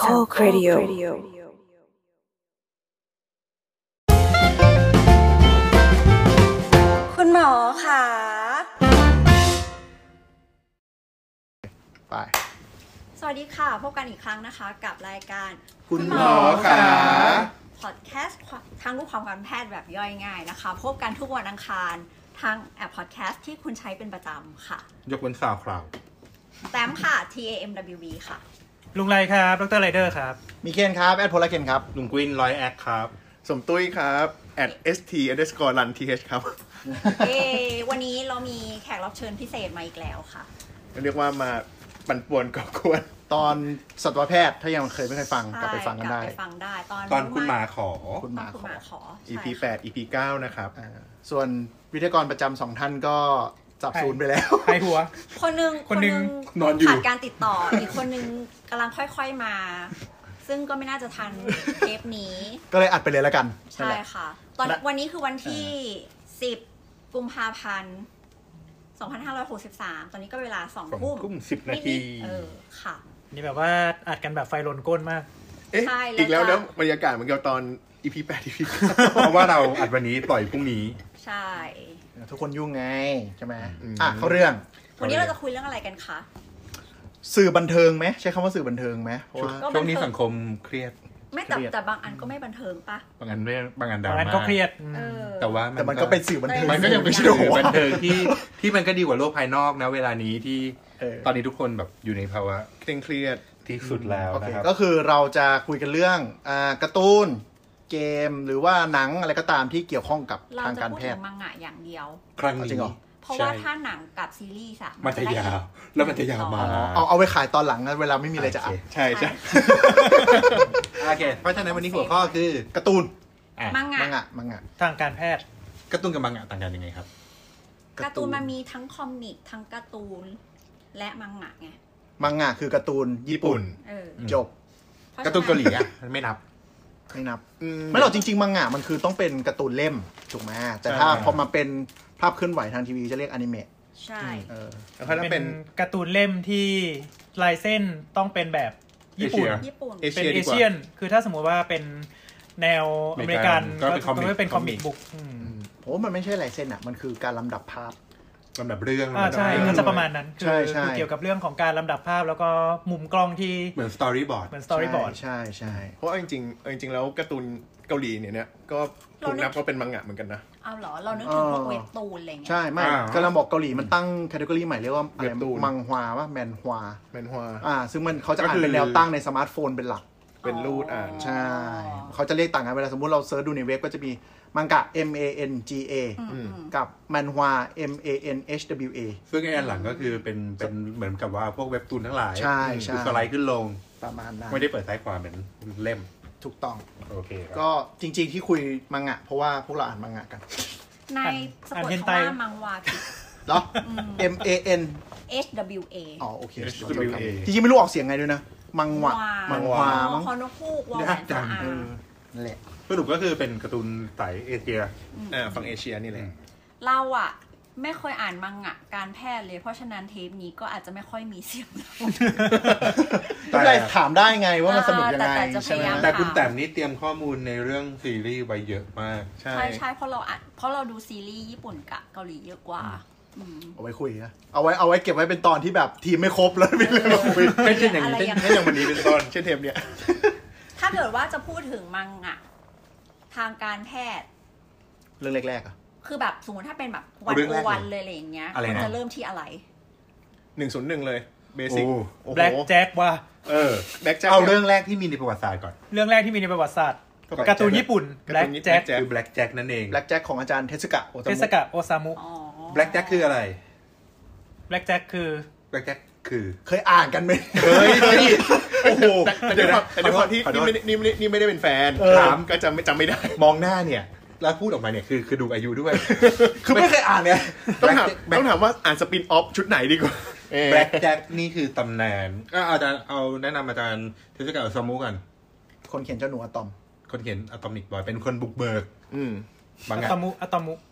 Talk Radio คุณหมอค่ะไปสวัสดีค่ะพบกันอีกครั้งนะคะกับรายการคุณหมอค่ะพอดแคสต์ทางรูปความการแพทย์แบบย่อยง่ายนะคะพบกันทุกวันอังคารทางแอปพอดแคสต์ที่คุณใช้เป็นประจำค่ะยกเว้นข่าวคราวแต้มค่ะ TAMWB ค่ะลุงไรครับดรไรเดอร์ครับมีเคนครับแอดโพลาเคนครับลุงกวินร้อยแอคครับสมตุ้ยครับ @st_run_th ครับวันนี้เรามีแขกรับเชิญพิเศษมาอีกแล้วค่ะเรียกว่ามาปั่นป่วนก่อกวนตอนสัตวแพทย์ถ้ายังไม่เคยฟังกลับไปฟังกันได้ตอนคุณหมาขอคุณหมาขอ EP 8 EP 9นะครับส่วนวิทยากรประจำ2ท่านก็จับศูนย์ไปแล้วหายหัวคนนึงนอนอยู่ขาดการติดต่ออีกคนนึงกำลังค่อยๆมาซึ่งก็ไม่น่าจะทันเทปนี้ก็เลยอัดไปเลยแล้วกันใช่ค่ะวันนี้คือวันที่10กุมภาพันธ์2563ตอนนี้ก็เวลา 2 ทุ่ม 10 นาทีค่ะนี่แบบว่าอัดกันแบบไฟลนก้นมากใช่อีกแล้วนะบรรยากาศเหมือนกับตอน EP 8 EP เพราะว่าเราอัดวันนี้ปล่อยพรุ่งนี้ใช่ทุกคนยุ่งไงใช่ไหมเข้าเรื่องวันนี้เราจะคุยเรื่องอะไรกันคะสื่อบันเทิงไหมใช้คำว่าสื่อบันเทิงไหมเพราะว่าช่วงนี้สังคมเครียดไม่แต่บางอันก็ไม่บันเทิงปะบางอันไม่บางอันดราม่าบางอันก็เครียดแต่ว่ามันก็เป็นสื่อบันเทิงมันก็ยังเป็นสื่อบันเทิงที่มันก็ดีกว่าโลกภายนอกนะเวลานี้ที่ตอนนี้ทุกคนแบบอยู่ในภาวะเครียดที่สุดแล้วนะครับก็คือเราจะคุยกันเรื่องการ์ตูนเกมหรือว่าหนังอะไรก็ตามที่เกี่ยวข้องกับทางการแพทย์เราจะพูดถึงมังงะอย่างเดียวครั้งนี้เพราะว่าถ้าหนังกับซีรีส์มันจะยาวแล้วมันจะยาวมาเอาไว้ขายตอนหลังนะเวลาไม่มีอะไรจะอ่านใช่โอเคเพราะฉะนั้นวันนี้หัวข้อคือการ์ตูนมังงะทางการแพทย์การ์ตูนกับมังงะต่างกันยังไงครับการ์ตูนมันมีทั้งคอมิกทั้งการ์ตูนและมังงะไงมังงะคือการ์ตูนญี่ปุ่นจบการ์ตูนเกาหลีอ่ะไม่นับไม่หรอกจริงๆมังงะมันคือต้องเป็นการ์ตูนเล่มถูกไหมแต่ถ้าพอมาเป็นภาพเคลื่อนไหวทางทีวีจะเรียกอนิเมะใช่แล้วถ้าเป็นการ์ตูนเล่มที่ลายเส้นต้องเป็นแบบญี่ปุ่นเป็นเอเชียนคือถ้าสมมติว่าเป็นแนวอเมริกันก็เป็นคอมิกบุ๊กผมว่ามันไม่ใช่ลายเส้นอ่ะมันคือการลำดับภาพลำดับเรื่องใช่ก็จะประมาณนั้นคือเกี่ยวกับเรื่องของการลำดับภาพแล้วก็มุมกล้องที่เหมือนสตอรี่บอร์ดใช่เพราะจริงแล้วการ์ตูนเกาหลีเนี่ยก็ถูกนับว่าเป็นมังงะเหมือนกันนะเอาเหรอเรานึกถึงพวกเว็บตูนอะไรเงี้ยใช่ไม่กำลังบอกเกาหลีมันตั้งแคตตากรีใหม่เรียกว่าอะไรมังฮวาว่าแมนฮวาซึ่งมันเขาจะอ่านเป็นแนวตั้งในสมาร์ทโฟนเป็นหลักเป็นรูดอ่านใช่เขาจะเรียกต่างกันเวลาสมมุติเราเซิร์ชดูในเว็บก็จะมีมังกะ MANGA กับมันฮวา MANHWA ซึ่งไอ้อันหลังก็คือเป็นเหมือนกับว่าพวกเว็บตูนทั้งหลายใช่สไลด์ขึ้นลงประมาณนั้นไม่ได้เปิดท้ายความเป็นเล่มถูกต้องโอเคก็จริงๆที่คุยมังงะเพราะว่าพวกเราอ่านมังงะกันในสะกดคำว่ามังวาผิดเหรอ MANHWA อ๋อโอเคจริงๆไม่รู้ออกเสียงไงด้วยนะมังวาคอนกฮูกวอลแหวนจังนั่นแหละสรุปก็คือเป็นการ์ตูนสายเอเชียฝั่งเอเชียนี่แหละเราอ่ะไม่เคยอ่านมังงะการแพทย์เลยเพราะฉะนั้นเทปนี้ก็อาจจะไม่ค่อยมีเสียงไม่เป็นไรถามได้ไงว่ามันสนุกยังไงใช่ไหมแต่คุณแต้มนี่เตรียมข้อมูลในเรื่องซีรีส์ไว้เยอะมากใช่เพราะเราดูซีรีส์ญี่ปุ่นกับเกาหลีเยอะกว่าเอาไว้คุยนะเอาไว้เก็บไว้เป็นตอนที่แบบทีมไม่ครบแล้วไม่เลยมาคุยเช่นอย่างนี้อย่างวันนี้เป็นต้นเช่นเทปเนี้ยถ้าเกิดว่าจะพูดถึงมังงะทางการแพทย์เรื่องแรกๆอ่ะคือแบบสมมติถ้าเป็นแบบวันเลยอะไรอย่างเงี้ยมันจะเริ่มที่อะไร 101เลยเบสิกแบล็คแจ็คว่าแบล็คแจ็คเอาเรื่องแรกที่มีในประวัติศาสตร์ก่อนเรื่องแรกที่มีในประวัติศาสตร์การ์ตูนญี่ปุ่นแบล็คแจ็คคือแบล็คแจ็คนั่นเองแบล็คแจ็คของอาจารย์เทสึกะโอซามุแบล็คแจ็คคืออะไรแบล็คแจ็คคือเคยอ่านกันไหมโอ้โหแต่เดี๋ยวที่ไม่ได้เป็นแฟนถามก็จำไม่ได้มองหน้าเนี่ยแล้วพูดออกมาเนี่ยคือดูอายุด้วยคือไม่เคยอ่านเนี่ยต้องถามว่าอ่านสปินออฟชุดไหนดีกว่าแบล็คแจ็คนี่คือตำนานก็อาจารย์เอาแนะนำอาจารย์เทสกาซามุกันคนเขียนเจ้าหนูอะตอมคนเขียนอะตอมิกบอยเป็นคนบุกเบิกบางอย่างอะตอมุ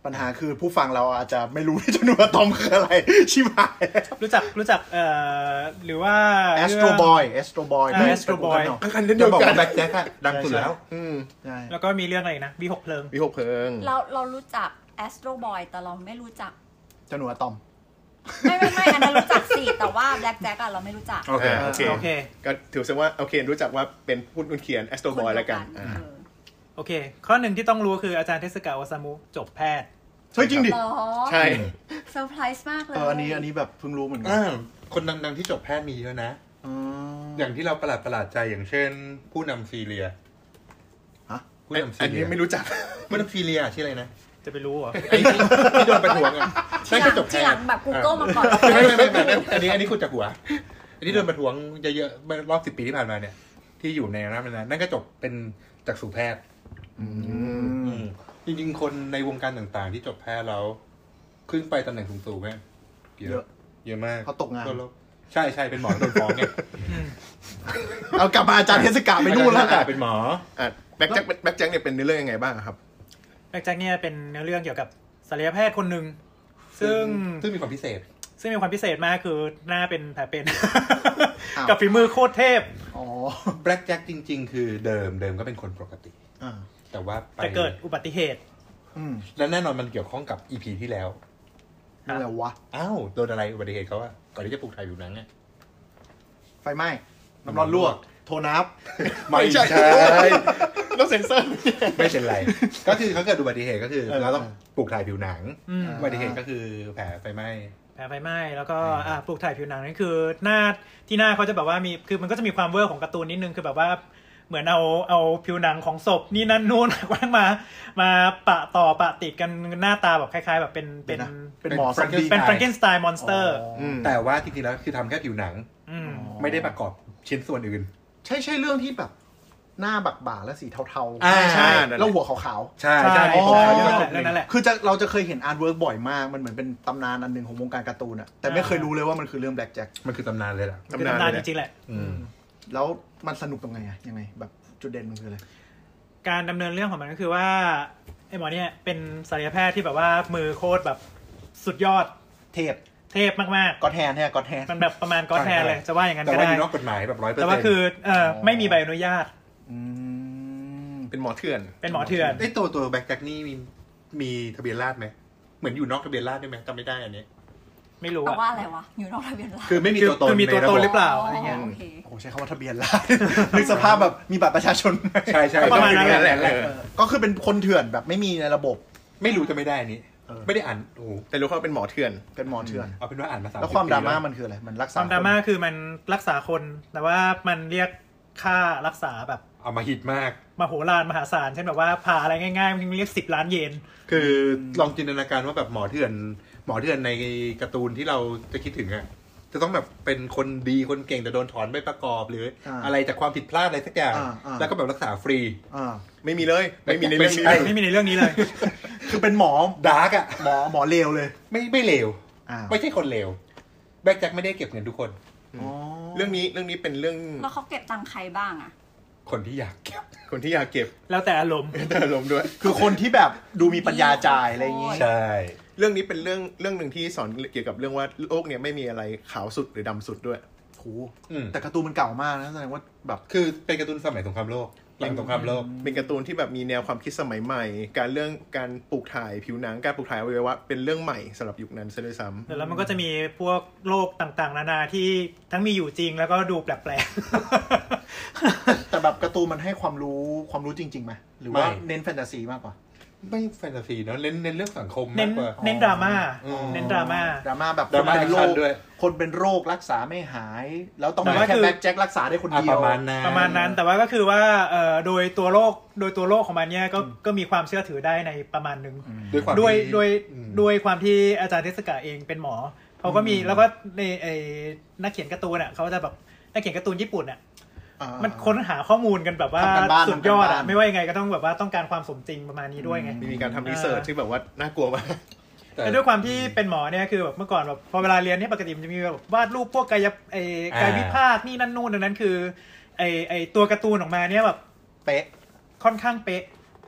ปัญหาคือผู้ฟังเราอาจจะไม่รู้ที่จำนวนอะตอมคืออะไรชิบหายรู้จักหรือว่า Astro Boy อันนี้จะเดียวบอกกันว่าแบ็คแจ็คอะดังสุดแล้วใช่แล้วก็มีเรื่องอะไรนะวิหกเพลิงวิหกเพลิงเรารู้จัก Astro Boy แต่เราไม่รู้จักจำนวนอะตอมไม่อันนั้นรู้จักสิแต่ว่า Black Jack อะเราไม่รู้จักโอเคก็ถือซะว่าโอเครู้จักว่าเป็นผู้เขียน Astro Boy แล้วกันโอเคข้อหนึ่งที่ต้องรู้คืออาจารย์เทสึกะ โอซามุจบแพทย์เฮ้ยจริงดิใช่เซอร์ไพรส์มากเลยอันนี้แบบเพิ่งรู้เหมือนกันคนดังๆที่จบแพทย์มีเยอะนะอย่างที่เราประหลาดใจอย่างเช่นผู้นำซีเรียผู้นำซีอันเรีนี้ยไม่รู้จักผู้นำซีเรียชื่ออะไรนะจะไปรู้เหรอไอ้ที่โดนประท้วงอ่ะนั่นก็จบแพทีทหลังย์แบบ Google มาก่อนไม่อันนี้คุณจากหัวอันนี้โดนประท้วงเยอะๆรอบ10 ปีที่ผ่านมาเนี่ยที่อยู่ในนั่นก็จบเป็นจักษุแพทย์จริงๆคนในวงการต่างๆที่จบแพทย์แล้วขึ้นไปตำแหน่งสูงๆไหมเยอะมากเขาตกงานใช่เป็นหมอโดนฟ้องไงเอากลับมาอาจารย์เทศกาลไปนู่นแล้วเป็นหมอแบ็คแจ็คเนี่ยเป็นเรื่องยังไงบ้างครับแบ็คแจ็คเนี่ยเป็นเนื้อเรื่องเกี่ยวกับศัลยแพทย์คนหนึ่งซึ่งมีความพิเศษมากคือหน้าเป็นแผลเป็น กับฝีมือโคตรเทพแบล็คแจ็คจริงๆคือเดิมก็เป็นคนปกติแต่ว่าจะเกิดอุบัติเหตุและแน่นอนมันเกี่ยวข้องกับ EP ที่แล้วอะไรวะโดนอะไรอุบัติเหตุเขาอะก่อนที่จะปลูกถ่ายอยู่นั้นเนี่ยไฟไหม้น้ำร้อนลวกโทนับไม่ใช่ต้องเซ็นเซอร์ไม่เป็นไรก็คือเขาเกิดอุบัติเหตุก็คือเราต้องปลูกถ่ายผิวหนังอุบัติเหตุก็คือแผลไฟไหม้แล้วก็ปลูกถ่ายผิวหนังนั่นคือหน้าเขาจะแบบว่ามีคือมันก็จะมีความเวอร์ของการ์ตูนนิดนึงคือแบบว่าเหมือนเอาผิวหนังของศพนี่นั่นนู่นมาปะติดกันหน้าตาแบบคล้ายๆแบบเป็นหมอเป็นแฟรงเกนสไตน์มอนสเตอร์แต่ว่าจริงๆแล้วคือทำแค่ผิวหนังไม่ได้ประกอบชิ้นส่วนอื่นใช่เรื่องที่แบบหน้าบักบ่าและสีเทาๆใช่แล้วหัวขาวๆใช่นั่นแหละคือเราจะเคยเห็นอาร์ตเวิร์กบ่อยมากมันเหมือนเป็นตำนานอันนึงของวงการการ์ตูนอะแต่ไม่เคยรู้เลยว่ามันคือเรื่องแบล็คแจ็คมันคือตำนานเลยล่ะตำนานจริงๆแหละแล้วมันสนุกตรงไงอะยังไงแบบจุดเด่นมันคืออะไรการดำเนินเรื่องของมันก็คือว่าไอ้หมอเนี่ยเป็นศัลยแพทย์ที่แบบว่ามือโคตรแบบสุดยอดเทพมากๆก็แทนมันแบบประมาณก็แทนเลยจะว่าอย่างนั้นก็ได้แต่ว่าอยู่นอกกฎหมายแบบ 100% แต่ว่าคือไม่มีใบอนุญาตเป็นหมอเถื่อนไอ้ตัวแบ็คแจ็คนี่มีทะเบียนราษฎร์ไหมเหมือนอยู่นอกทะเบียนราษฎร์ได้ไหมจำไม่ได้อันนี้ไม่รู้แต่ว่าอะไรวะอยู่นอกทะเบียนราษฎร์คือไม่มีตัวตนคือมีตัวตนหรือเปล่าอะไรเงี้ยโอ้ใช้คำว่าทะเบียนราษฎร์นึกสภาพแบบมีบัตรประชาชนใช่ประมาณนั้นแหละก็คือเป็นคนเถื่อนแบบไม่มีในระบบไม่รู้จะไม่ได้อันนี้ไม่ได้อ่านแต่รู้ว่าเป็นหมอเถื่อนเอาเป็นว่าอ่านมา3 แล้วความดราม่ามันคืออะไรมันรักษาความดราม่าคือมันรักษาคนแต่ว่ามันเรียกค่ารักษาแบบเอามาฮิตมากมโหฬารมหาศาลเช่นแบบว่าผ่าอะไรง่ายๆมันเรียก10 ล้านเยนคือลองจินตนาการว่าแบบหมอเถื่อนในการ์ตูนที่เราจะคิดถึงอะจะต้องแบบเป็นคนดีคนเก่งแต่โดนถอนใบประกอบหรืออะไรจากความผิดพลาดอะไรสักอย่างแล้วก็แบบรักษาฟรีไม่มีเลยไม่มีในเรื่องนี้เลยคือเป็นหมอดาร์กอะหมอเลวเลยไม่เลวไม่ใช่คนเลวแบ็คแจ็คไม่ได้เก็บเงินทุกคนเรื่องนี้เป็นเรื่องแล้วเขาเก็บตังค์ใครบ้างอะคนที่อยากเก็บแล้วแต่อารมณ์ด้วยคือคนที่แบบดูมีปัญญาจ่ายอะไรอย่างงี้ใช่เรื่องนี้เป็นเรื่องนึงที่สอนเกี่ยวกับเรื่องว่าโลกเนี่ยไม่มีอะไรขาวสุดหรือดำสุดด้วยโหแต่การ์ตูนมันเก่ามากนะแสดงว่าแบบคือเป็นการ์ตูนสมัยสงครามโลกหลังสงครามโลกเป็นการ์ตูนที่แบบมีแนวความคิดสมัยใหม่การปลูกถ่ายผิวหนังการปลูกถ่ายอวัยวะเป็นเรื่องใหม่สำหรับยุคนั้นซะด้วยซ้ำแล้วมันก็จะมีพวกโลกต่างๆนานาที่ทั้งมีอยู่จริงแล้วก็ดูแปลกๆแต่แบบการ์ตูนมันให้ความรู้จริงๆไหมหรือว่าเน้นแฟนตาซีมากกว่าไม่แฟนตาซีเนาะเน้นเรื่องสังคมมากกว่าเน้นดราม่าแบบคนเป็นโรคคนเป็นโรครักษาไม่หายแล้วต้องแค่แบ็คแจ็ครักษาได้คนเดียวประมาณนั้นแต่ว่าก็คือว่าโดยตัวโรคของมันเนี่ยก็มีความเชื่อถือได้ในประมาณนึงด้วยความที่อาจารย์เทศกาเองเป็นหมอเขาก็มีแล้วก็ในนักเขียนการ์ตูนอ่ะเขาจะแบบนักเขียนการ์ตูนญี่ปุ่นอ่ะมันค้นหาข้อมูลกันแบบว่าสุดยอดอ่ะไม่ว่ายังไงก็ต้องแบบว่าต้องการความสมจริงประมาณนี้ด้วยไงมีการทำรีเสิร์ชที่แบบว่าน่ากลัวมากแต่ด้วยความที่เป็นหมอเนี่ยคือแบบเมื่อก่อนแบบพอเวลาเรียนเนี่ยปกติมันจะมีแบบวาดรูปพวกกายวิภาคนี่นั่นนู่นดังนั้นคือไอตัวการ์ตูนออกมาเนี่ยแบบเป๊ะค่อนข้างเป๊ะ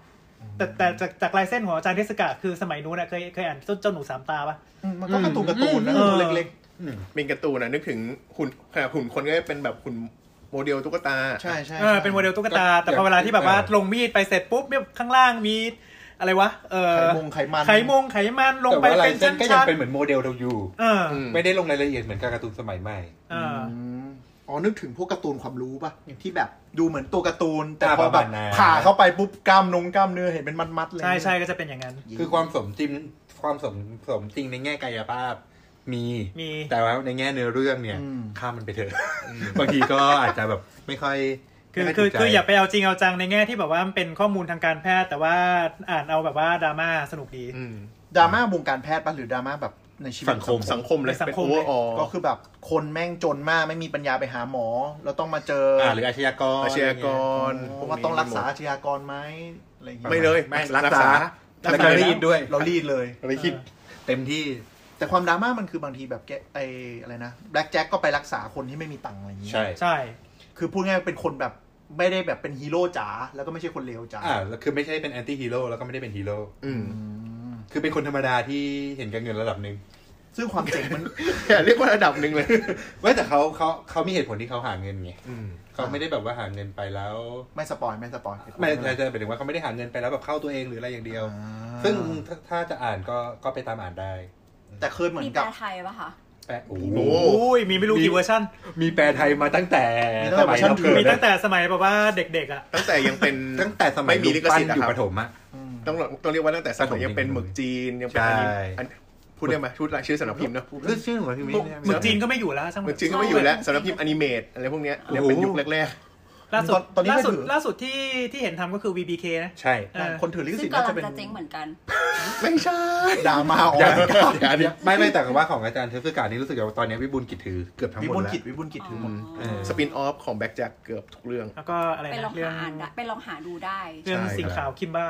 แต่จากลายเส้นของอาจารย์เทศกาคือสมัยนู้นเคยอ่านเจ้าหนู3 ตาป่ะมันก็การ์ตูนนะตัวเล็กเป็นการ์ตูนนะนึกถึงหุ่นคนก็เป็นแบบหุ่นโมเดลตุ๊กตาใช่เป็นโมเดลตุ๊กตาแต่พอเวลาที่แบบว่าลงมีดไปเสร็จปุ๊บเนี่ยข้างล่างมีอะไรวะไขมันลงไปเป็นชั้นๆก็ยังเป็นเหมือนโมเดลเราอยู่ไม่ได้ลงรายละเอียดเหมือนการ์ตูนสมัยใหม่นึกถึงพวกการ์ตูนความรู้ป่ะที่แบบดูเหมือนตัวการ์ตูนแต่พอแบบผ่าเข้าไปปุ๊บกล้ามเนื้อเห็นเป็นมัดๆเลยใช่ก็จะเป็นอย่างนั้นคือความสมจริงในแง่กายภาพมีแต่ว่าในแง่เนื้อเรื่องเนี่ยข้ามมันไปเถอะบางทีก็อาจจะแบบไม่ค่อยคืออย่าไปเอาจริงเอาจังในแง่ที่แบบว่ามันเป็นข้อมูลทางการแพทย์แต่ว่าอ่านเอาแบบว่าดราม่าสนุกดีดราม่าวงการแพทย์ป่ะหรือดราม่าแบบในชีวิตสังคมเลยเป็นโอเวอร์ออลก็คือแบบคนแม่งจนมากไม่มีปัญญาไปหาหมอแล้วต้องมาเจอหรืออาชญากรว่าต้องรักษาอาชญากรไหมอะไรอย่างเงี้ยไม่เลยรักษาแล้วก็รีดด้วยเรารีดเลยเราคิดเต็มที่แต่ความดราม่ามันคือบางทีแบบอะไรนะแบล็คแจ็คก็ไปรักษาคนที่ไม่มีตังค์อะไรอย่างเงี้ยใช่คือพูดง่ายเป็นคนแบบไม่ได้แบบเป็นฮีโร่จ๋าแล้วก็ไม่ใช่คนเลวจ๋าคือไม่ใช่เป็นแอนตี้ฮีโร่แล้วก็ไม่ได้เป็นฮีโร่คือเป็นคนธรรมดาที่เห็นการเงินระดับนึงซึ่งความเจ๋งมันเรียกว่าระดับนึงเลยว่าแต่เขามีเหตุผลที่เขาหาเงินไงเขาไม่ได้แบบว่าหาเงินไปแล้วไม่สปอยไม่ใช่หมายถึงว่าเขาไม่ได้หาเงินไปแล้วแบบเข้าตัวเองหรืออะไรอย่างเดียวซึ่งถ้าจะอ่านก็ไปตามอ่านได้แต่เคยเหมือนกับมีแปลไทยป่ะคะโอ้ยมีไม่รู้กี่เวอร์ชันมีแปลไทยมาตั้งแต่สมัยมีตั้งแต่สมัยแบบว่าเด็กๆอ่ะตั้งแต่ยังเป็นตั้งแต่สมัยมีลิขสิทธิ์อยู่ประถมอ่ะต้องเรียกว่าตั้งแต่สมัยยังเป็นหมึกจีนยังเป็นพูดได้ไหมพูดรายชื่อสำนักพิมพ์เนอะชื่อของพิมพ์หมึกจีนก็ไม่อยู่แล้วหมึกจีนก็ไม่อยู่แล้วสำนักพิมพ์อนิเมตอะไรพวกนี้เนี่ยเป็นยุคแรกล่าสุดที่เห็นทำก็คือ VBK นะใช่คนถือลิขสิทธิ์น่าจะเป็นเจ๊งเหมือนกันไม่ใช่ดราม่าไม่แต่ว่าของอาจารย์เทศกาลนี้รู้สึกว่าตอนนี้วิบูลย์กิจถือเกือบทั้งหมดแล้ววิบูลย์กิจถือหมดสปินออฟของแบ็คแจ็คเกือบทุกเรื่องแล้วก็อะไรนะเรื่องไปลองหาดูได้เรื่องสีขาวคิมบ้า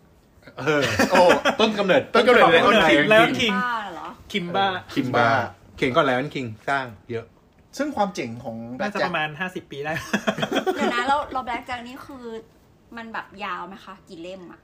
ต้นกำเนิดแล้วคิงคิมบ้าเข่งก็แล้วคิงสร้างเยอะซึ่งความเจ๋งของแบล็คแจ็คประมาณ50 ปีได้เดี๋ยวนะเราแบล็คแจ็คนี่คือมันแบบยาวไหมคะกี่เล่มอ่ะ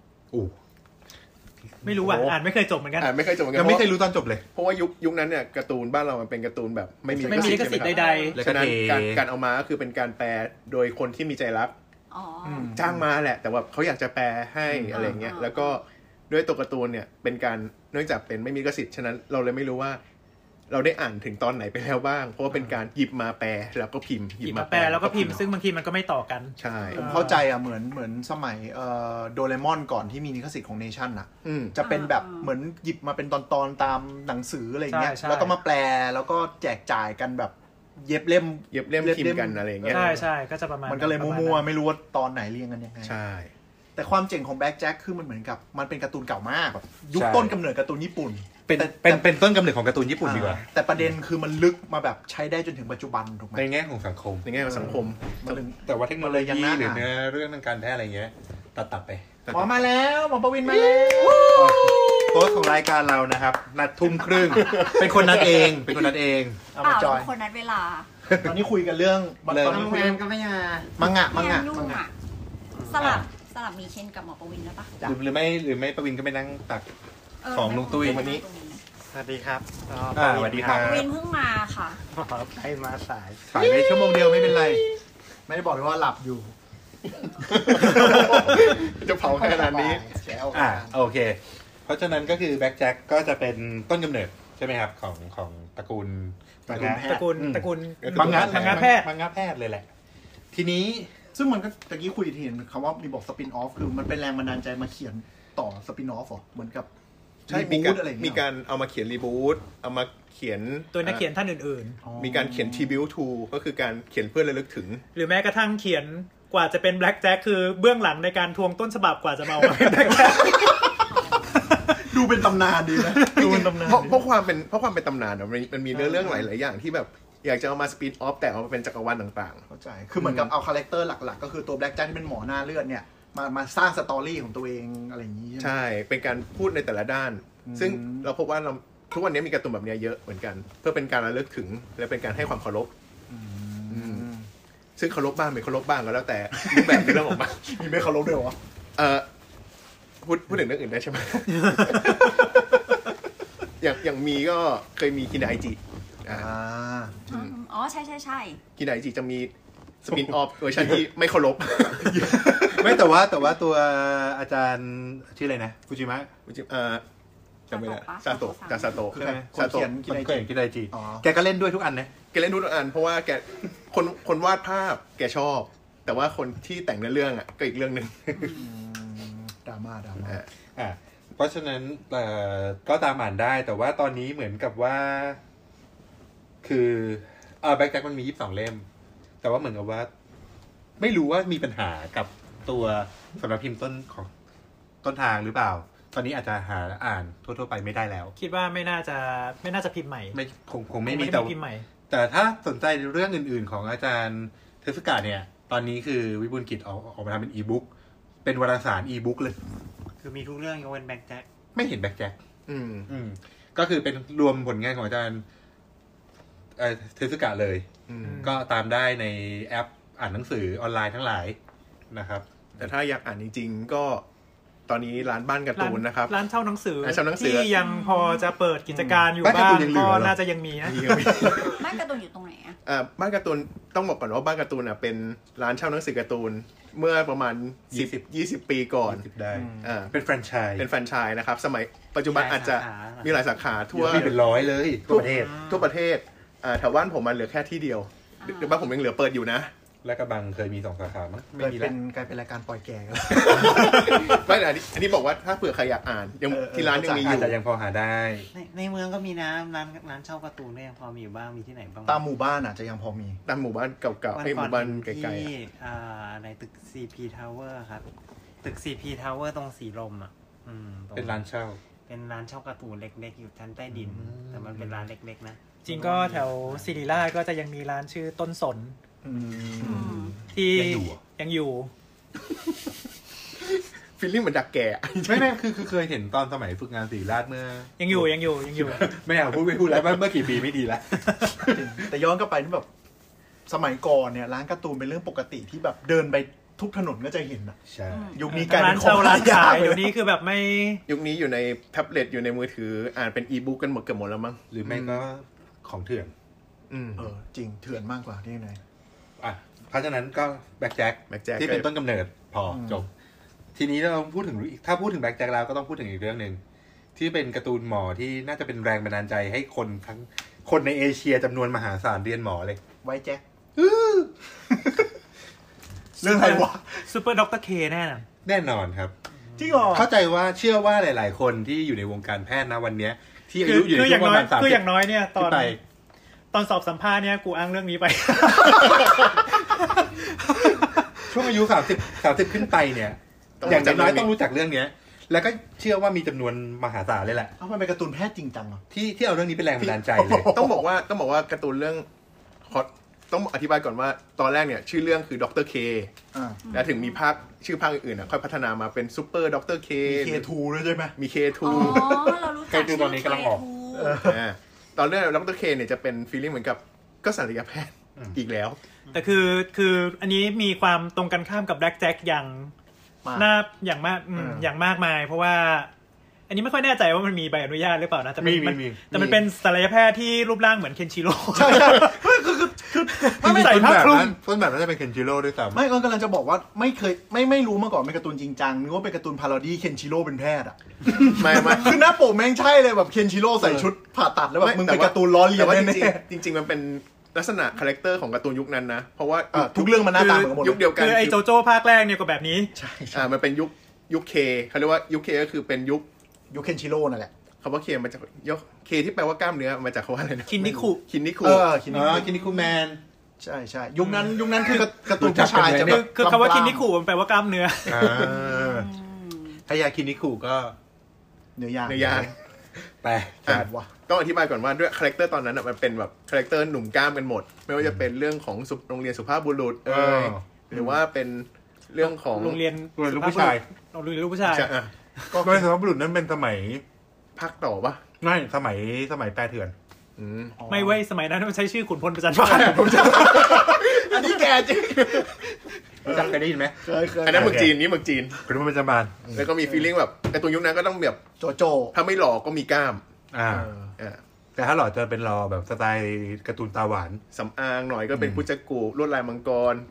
ไม่รู้อ่ะอ่านไม่เคยจบเหมือนกันไม่เคยจบเหมือนกันไม่เคยรู้ตอนจบเลยเพราะว่ายุคนั้นเนี่ยการ์ตูนบ้านเรามันเป็นการ์ตูนแบบไม่มีลิขสิทธิ์ใดๆฉะนั้นการเอามาก็คือเป็นการแปลโดยคนที่มีใจรักจ้างมาแหละแต่ว่าเขาอยากจะแปลให้อะไรเงี้ยแล้วก็ด้วยตัวการ์ตูนเนี่ยเป็นการเนื่องจากเป็นไม่มีลิขสิทธิ์ฉะนั้นเราเลยไม่รู้ว่าเราได้อ่านถึงตอนไหนไปแล้วบ้างเพราะว่าเป็นการหยิบมาแปลแล้วก็พิมพ์หยิบมาแปลแล้วก็พิมพ์ซึ่งบางทีมันก็ไม่ต่อกันใช่ผมเข้าใจเหมือนสมัยโดเรมอนก่อนที่มีลิขสิทธิ์ของเนชั่นน่ะจะเป็นแบบเหมือนหยิบมาเป็นตอนตามหนังสืออะไรเงี้ยแล้วก็มาแปลแล้วก็แจกจ่ายกันแบบเย็บเล่มพิมพ์กันอะไรเงี้ยใช่ก็จะประมาณมันก็เลยมั่วๆไม่รู้ว่าตอนไหนเรียงกันยังไงใช่แต่ความเจ๋งของแบล็คแจ็คคือมันเหมือนกับมันเป็นการ์ตูนเก่ามากแบบยุคต้นกำเนิดการ์ตูนญี่ปุ่นเป็นต้นกำเนิดของการ์ตูนญี่ปุ่นดีกว่าแต่ประเด็นคือมันลึกมาแบบใช้ได้จนถึงปัจจุบันถูกไหมในแง่ของสังคมแต่ว่าเทคโนโลยีหรือเนื้อเรื่องทางการแพทย์อะไรเงี้ยตัดไปหมอมาแล้วหมอประวินมาแล้วโค้ชของรายการเรานะครับนัดทุ่มครึ่งเป็นคนนัดเองเอามาจอยคนนัดเวลาตอนนี้คุยกันเรื่องตอนนี้คุยกันก็ไม่มังงะสลับมีเช่นกับหมอประวินแล้วปะหรือไม่ประวินก็ไปนั่งตักของลุงตุ้ยวันนี้สวัสดีครับสวัสดีครับประวินเพิ่งมาค่ะใครมาสายไปชั่วโมงเดียวไม่เป็นไรไม่ได้บอกเลยว่าหลับอยู่จะเผาขนาดนี้โอเคเพราะฉะนั้นก็คือแบ็คแจ็คก็จะเป็นต้นกำเนิดใช่ไหมครับของตระกูลมังงะแพทย์เลยแหละทีนี้ซึ่งมันก็ตะกี้คุยทีเห็นคำว่ามีบอกสปินออฟคือมันเป็นแรงบันดาลใจมาเขียนต่อสปินออฟเหมือนกับใช่มีการเอามาเขียนรีบูทเอามาเขียนตัวนักเขียนท่านอื่นๆมีการเขียนทีบิวทูก็คือการเขียนเพื่อระลึกถึงหรือแม้กระทั่งเขียนกว่าจะเป็นแบล็คแจ็คคือเบื้องหลังในการทวงต้นฉบับกว่าจะมาเป็นแบล็คแจ็คดูเป็นตำนานดีนะดูเป็นตำนานเพราะความเป็นตำนานมันมีเรื่องหลายๆอย่างที่แบบอยากจะเอามาสปินออฟแต่เอามาเป็นจักรวาลต่างๆเข้าใจคือเหมือนกับเอาคาแรคเตอร์หลักๆก็คือตัวแบล็คแจ็คที่เป็นหมอหน้าเลือดเนี่ยมาสร้างสตอรี่ของตัวเองอะไรอย่างนี้ใช่เป็นการพูดในแต่ละด้านซึ่งเราพบว่าทุกวันนี้มีการ์ตูนแบบนี้เยอะเหมือนกันเพื่อเป็นการระลึกถึงและเป็นการให้ความเคารพซึ่งเคารพบ้างไม่เคารพบ้างก็แล้วแต่รูปแบบในเรื่องออกมามีไม่เคารพด้วยเหรอพูดถึงเรื่องอื่นได้ใช่ไหม อย่างมีก็เคยมีคินไอจิอ๋อใช่ใช่ใช่คินไอจิจะมีสปินออฟเวอร์ชันที่ไม่เคารพไม่แต่ว่าตัวอาจารย์ชื่ออะไรนะฟูจิมะจำไม่ได้ซาโตคือคนเขียนคินไดจิแกก็เล่นด้วยทุกอันนะแกเล่นทุกอันเพราะว่าแกคนวาดภาพแกชอบแต่ว่าคนที่แต่งเรื่องอ่ะก็อีกเรื่องนึงดราม่าเพราะฉะนั้นก็ตามอ่านได้แต่ว่าตอนนี้เหมือนกับว่าคือแบ็คแจ็คมันมี22เล่มแต่ว่าเหมือนกับว่าไม่รู้ว่ามีปัญหากับตัวสำนักพิมพ์ต้นทางหรือเปล่าตอนนี้อาจจะหาอ่านทั่วๆไปไม่ได้แล้วคิดว่าไม่น่าจะพิมพ์ใหม่ไม่คงไม่มีแต่พิมพ์ใหม่แต่ถ้าสนใจเรื่องอื่นๆของอาจารย์เทศกาลเนี่ยตอนนี้คือวิบูลย์กิจออกมาทำเป็นอีบุ๊กเป็นวารสารอีบุ๊กเลยคือมีทุกเรื่องยกเว้นแบ็คแจ็คไม่เห็นแบ็คแจ็คก็คือเป็นรวมผลงานของอาจารย์เทศกาลเลยก็ตามได้ในแอปอ่านหนังสือออนไลน์ทั้งหลายนะครับแต่ถ้าอยากอ่านจริงๆก็ตอนนี้ร้านบ้านการ์ตูนนะครับร้านเช่าหนังสือที่ยังพอจะเปิดกิจการอยู่บ้างก็น่าจะยังมีนะบ้านการ์ตูนอยู่ตรงไหนบ้านการ์ตูนต้องบอกก่อนว่าบ้านการ์ตูนเป็นร้านเช่าหนังสือการ์ตูนเมื่อประมาณ10-20 ปีก่อนได้เป็นแฟรนไชส์นะครับสมัยปัจจุบันอาจจะมีหลายสาขาทั่วเป็นร้อยเลยทั่วประเทศแถวบ้านผมมันเหลือแค่ที่เดียวเดี๋ยวบ้านผมยังเหลือเปิดอยู่นะและกระบังเคยมี2 สาขามั้งไม่มีแล้วกลายเป็นรายการปล่อยแก่กันไม่อันนี้บอกว่าถ้าเผื่อใครอยากอ่านยังที่ร้านยังมีอยู่แต่ยังพอหาได้ในเมืองก็มีนะร้านเช่าการ์ตูนก็ยังพอมีอยู่บ้างมีที่ไหนบ้างตามหมู่บ้านอาจจะยังพอมีตามหมู่บ้านเก่าๆหมู่บ้านไกลๆในตึก CP Tower ครับตึก CP Tower ตรงสีลมเป็นร้านเช่าการ์ตูนเล็กๆอยู่ชั้นใต้ดินแต่มันเป็นร้านเล็กๆนะจริงก็แถวศิริราชก็จะยังมีร้านชื่อต้นสนที่ยังอยู่ฟีลลิ่งเหมือนดักแก่ไม่คือเคยเห็นตอนสมัยฝึกงานศิริราชเมื่อยังอยู่ไม่อยากพูดแล้วเมื่อกี่ปีไม่ดีแล้วแต่ย้อนกลับไปนี่แบบสมัยก่อนเนี่ยร้านการ์ตูนเป็นเรื่องปกติที่แบบเดินไปทุกถนนก็จะเห็นนะใช่ยุคนี้กลายเป็นของร้านขายเดี๋ยวนี้คือแบบไม่ยุคนี้อยู่ในแท็บเล็ตอยู่ในมือถืออ่านเป็นอีบุ๊กกันเกือบหมดแล้วมั้งหรือไม่ก็ของเถื่อนจริงเถื่อนมากกว่าที่ไหนเพราะฉะนั้นก็แบ็คแจ็คที่เป็นต้นกำเนิดพอจบทีนี้เราพูดถึงถ้าพูดถึงแบ็คแจ็คแล้วก็ต้องพูดถึงอีกเรื่องนึงที่เป็นการ์ตูนหมอที่น่าจะเป็นแรงบันดาลใจให้คนในเอเชียจำนวนมหาศาลเรียนหมอเลยไว้แจ็คเรื่องอะไรวะซูเปอร์ด็อกเตอร์เคแน่นอนครับจริงเหรอเข้าใจว่าเชื่อว่าหลายๆคนที่อยู่ในวงการแพทย์นะวันนี้ที่อายุอยู่ในช่วงประมาณ30คืออย่างน้อยเนี่ยตอนสอบสัมภาษณ์เนี่ยกูอ้างเรื่องนี้ไปช่วงอายุ30ขึ้นไปเนี่ยอย่างน้อยต้องรู้จักเรื่องนี้แล้วก็เชื่อว่ามีจำนวนมหาศาลเลยแหละมันเป็นการ์ตูนแพทย์จริงจังเหรอที่เอาเรื่องนี้เป็นแรงบันดาลใจเลยต้องบอกว่าการ์ตูนเรื่องต้องอธิบายก่อนว่าตอนแรกเนี่ยชื่อเรื่องคือด็อกเตอร์เคแล้วถึงมีภาคชื่อภาคอื่นๆค่อยพัฒนามาเป็นซูเปอร์ด็อกเตอร์เคมี K2 ด้วยใช่ไหมมี K2 อ๋อเรารู้จักตอนนี้กำลังออกตอนเรื่องด็อกเตอร์เคเนี่ยจะเป็นฟีลลิ่งเหมือนกับก็ศัลยแพทย์อีกแล้วแต่คืออันนี้มีความตรงกันข้ามกับแบล็คแจ็คอย่างอย่างมากมายเพราะว่าอันนี้ไม่ค่อยแน่ใจว่ามันมีใบอนุญาตหรือเปล่านะแต่มันเป็นศัลยแพทย์ที่รูปร่างเหมือนเคนชิโร่ใช่คือไม่ใส่ผ้าคลุมต้นแบบน่าจะเป็นเคนชิโร่ด้วยซ้ำไม่ก็กำลังจะบอกว่าไม่เคยไม่รู้มาก่อนเป็นการ์ตูนจริงจังนึกว่าเป็นการ์ตูนพาโรดี้เคนชิโร่เป็นแพทย์อ่ะไม่คือหน้าปกแม่งใช่เลยแบบเคนชิโร่ใส่ชุดผ่าตัดแล้วแบบมึงเป็นการ์ตูนล้อเลียนแน่จริงมันเป็นลักษณะคาแรคเตอร์ของการ์ตูนยุคนั้นนะเพราะว่าทุกเรื่องมันหน้าตาเหมือนกันหมดยุคเดียวกันคือไอ้โจโจ้ภาคแรกเนี่ยก็แบบนี้ใช่มันเป็นยุคเคเขาเรียกว่ายุคเคก็คือเป็นยุคเคนชิโร่นั่นแหละคำว่าเคมาจากเคที่แปลว่ากล้ามเนื้อมาจากคำว่าอะไรนะคินนิคุคินนิคุแมนใช่ยุคนั้นคือการ์ตูนผู้ชายจะแบบคือคำว่าคินนิคุมันแปลว่ากล้ามเนื้อถ้ายาคินนิคุก็เนื้อย่างแปลว่าต้องอธิบายก่อนว่าด้วยคาแรคเตอร์ตอนนั้นมันเป็นแบบคาแรคเตอร์หนุ่มกล้ามกันหมดไม่ว่าจะเป็นเรื่องของโรงเรียนสุภาพบุรุษหรือว่าเป็นเรื่องของโรงเรียนลูกผู้ชายโรงเรียนลูกผู้ชายก็เป็นสุภาพบุรุษนั้นเป็นสมัยภาคต่อปะไม่สมัยแปลเถื่อนไม่เว้ยสมัยนั้นมันใช้ชื่อขุนพลประจันบานอันนี้แกจริงรู้จักเคยได้ยินไหมเคยอันนั้นเมืองจีนนี่เมืองจีนคุณผู้ชมบานแล้วก็มีฟีลลิ่งแบบไอ้ตัวยุคนั้นก็ต้องแบบโจโจถ้าไม่หล่อก็มีกล้ามแต่ถ้าหล่อจะเป็นหล่อแบบสไตล์การ์ตูนตาหวานสำอางหน่อยก็เป็นคุจักกุลวดลายมังกร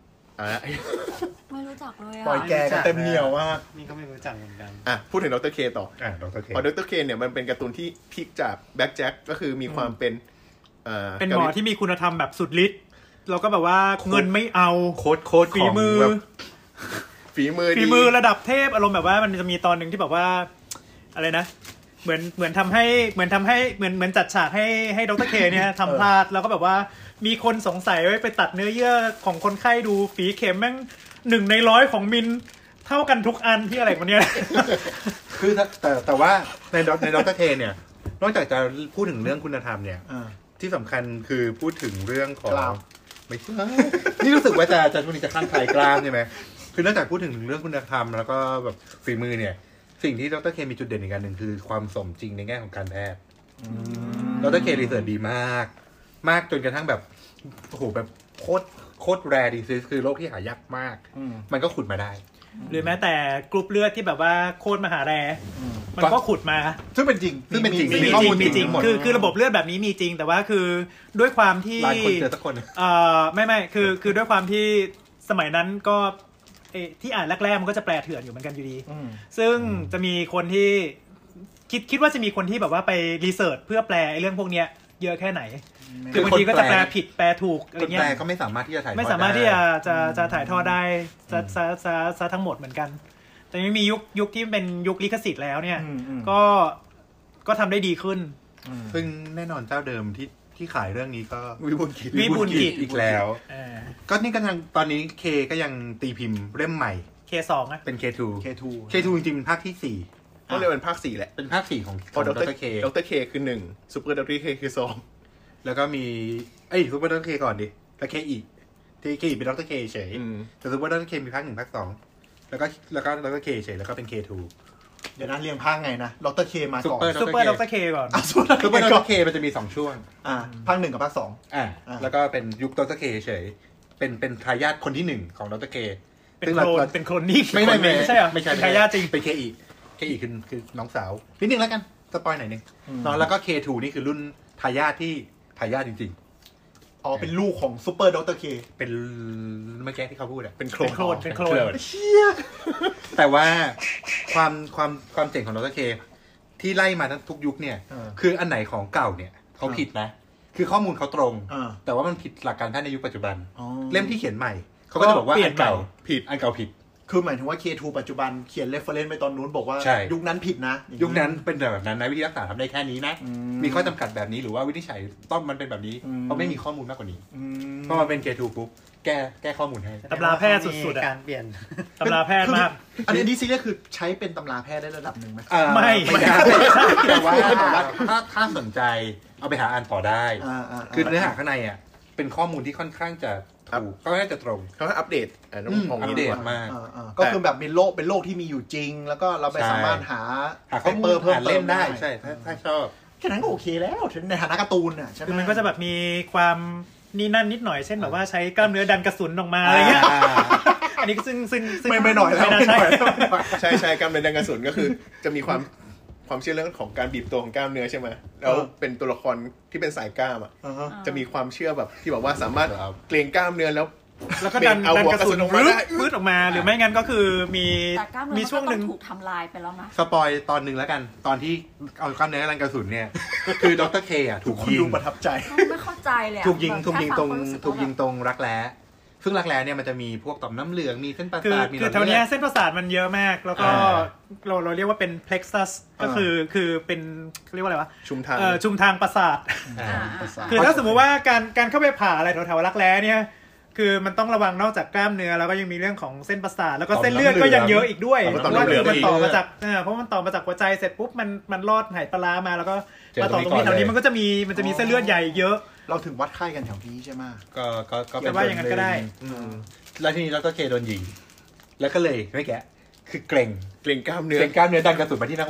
ไม่รู้จักเลยปล่อยแกก็เต็มเหนียวมากนี่ก็ไม่รู้จักเหมือนกันพูดถึงดร.เคต่อดร.เคดร.เคเนี่ยมันเป็นการ์ตูนที่พลิกจากแบ็คแจ็คก็คือมีความเป็นเป็นหมอที่มีคุณธรรมแบบสุดฤทธิ์แล้วก็แบบว่าเงินไม่เอาโค้ดฝีมือฝีมือระดับเทพอารมณ์แบบว่ามันจะมีตอนหนึ่งที่แบบว่าอะไรนะเหมือนทำให้จัดฉากให้ดร.เคเนี่ยทำพลาดแล้วก็แบบว่ามีคนสงสัยไว้ไปตัดเนื้อเยื่อของคนไข้ดูฝีเข็มแม่ง1 ใน 100ของมิลเท่ากันทุกอันที่อะไรแบบนี้คือแต่ว่าในดร.เคเนี่ยนอกจากจะพูดถึงเรื่องคุณธรรมเนี่ยที่สำคัญคือพูดถึงเรื่องของไม่ใช่นี่รู้สึกว่าจะช่วงนี้จะข้างไทยกลางใช่ไหมคือนอกจากพูดถึงเรื่องคุณธรรมแล้วก็แบบฝีมือเนี่ยสิ่งที่ดร.เคมีจุดเด่นอีกอันหนึ่งคือความสมจริงในแง่ของการแพทย์ดร.เครีเสิร์ชดีมากจนกระทั่งแบบโอ้โหแบบโคตรแรร์ดีซิสคือโรคที่หายากมากมันก็ขุดมาได้หรือแม้แต่กรุ๊ปเลือดที่แบบว่าโคตรมหาแรมันก็ขุดมาซึ่งเป็นจริงมีข้อมูลจริงคือระบบเลือดแบบนี้มีจริงแต่ว่าคือด้วยความที่หลายคนเจอสักคนไม่คือด้วยความที่สมัยนั้นก็ที่อ่านแรกๆมันก็จะแปลเถื่อนอยู่เหมือนกันอยู่ดีซึ่งจะมีคนที่คิดว่าจะมีคนที่แบบว่าไปรีเสิร์ชเพื่อแปลเรื่องพวกเนี้ยเยอะแค่ไหนคือบางทีก็จะแปลผิดแปลถูกอะไรเงี้ยแปลก็ไม่สามารถที่จะถ่ายทอดไม่สามารถที่จะถ่ายทอดได้ซะทั้งหมดเหมือนกันแต่ยังมียุคที่เป็นยุคลิขสิทธิ์แล้วเนี่ยก็ทำได้ดีขึ้นซึ่งแน่นอนเจ้าเดิมที่ขายเรื่องนี้ก็วิบูลย์กิจอีกแล้วก็นี่ก็ยังตอนนี้เคก็ยังตีพิมพ์เล่มใหม่ K2 อ่ะเป็น K2 จริงๆเป็นภาคที่4 ก็เลยเป็นภาค4แหละเป็นภาค4ของดร.เคดร.เคคือ1ซุปเปอร์ดร.เคคือ2 แล้วก็มีซุปเปอร์ดร.เคก่อนดิแล้วเคอีกที่เคอีเป็นดร.เคเฉยแต่ซุปเปอร์ดร.เคมีภาค1ภาค2แล้วก็ดร.เคเฉยแล้วก็เป็น K2 เดี๋ยวนะเรียงภาคไงนะดร.เคมาก่อนซุปเปอร์ดร.เคก่อนซุปเปอร์ดร. เคมันจะมี2ช่วงภาค1กับภาค2 แล้วก็เป็นยุคดร.เคเฉยเป็นทายาทคนที่1ของดร.เคเป็นโคลนนิ่งไม่ใช่เหรอไม่ใช่ทายาทจริงเป็นเคอีคือน้องสาวนิดนึงแล้วกันสปอยหน่อยนึงแล้วก็ K2 นี่คือรุ่นทายาทที่ทายาทจริงๆเป็นลูกของซุปเปอร์ดร.เคเป็นเมื่อกี้ที่เขาพูดเป็นโคลนเชี่ยแต่ว่าความเจ๋งของดร.เคที่ไล่มาทั้งทุกยุคเนี่ยคืออันไหนของเก่าเนี่ยเขาผิดนะคือข้อมูลเขาตรงแต่ว่ามันผิดหลักการแพทย์ในยุคปัจจุบันเล่มที่เขียนใหม่เขาก็จะบอกว่าอันเก่าผิดคือหมายถึงว่า K2 ปัจจุบันเขียน reference ไปตอนนู้นบอกว่ายุคนั้นผิดนะยุคนั้นเป็นแบบนั้นนะวิธีรักษาทำได้แค่นี้นะมีข้อจำกัดแบบนี้หรือว่าวินิจฉัยต้องมันเป็นแบบนี้เพราะไม่มีข้อมูลมากกว่านี้พอมาเป็น K2 ปุ๊บแก้ข้อมูลให้ตำราแพทย์สุดๆการเปลี่ยนตำราแพทย์มากอันนี้ซีเรียสคือใช้เป็นตำราแพทย์ได้ระดับหนึ่งไหมไม่แต่ว่าถ้าสนใจเอาไปหาอ่านต่อได้คือเนื้อหาข้างในอ่ะเป็นข้อมูลที่ค่อนข้างจะถูกก็น่าจะตรงเขาอัปเดตอัปเดตมากก็คือแบบเป็นโรคที่มีอยู่จริงแล้วก็เราไปสามารถหาข้อมูลเพิ่มเล่นได้ใช่ถ้าชอบแค่นั้นก็โอเคแล้วในฐานะการ์ตูนอ่ะใช่ไหมมันก็จะแบบมีความนี่นั่นนิดหน่อยเช่นแบบว่าใช้กล้ามเนื้อดันกระสุนออกมาอะไรเงี้ยอันนี้ซึ่งไม่หน่อยแล้วใช่กล้ามเนื้อดันกระสุนก็คือจะมีความเชื่อเรื่องของการบีบตัวของกล้ามเนื้อใช่ไหมแล้วเป็นตัวละครที่เป็นสายกล้ามจะมีความเชื่อแบบที่บอกว่าสามารถเกรงกล้ามเนื้อแล้วก็ดันกระสุนรื้อออกมาหรือไม่งั้นก็คือมีช่วงหนึ่งถูกทำลายไปแล้วนะสปอยตอนนึงแล้วกันตอนที่เอากล้ามเนื้อดันกระสุนเนี่ยคือดร.เคถูกยิงประทับใจไม่เข้าใจเลยถูกยิงตรงรักแร้ซึ่งรักแร้เนี่ยมันจะมีพวกต่อมน้ำเหลืองมีเส้นประสาทมีคือแถวนี้เส้นประสาทมันเยอะมากแล้วก็เราเรียกว่าเป็น plexus ก็คือเป็นเรียกว่าอะไรวะชุมทางประสาทคือถ้าสมมุติว่าการเข้าไปผ่าอะไรแถวๆรักแร้เนี่ยคือมันต้องระวังนอกจากกล้ามเนื้อแล้วก็ยังมีเรื่องของเส้นประสาทแล้วก็เส้นเลือดก็ยังเยอะอีกด้วยเพราะว่ามันต่อมาจากหัวใจเสร็จปุ๊บมันลอดไหปลาร้ามาแล้วก็มาต่อตรงนี้แถวนี้มันจะมีเส้นเลือดใหญ่เยอะเราถึงวัดไข้กันแถวนี้ใช่ไหมก็เป็นว่าอย่างนั้นก็ได้แล้วทีนี้เราก็เคโดนยิงแล้วก็เลยไม่แกะคือเกรงกล้ามเนื้อดันกระสุนมาที่หน้าอก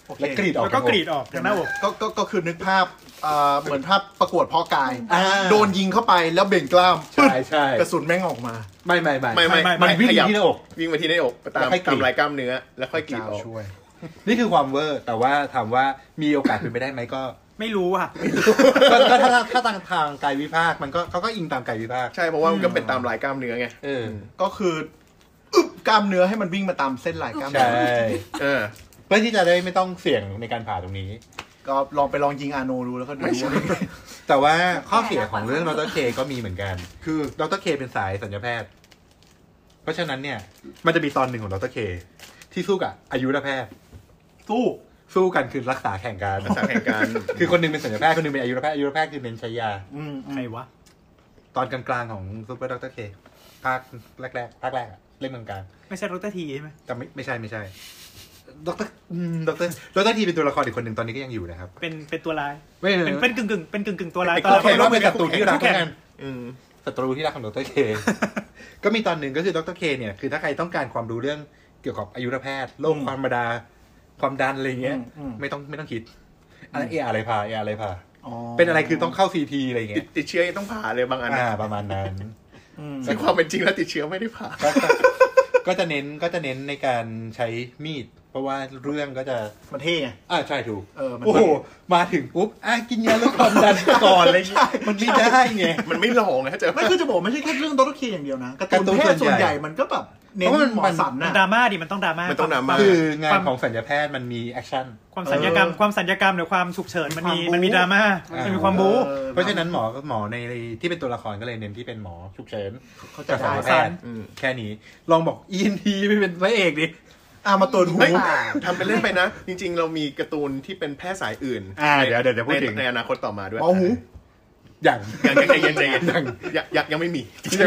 และกรีดออกแล้วก็กรีดออกจากหน้าอกก็คือนึกภาพเหมือนภาพประกวดเพาะกายโดนยิงเข้าไปแล้วเบ่งกล้ามใช่ใช่กระสุนแม่งออกมาไม่มันวิ่งที่หน้าอกวิ่งมาที่หน้าอกตามรายกล้ามเนื้อแล้วค่อยกรีดออกช่วยนี่คือความเวอร์แต่ว่าถามว่ามีโอกาสเป็นไปได้ไหมก็ไม่รู้ค่ะก็ถ้าทางกายวิภาคมันก็เขาก็อิงตามกายวิภาคใช่เพราะว่ามันก็เป็นตามรายกล้ามเนื้อไงก็คือกล้ามเนื้อให้มันวิ่งมาตามเส้นลายกล้ามเนื้ใช่ เพื่อที่จะได้ไม่ต้องเสี่ยงในการผ่าตรงนี้ก็ลองยิงอาโนดูแล้วก็ดูแต่ว่าข้อเสียของเรื่องดร.เคก็มีเหมือนกันคือดร.เคเป็นสายสัญญาแพทย์เพราะฉะนั้นเนี่ยมันจะมีตอนหนึ่งของดร.เคที่สู้กับอายุรแพทย์สู้กันคือรักษาแข่งกันคือคนนึงเป็นสัญญาแพทย์คนนึงเป็นอายุรแพทย์อายุรแพทย์คือเป็นชัยยาใครวะตอนกลางๆของซูเปอร์ดร.เคภาคแรกอะเล่มกลางๆไม่ใช่ดร.ทีใช่ไหมแต่ไม่ใช่ดร.ทีเป็นตัวละครอีกคนหนึ่งตอนนี้ก็ยังอยู่นะครับเป็นตัวร้ายเป็นกึ่งตัวร้ายตอนเราเป็นศัตรูที่รักกันศัตรูที่รักของดร.เคก็มีตอนหนึ่งก็คือดร.เคเนี่ยคือถ้าใครต้องการความรู้เรื่องเกี่ยวกับอายุรแพทย์โรคความดันความดันอะไรเงี้ยไม่ต้องคิดอะไรผ่าเป็นอะไรคือต้องเข้าซีทีอะไรเงี้ยติดเชื้อต้องผ่าเลยบางอันประมาณนั้นในความเป็นจริงแล้วติดเชื้อไม่ได้ผ่าก็จะเน้นในการใช้มีดเพราะว่าเรื่องก็จะมันเท่ไงใช่ถูกโอ้โหมาถึงปุ๊บกินยาลดความดันก่อนอะไรเงี้ยมันไม่ได้ไงมันไม่หลอกนะไม่คือจะบอกไม่ใช่แค่เรื่องดร.เคอย่างเดียวนะการ์ตูนแพทย์ส่วนใหญ่มันก็แบบเน้นหมอสันนะดราม่าดิมันต้องดราม่าคืองานของสัญญาแพทย์มันมีแอคชั่นความสัญญกรรมหรือความฉุกเฉินมันมีดราม่ามันมีความบู๊เพราะฉะนั้นหมอในที่เป็นตัวละครก็เลยเน้นที่เป็นหมอฉุกเฉินเขาจะได้แพทย์แค่นี้ลองบอก ENT ไม่เป็นพระเอกดิมาตัวหูทำเป็นเล่นไปนะจริงๆเรามีการ์ตูนที่เป็นแพทย์สายอื่นเดี๋ยวพูดถึงในอนาคตต่อมาด้วยหมอหูยังไม่มี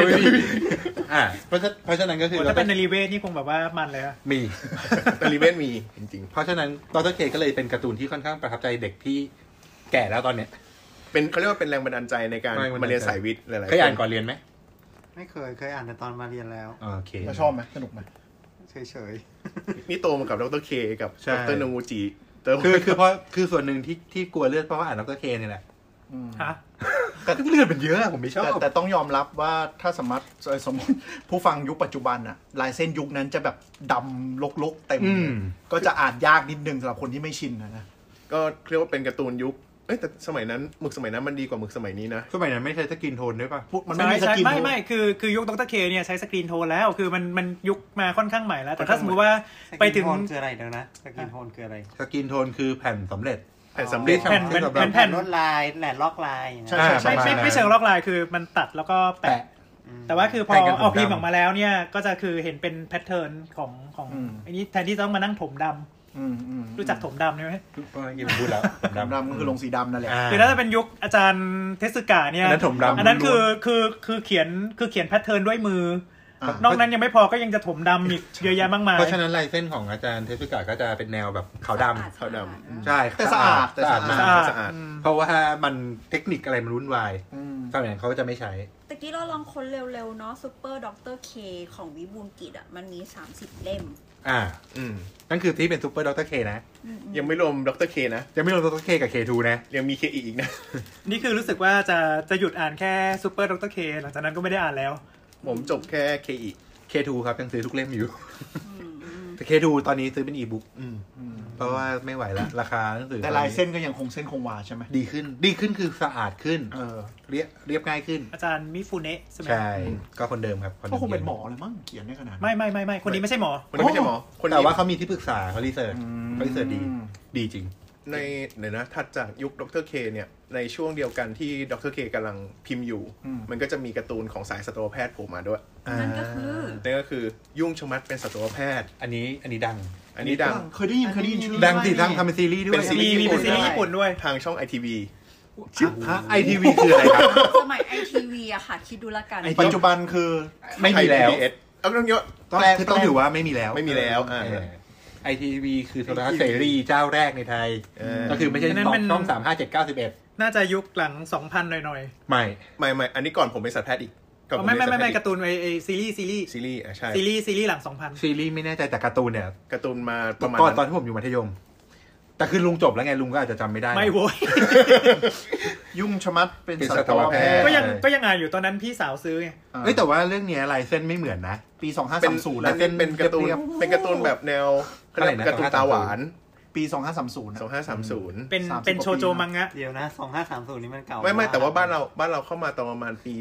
เพราะฉะนั้นก็คือถ้าเป็นในรีเวทนี่คงแบบว่ามันเลยมีในรีเวทมีจริงๆเพราะฉะนั้นดร.เคก็เลยเป็นการ์ตูนที่ค่อนข้างประทับใจเด็กที่แก่แล้วตอนเนี้ยเป็นเขาเรียกว่าเป็นแรงบันดาลใจในการมาเรียนสายวิทย์หลายๆเคยอ่านก่อนเรียนไหมไม่เคยอ่านแต่ตอนมาเรียนแล้วโอเคแล้วชอบไหมสนุกไหมเฉยนี่โตมากับดร.เคกับดร.นงูจิคือส่วนหนึ่งที่กลัวเลือดเพราะว่าอ่านดร.เคนี่แหละแต่เลือดเป็นเยอะผมไม่ชอบแต่ต้องยอมรับว่าถ้าสมมติผู้ฟังยุคปัจจุบันอะลายเส้นยุคนั้นจะแบบดำลกๆเต็มก็จะอ่านยากนิดนึงสำหรับคนที่ไม่ชินนะก็เรียกว่าเป็นการ์ตูนยุคแต่สมัยนั้นหมึกสมัยนั้นมันดีกว่าหมึกสมัยนี้นะสมัยนั้นไม่ใช้สกรีนโทนด้วยป่ะมันไม่มีสกรีนโทนไม่คือยุคดร.เคเนี่ยใช้สกรีนโทนแล้วคือมันยุคมาค่อนข้างใหม่แล้วแต่ถ้าสมมติว่าไปถึงคืออะไรเดี๋ยวนะสกรีนโทนคืออะไรสกรีนโทนคือแผ่นสำเร็จแผ่นลวดลายแหลนลอกลายใช่ไม่เชิงลอกลายคือมันตัดแล้วก็แปะแต่ว่าคือพอเอาพิมพ์ออกมาแล้วเนี่ยก็จะคือเห็นเป็นแพทเทิร์นของอันนี้แทนที่ต้องมานั่งถมดำรู้จักถมดำใช่ไหมพูดแล้วถมดำก็คือลงสีดำนั่นแหละคือถ้าเป็นยุคอาจารย์เทสึกะเนี่ยอันนั้นคือเขียนแพทเทิร์นด้วยมือนอกนั้นยังไม่พอก็ยังจะถมดำอีกเยอะแยะมากมายเพราะฉะนั้นลายเส้นของอาจารย์เทสึกะก็จะเป็นแนวแบบขาวดำใช่แต่สะอาดเพราะว่ามันเทคนิคอะไรมันวุ่นวายสมัยนั้นเขาก็จะไม่ใช้ตะกี้เราลองค้นเร็วๆเนาะซูเปอร์ด็อกเตอร์เคของวิบูลย์กิจมันมี30เล่มนั่นคือที่เป็นซูเปอร์ด็อกเตอร์เคนะยังไม่รวมด็อกเตอร์เคนะยังไม่รวมด็อกเตอร์เคกับเคทูนะยังมีเคอีกนะนี่คือรู้สึกว่าจะหยุดอ่านแค่ซูเปอร์ด็อกเตอร์เคหลังจากนั้นก็ไม่ได้อ่านแล้วผมจบแค่เคอี K2 ครับยังซื้อทุกเล่มอยู่แต่ K2 ตอนนี้ซื้อเป็นอีบุ๊กเพราะว่าไม่ไหวแล้วราคาหนังสือแต่ลายเส้นก็ยังคงเส้นคงวาใช่ไหมดีขึ้นคือสะอาดขึ้นเรียบง่ายขึ้นอาจารย์มิฟูเนะใช่ไหมใช่ก็คนเดิมครับเขาคงเป็นหมอเลยมั้งเขียนได้ขนาดไม่คนนี้ไม่ใช่หมอแต่ว่าเขามีที่ปรึกษาเขารีเสิร์ชดีจริงในนะถัดจากยุคดร.เคเนี่ยในช่วงเดียวกันที่ดร.เคกำลังพิมพ์อยู่มันก็จะมีการ์ตูนของสายสัตวแพทย์โผล่มาด้วยนั่นก็คือยุ่งชมัดเป็นสัตวแพทย์อันนี้ดังเคยได้ยินชื่อดังสิทำเป็นซีรีส์ด้วยมีเป็นซีรีส์ญี่ปุ่นด้วยทางช่อง ITV ITV คืออะไรครับสมัย ITV อะค่ะคิดดูละกันปัจจุบันคือไม่มีแล้วต้องเยอะต้องถือว่าไม่มีแล้ว ITV คือโทรทัศน์เสรีเจ้าแรกในไทยก็คือไม่ใช่ช่อง3 5 7 9 11 น่าจะยุคหลัง 2,000 หน่อยๆไม่อันนี้ก่อนผมเป็นสัตวแพทย์อีกไม่การ์ตูนซีรีส์ใช่ซีรีส์หลัง 2,000 ซีรีส์ไม่แน่ใจแต่การ์ตูนเนี่ยการ์ตูนมาประมาณตอนที่ผมอยู่มัธยมแต่คือลุงจบแล้วไงลุงก็อาจจะจำไม่ได้ไม่โว้ยยุ่งชะมัดเป็นเป็นสัสัตตววแพแพททย์ย์ก็ยังอ่านอยู่ตอนนั้นพี่สาวซื้อไงเอ้ยแต่ว่าเรื่องเนี้ยลายเส้นไม่เหมือนนะปีเป็น 2530 นั่นะนนี่เป็นการ์ตูนเรียบเป็นการ์ตูนแบบแนวอะไรนะการ์ตูนตาหวานปี 2530นะ 2530 เป็น 30 เป็นโชโจมังงะเดี๋ยวนะ2530นี่มันเก่าไม่แต่ว่าบ้านเราเข้ามาตอนประมาณปี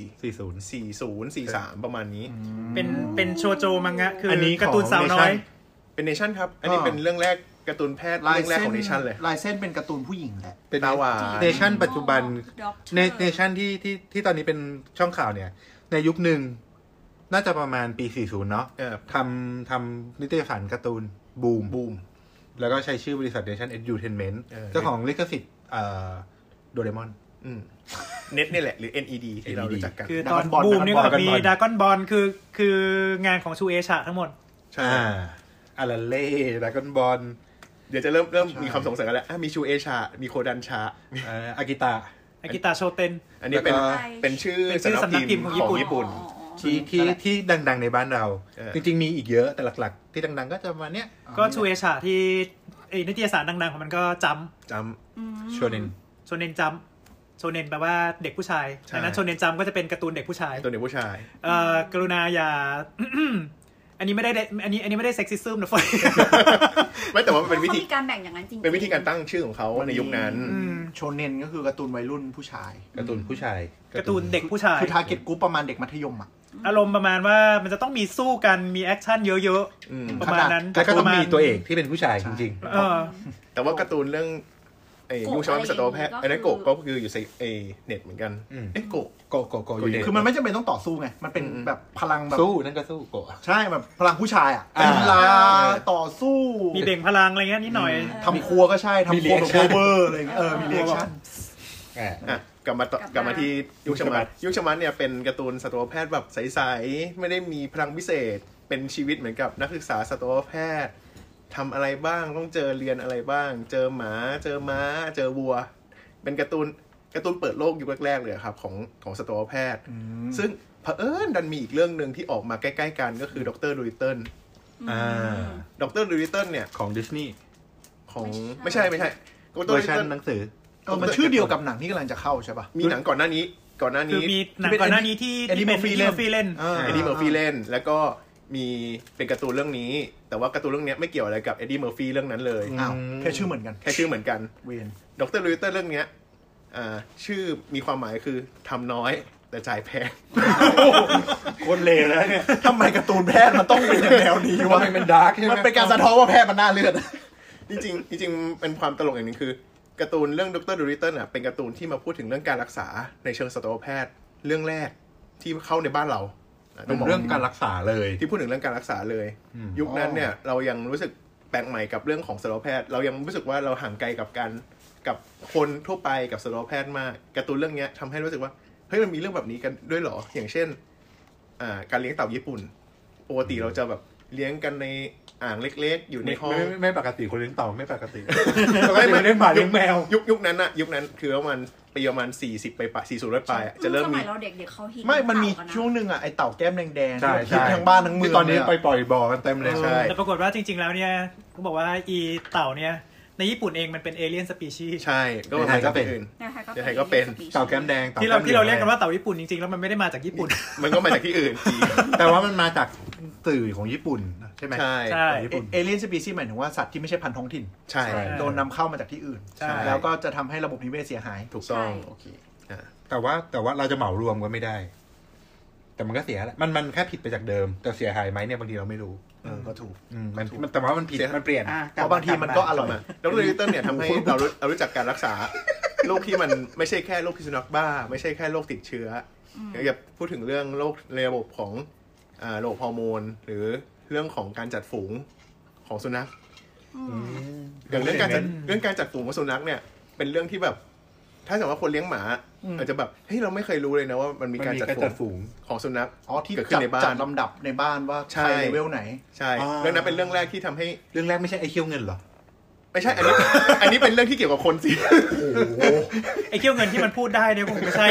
40 40 43ประมาณนี้เป็นโชโจมังงะคืออันนี้ของการ์ตูนสาวน้อยเป็นเนชั่นครับ อันนี้เป็นเรื่องแรกการ์ตูนแพทย์เรื่องแรกของเนชั่นเลยลายเส้นเป็นการ์ตูนผู้หญิงแหละเป็นตาหวานเนชั่นปัจจุบัน Doctor เนชั่นที่ตอนนี้เป็นช่องข่าวเนี่ย ในยุคหนึ่งน่าจะประมาณปี 40 เนาะทำนิตยสารการ์ตูนบูมแล้วก็ใช้ชื่อบริษัท Nation Edutainment เจ้าของลิขสิทธิ์โดเรมอนเน็ตนี่แหละหรือ NED ที่เรารู้จักกันคือตอน Dragon Ball บูมนี่ก็ Dragon มี Ball ดากอนบอลคืองานของชูเอชะทั้งหมดใช่อาราเล่ดากอนบอลเดี๋ยวจะเริ่มมีความสงสัยกันแล้วมีชูเอชามีโคดันชาอากิตะอากิตาโชเตนอันนี้เป็นแล้วก็เป็นชื่อเป็นชื่อสำนักพิมพ์ของญี่ปุ่นที่ดังๆในบ้านเราเออจริงๆมีอีกเยอะแต่หลักๆ ที่ดังๆก็จะมาเนี้ยก็ชูเอชะที่นิตยสารดังๆของมันก็จจโชเนนำโชเนนจำโชเนนแปลว่าเด็กผู้ชายใช่ดังนั้นโชเนนจำก็จะเป็นการ์ตูนเด็กผู้ชายำตัวเด็กผู้ชายกรุณาอย่า อันนี้ไม่ได้เซ็กซิซึมนะเฟยไม่แต่ว่ามันเป็นวิธีเขามีการแบ่งอย่างนั้นจริงๆเป็นวิธีการตั้งชื่อของเขาในยุคนั้นโชเน็นก็คือการ์ตูนวัยรุ่นผู้ชายการ์ตูนผู้ชายการ์ตูนเด็กผู้ชายคือทาร์เก็ตกรุ๊ปประมาณเด็กมัธยมอ่ะอารมณ์ประมาณว่ามันจะต้องมีสู้กันมีแอคชั่นเยอะอืมๆ ประมาณนั้นแล้วก็ต้องประาณมีตัวเอกที่เป็นผู้ชายจริงเออแต่ว่าการ์ตูนเรื่องยุคชาวบ้านสัตวแพทย์ไอ้นั่นโกะก็คืออยู่ในเน็ตเหมือนกันโกะๆโกอยู่ในคือมันไม่จำเป็นต้องต่อสู้ไง มันเป็นแบบพลังแบบสู้นั่นก็สู้โกะใช่แบบพลังผู้ชายอ่ะอ่ากีฬาต่อสู้มีเบ่งพลังอะไรเงี้ยนิดหน่อยทำครัวก็ใช่ทำครัวแบบโคเวอร์อะไรเงี้ยมีเรีแอคชั่นกลับมาที่ยุคชมัดเนี่ยเป็นการ์ตูนสัตวแพทย์แบบใสๆไม่ได้มีพลังพิเศษเป็นชีวิตเหมือนกับนักศึกษาสัตวแพทย์ทำอะไรบ้างต้องเจอเรียนอะไรบ้าง เจอหมาเจอม้าเจอวัว เป็นการ์ตูนเปิดโลกยุคแรกๆเลยครับของสัตวแพทย์ซึ่งเผอิญดันมีอีกเรื่องหนึ่งที่ออกมาใกล้ๆกันก็คือด็อกเตอร์ดูริตเติลด็อกเตอร์ดูริตเติลเนี่ยของดิสนีย์ของไม่ใช่เวอร์ชันหนังสือมันชื่อเดียวกับหนังที่กำลังจะเข้าใช่ป่ะมีหนังก่อนหน้านี้คือมีหนังก่อนหน้านี้ที่ Eddie เป็น Murphy ที่ Murphy เล่นเอ็ดดี้เมอร์ฟี่เล่นแล้วก็มีเป็นการ์ตูนเรื่องนี้แต่ว่าการ์ตูนเรื่องนี้ไม่เกี่ยวอะไรกับเอ็ดดี้เมอร์ฟี่เรื่องนั้นเลยอ้าวแค่ชื่อเหมือนกันแค่ชื่อเหมือนกันเวนด็อกเตอร์ลูอิเตอร์เรื่องเนี้ยชื่อมีความหมายคือทำน้อยแต่จ่ายแพงคนเลวแล้วเนี่ยทำไมการ์ตูนแพทย์มันต้องเป็นแนวนี้วะทำไมมันดาร์กใช่ไหมมันเป็นการสะท้อนว่าแพทย์มันน่าเลือดจริงเป็นความตลกอย่างหนึงคือการ์ตูนเรื่องด็อกเตอร์ลูอิเตอร์น่ะเป็นการ์ตูนที่มาพูดถึงเรื่องการรักษาในเชิงสัตวแพทย์เรื่องแรกที่เข้าในบ้านเราเป็นเรื่องการรักษาเลยที่พูดถึงเรื่องการรักษาเลย ยุคนั้นเนี่ยเรายังรู้สึกแปลกใหม่กับเรื่องของสัตวแพทย์เรายังรู้สึกว่าเราห่างไกลกับคนทั่วไปกับสัตวแพทย์มากการ์ตูนเรื่องนี้ทำให้รู้สึกว่าเฮ้ยมันมีเรื่องแบบนี้กันด้วยเหรออย่างเช่นการเลี้ยงเต่าญี่ปุ่นปกติเราจะแบบเลี้ยงกันในอ่างเล็กๆอยู่ในห้องไม่ปกติคนเลี้ยงเต่าไม่ปกติไม่เลี้ยงหมาเลี้ยงแมวยุคนั้นคือประมาณปีประมาณ40ไป40ไปจะเริ่มสมีมัยเราเด็กๆเขาฮิตไม่มันมีเต่ากัะช่วงหนึ่งอ่ะไอเต่าแก้มแดงๆใช่ที่ทั้งบ้านทั้งเมืองตอนนี้เลยะไปปล่อยบ่อกันเต็มเลยใช่แต่ปรากฏว่าจริงๆแล้วเนี่ยเขาบอกว่าอีเต่าเนี่ยในญี่ปุ่นเองมันเป็นเอเลี่ยนสปีชีส์ใช่ก็มาจากที่อื่นนะคะเดี๋ยวไทยก็เป็นเต่าแก้มแดงที่เราเรียกกันว่าเต่าญี่ปุ่นจริงๆแล้วมันไม่ได้มาจากญี่ปุ่นมันก็มาจากที่อื่นแต่ว่ามันมาจากสื่อของญี่ปุ่นใช่ไหมใช่ใช่ญี่ปุ่นเอเลียนสปีซีส์หมายถึงว่าสัตว์ที่ไม่ใช่พันธุ์ท้องถิ่นใช่โดนนำเข้ามาจากที่อื่นใช่แล้วก็จะทำให้ระบบนิเวศเสียหายถูกต้องโอเคแต่ว่าเราจะเหมารวมก็ไม่ได้ แต่มันก็เสียแหละมันแค่ผิดไปจากเดิมแต่เสียหายไหมเนี่ยบางทีเราไม่รู้ก็ถูกมันแต่ว่ามันผิดมันเปลี่ยนเพราะบางทีมันก็อร่อยแล้วลิตเติ้ลเนี่ยทำให้เรารู้จักการรักษาโรคที่มันไม่ใช่แค่โรคพิษสุนัขบ้าไม่ใช่แค่โรคติดเชื้ออย่าพูดถึงเรื่องโรคในระบบของระบบฮอร์โมนหรือเรื่องของการจัดฝูงของสุนัขอย่างเรื่องการจัดฝูงของสุนัขเนี่ยเป็นเรื่องที่แบบถ้าสมมติว่าคนเลี้ยงหมาอาจจะแบบเฮ้ยเราไม่เคยรู้เลยนะว่ามันมีการจัดฝูงของสุนัขที่เกิดขึ้นในบ้านจัดลำดับในบ้านว่าใครเลเวลไหนใช่เรื่องนั้นเป็นเรื่องแรกที่ทำให้เรื่องแรกไม่ใช่ไอ้เขี้ยวเงินเหรอไม่ใช่อันนี้เป็นเรื่องที่เกี่ยวกับคนสิไอ้เขี้ยวเงินที่มันพูดได้เนี่ยคงไม่ใช่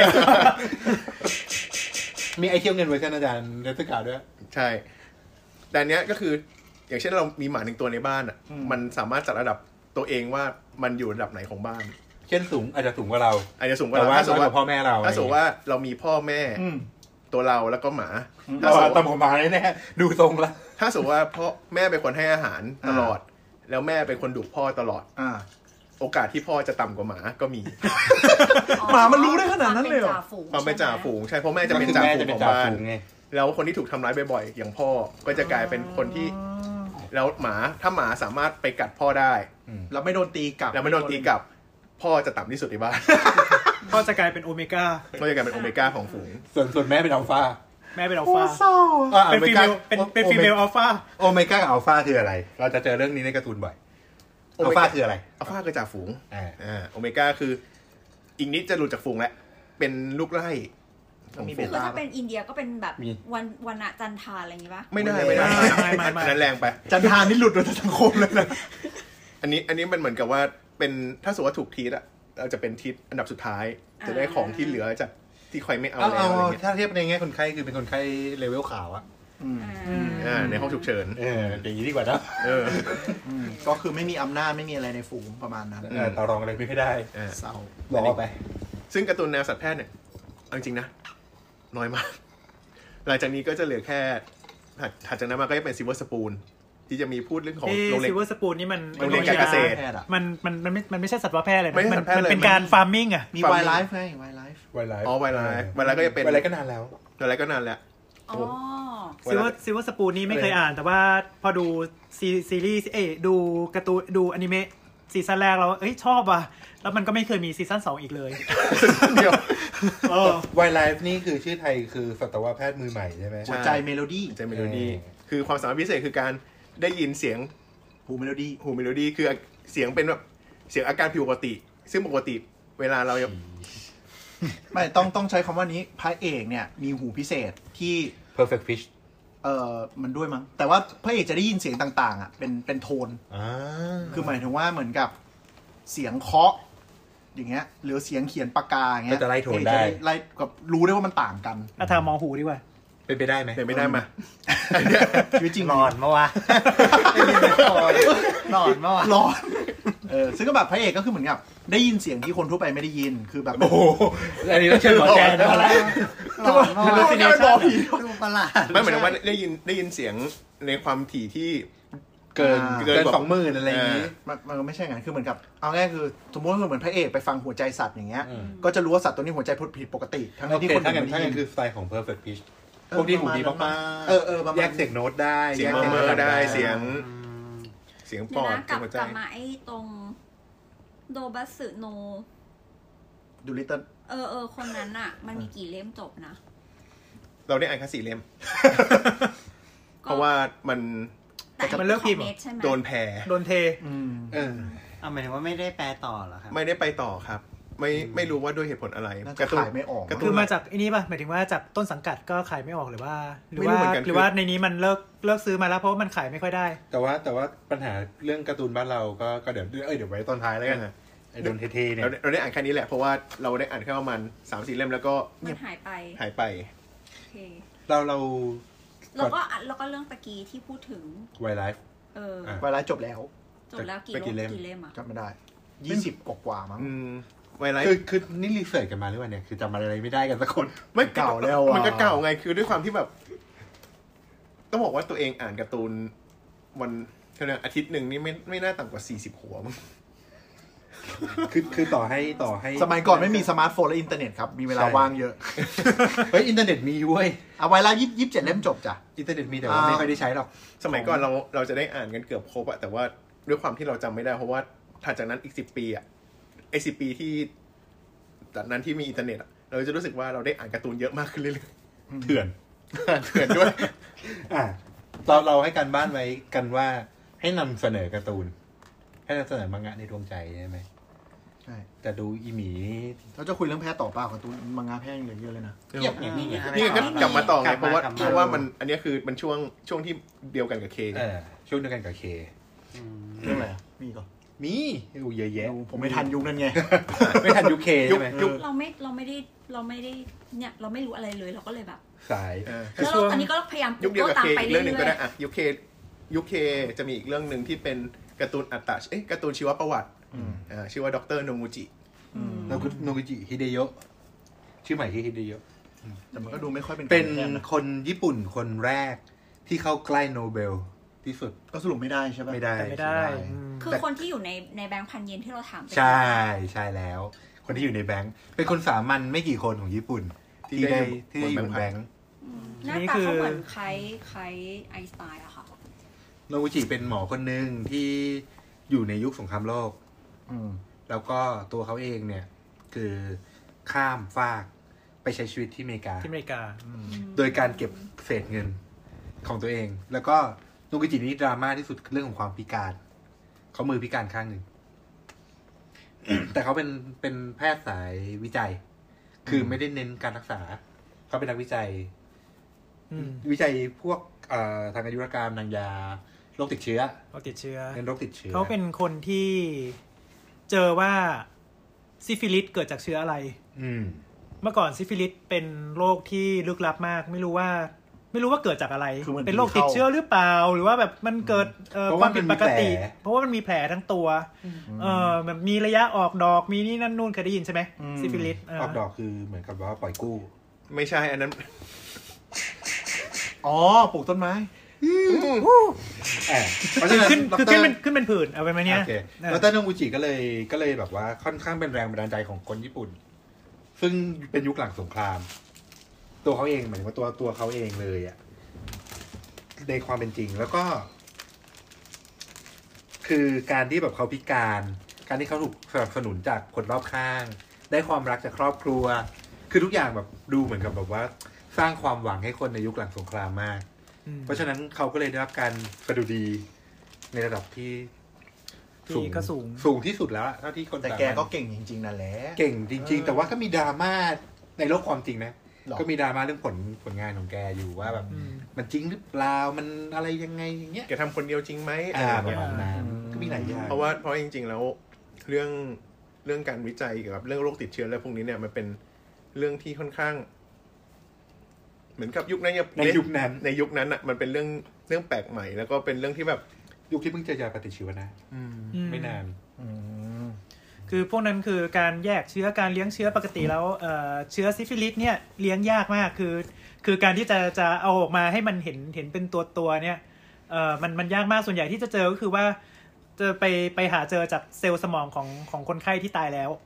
มีไอ้เขี้ยวเงินเวอร์ชันอาจารย์เดสกาด้วยใช่แต่อันเนี้ยก็คืออย่างเช่นเรามีหมาหนึ่งตัวในบ้านอ่ะมันสามารถจัดระดับตัวเองว่ามันอยู่ระดับไหนของบ้านเช่นสูงอาจจะสูงกว่าเราอาจจะสูงกว่าเราถ้าสูงกว่าพ่อแม่เราถ้าสมมติว่าเรามีพ่อแม่ตัวเราแล้วก็หมาถ้าสมมติต่ำกว่าหมาแน่ๆดูทรงละถ้าสมมติว่าพ่อแม่เป็นคนให้อาหารตลอดแล้วแม่เป็นคนดุพ่อตลอดโอกาสที่พ่อจะต่ำกว่าหมาก็มีหมามันรู้ได้ขนาดนั้นเลยเหรอความเป็นจ่าฝูงใช่เพราะแม่จะเป็นจ่าฝูงของบ้านแล้วคนที่ถูกทำร้ายบ่อยๆอย่างพ่อก็จะกลายเป็นคนที่แล้วถ้าหมาสามารถไปกัดพ่อได้แล้วไม่โดนตีกลับพ่อจะต่ำที่สุดในบ้านพ่อจะกลายเป็นโอเมก้าพ่อจะกลายเป็นโอเมก้าของฝูงส่วนแม่เป็นอัลฟาเป็นฟีเมลอัลฟาโอเมก้ากับอัลฟาคืออะไรเราจะเจอเรื่องนี้ในการ์ตูนบ่อยอัลฟาคืออะไรอัลฟาคือจ่าฝูงโอเมก้าคืออีกนิดจะหลุดจากฝูงแล้วเป็นลูกไล่คือถ้าเป็นอินเดียก็เป็นแบบวันจันทาอะไรอย่างงี้ป่ะไม่ได้นั้นแรงไปจันทานี่หลุดจากสังคมเลยนะอันนี้มันเหมือนกับว่าเป็นถ้าสมมติว่าถูกทีอ่ะเราจะเป็นทิศอันดับสุดท้ายจะได้ของที่เหลือจากที่ใครไม่เอาแล้วอะไรเงี้ยถ้าเทียบในแง่คนไข้คือเป็นคนไข้เลเวลขาวอ่ะในห้องฉุกเฉินอย่างนี้ดีกว่านะก็คือไม่มีอำนาจไม่มีอะไรในฝูงประมาณนั้นต่อรองอะไรไม่ได้เศร้าบอกไปซึ่งการ์ตูนแนวสัตวแพทย์เนี่ยจริงๆนะน้อยมากหลังจากนี้ก็จะเหลือแค่ถัดจากนั้นมาก็จะเป็นซิลเวอร์สปูนที่จะมีพูดเรื่องของโรงเรียนซิลเวอร์สปูนนี่มันโรงเรียนการเกษตรมันไม่ใช่สัตวแพทย์เลยมันเป็นการฟาร์มมิ่งอ่ะมีไวไลฟ์ไงไวไลฟ์ไวไลฟ์ก็จะเป็นไวไลฟ์ก็นานแล้วไวไลฟ์ก็นานแล้วซิลเวอร์สปูนนี่ไม่เคยอ่านแต่ว่าพอดูซีรีส์ดูการ์ตูนดูอนิเมะซีซั่นแรกแล้วชอบอ่ะแล้วมันก็ไม่เคยมีซีซั่น2อีกเลยเดี๋ยวไวไลฟ์นี่คือชื่อไทยคือสัตวแพทย์มือใหม่ใช่ไหมหัวใจเมโลดี้คือความสามารถพิเศษคือการได้ยินเสียงหูเมโลดี้คือเสียงเป็นแบบเสียงอาการผิดปกติซึ่งปกติเวลาเราไม่ต้องใช้คำว่านี้พระเอกเนี่ยมีหูพิเศษที่ perfect pitch มันด้วยมั้งแต่ว่าพระเอกจะได้ยินเสียงต่างๆอ่ะเป็นโทนคือหมายถึงว่าเหมือนกับเสียงเคาะอย่างเงี้ยหรือเสียงเขียนปากกาอย่างเงี้ยจะไล่โทนได้ไล่กับรู้ได้ว่ามันต่างกันถ้ามองหูดีกว่าเป็นไปได้ไหมเป็นไม่ได้มาชีวิตจริงนอนเมื่อวานนอนเมื่อวานซึ่งก็แบบพระเอกก็คือเหมือนกับได้ยินเสียงที่คนทั่วไปไม่ได้ยินคือแบบโอ้โหอันนี้ต้องเชิญหมอแจนมาแล้วมันเป็นซีเนชั่นดูประหลาดไม่เหมือนว่าได้ยินเสียงในความถี่ที่เกิน20,000อะไรอย่างนี้มันก็ไม่ใช่งั้นคือเหมือนกับเอาง่ายคือสมมติว่าเหมือนพระเอกไปฟังหัวใจสัตว์อย่างเงี้ยก็จะรู้ว่าสัตว์ตัวนี้หัวใจผิดปกติทั้งที่คนอื่นไม่ได้ยินคือสไตล์ของ perfect pitch พวกที่หูดีมากๆแยกเสียงโน้ตได้เสียงเมอร์ได้เสียงปอดกลับมาไอ้ตรงโดบัสึโนดูลิตเติ้ลคนนั้นอ่ะมันมีกี่เล่มจบนะเราได้อ่านแค่4 เล่มเพราะว่ามันเลิกพิมพ์โดนแพ้โดนเทหมายถึงว่าไม่ได้แปลต่อเหรอครับไม่ได้ไปต่อครับไม่รู้ว่าด้วยเหตุผลอะไรการ์ตูนขายไม่ออกคือมาจากอันนี้ป่ะหมายถึงว่าจากต้นสังกัดก็ขายไม่ออกหรือว่าในนี้มันเลิกซื้อมาแล้วเพราะว่ามันขายไม่ค่อยได้แต่ว่าปัญหาเรื่องการ์ตูนบ้านเราก็เดี๋ยวไว้ตอนท้ายแล้วกันไอ้โดนเทเนี่ยเราได้อ่านแค่นี้แหละเพราะว่าเราได้อ่านแค่ประมาณ 3-4 เล่มแล้วก็มันหายไปเราแล้วก็เรื่องตะกี้ที่พูดถึงไวไลฟ์ไวไลฟ์จบแล้วกี่เล่มจำไม่ได้20 กว่ามั้งไวไลฟ์คือนี่รีเสิร์ชกันมาหรือเปล่าเนี่ยคือจำอะไรไม่ได้กันสักคนไม่เก่าแล้วมันก็เก่าไงคือด้วยความที่แบบต้องบอกว่าตัวเองอ่านการ์ตูนวันอาทิตย์หนึ่งนี่ไม่น่าต่ำกว่า40 หัวมั้งคือต่อให้สมัยก่อนไม่มีสมาร์ทโฟนและอินเทอร์เน็ตครับมีเวลาว่างเยอะเฮ้ยอินเทอร์เน็ตมีเว้ยเอาไว้ละ27 เล่มจบจ้ะอินเทอร์เน็ตมีแต่ว่าไม่ค่อยได้ใช้หรอกสมัยก่อนเราจะได้อ่านกันเกือบครบอะแต่ว่าด้วยความที่เราจำไม่ได้เพราะว่าถัดจากนั้นอีก10 ปีอะไอ้10 ปีที่จากนั้นที่มีอินเทอร์เน็ตอะเราจะรู้สึกว่าเราได้อ่านการ์ตูนเยอะมากขึ้นเรื่อยๆเถื่อนด้วยเราให้การบ้านไว้กันว่าให้นำเสนอการ์ตูนให้นำเสนอมังงะในดวงใจใช่ไหมใช่แต่ดูอีหมีเราจะคุยเรื่องแพ้ต่อเปล่าการ์ตูนมังงะแพ้ยังเหลือเยอะเลยนะนี่ก็กลับมาต่อไงเพราะว่ามันอันนี้คือมันช่วงที่เดียวกันกับเคช่วงเดียวกันกับเคเรื่องอะไรมีก่อนมีเยอะแยะผมไม่ทันยุคนั้นไงไม่ทันยุคเคใช่ไหมเราไม่ได้เนี่ยเราไม่รู้อะไรเลยเราก็เลยแบบสายแล้วตอนนี้ก็พยายามยุคเดียวกับเคอีกเรื่องนึงก็ได้อะยุคเคจะมีอีกเรื่องนึงที่เป็นการ์ตูนอัตตะการ์ตูนชีวประวัติชื่อว่าดรโนมูจิแล้วก็โนบุจิฮิเดโยะชื่อใหม่ที่ฮิเดโยะแต่มันก็ดูไม่ค่อยเป็นคนญี่ปุ่นคนแรกที่เข้าใกล้โนเบลที่สุดก็สรุปไม่ได้ใช่ป่ะไม่ได้คือคนที่อยู่ในแบงค์พันเยนที่เราถามใช่แล้วคนที่อยู่ในแบงค์เป็นคนสามัญไม่กี่คนของญี่ปุ่นที่ได้อยู่ในแบงค์หน้าตาเขาเหมือนคล้ายไอน์สไตน์อะค่ะโนบุจิเป็นหมอคนหนึ่งที่อยู่ในยุคสงครามโลกแล้วก็ตัวเขาเองเนี่ยคือข้ามฟากไปใช้ชีวิตที่อเมริกาโดยการเก็บเศษเงินของตัวเองแล้วก็โนบุจินี่ดราม่าที่สุดเรื่องของความพิการเขามือพิการข้างหนึ่ง แต่เขาเป็นแพทย์สายวิจัยคือไม่ได้เน้นการรักษาเขาเป็นนักวิจัยพวกทางอายุรกรรมทางยาโรคติดเชื้อเป็นโรคติดเชื้อเขาเป็นคนที่เจอว่าซิฟิลิสเกิดจากเชื้ออะไรเมื่อก่อนซิฟิลิสเป็นโรคที่ลึกลับมากไม่รู้ว่าเกิดจากอะไรเป็นโรคติดเชื้อหรือเปล่าหรือว่าแบบมันเกิดความผิดปกติเพราะว่ามันมีแผลทั้งตัวแบบมีระยะออกดอกมีนี่นั่นนู่นเคยได้ยินใช่ไหมซิฟิลิสออกดอกคือเหมือนกับว่าปล่อยกู้ไม่ใช่อันนั้นปลูกต้นไม้ขึ้นเป็นผื่นเอาไปไหมเนี่ยแล้วต้นโนบุจิก็เลยแบบว่าค่อนข้างเป็นแรงบันดาลใจของคนญี่ปุ่นซึ่งเป็นยุคหลังสงครามตัวเขาเองหมายถึงว่าตัวเขาเองเลยอ่ะในความเป็นจริงแล้วก็คือการที่แบบเขาพิการการที่เขาถูกสนับสนุนจากคนรอบข้างได้ความรักจากครอบครัวคือทุกอย่างแบบดูเหมือนกับแบบว่าสร้างความหวังให้คนในยุคหลังสงครามมากเพราะฉะนั้นเขาก็เลยได้รับการประดุดีในระดับที่สูงที่สุดแล้วเท่าที่คนแต่แกก็เก่งจริงๆนั่นแหละเก่งจริงๆแต่ว่าก็มีดราม่าในโลกความจริงนะก็มีดราม่าเรื่องผลงานของแกอยู่ว่าแบบมันจริงหรือเปล่ามันอะไรยังไงอย่างเงี้ยแกทำคนเดียวจริงไหมประมาณนั้นก็มีหลายอย่างเพราะจริงๆแล้วเรื่องการวิจัยเกี่ยวกับเรื่องโรคติดเชื้ออะไรพวกนี้เนี่ยมันเป็นเรื่องที่ค่อนข้างเหมือนกับยุคนั้นในยุคนั้นอ่ะมันเป็นเรื่องแปลกใหม่แล้วก็เป็นเรื่องที่แบบยุคที่เพิ่งเจอยาปฏิชีวนะไม่นานคือพวกนั้นคือการแยกเชื้อการเลี้ยงเชื้อปกติแล้วเชื้อซิฟิลิสเนี่ยเลี้ยงยากมากคือการที่จะเอาออกมาให้มันเห็นเป็นตัวเนี่ยมันยากมากส่วนใหญ่ที่จะเจอก็คือว่าจะไปหาเจอจากเซลล์สมองของคนไข้ที่ตายแล้ว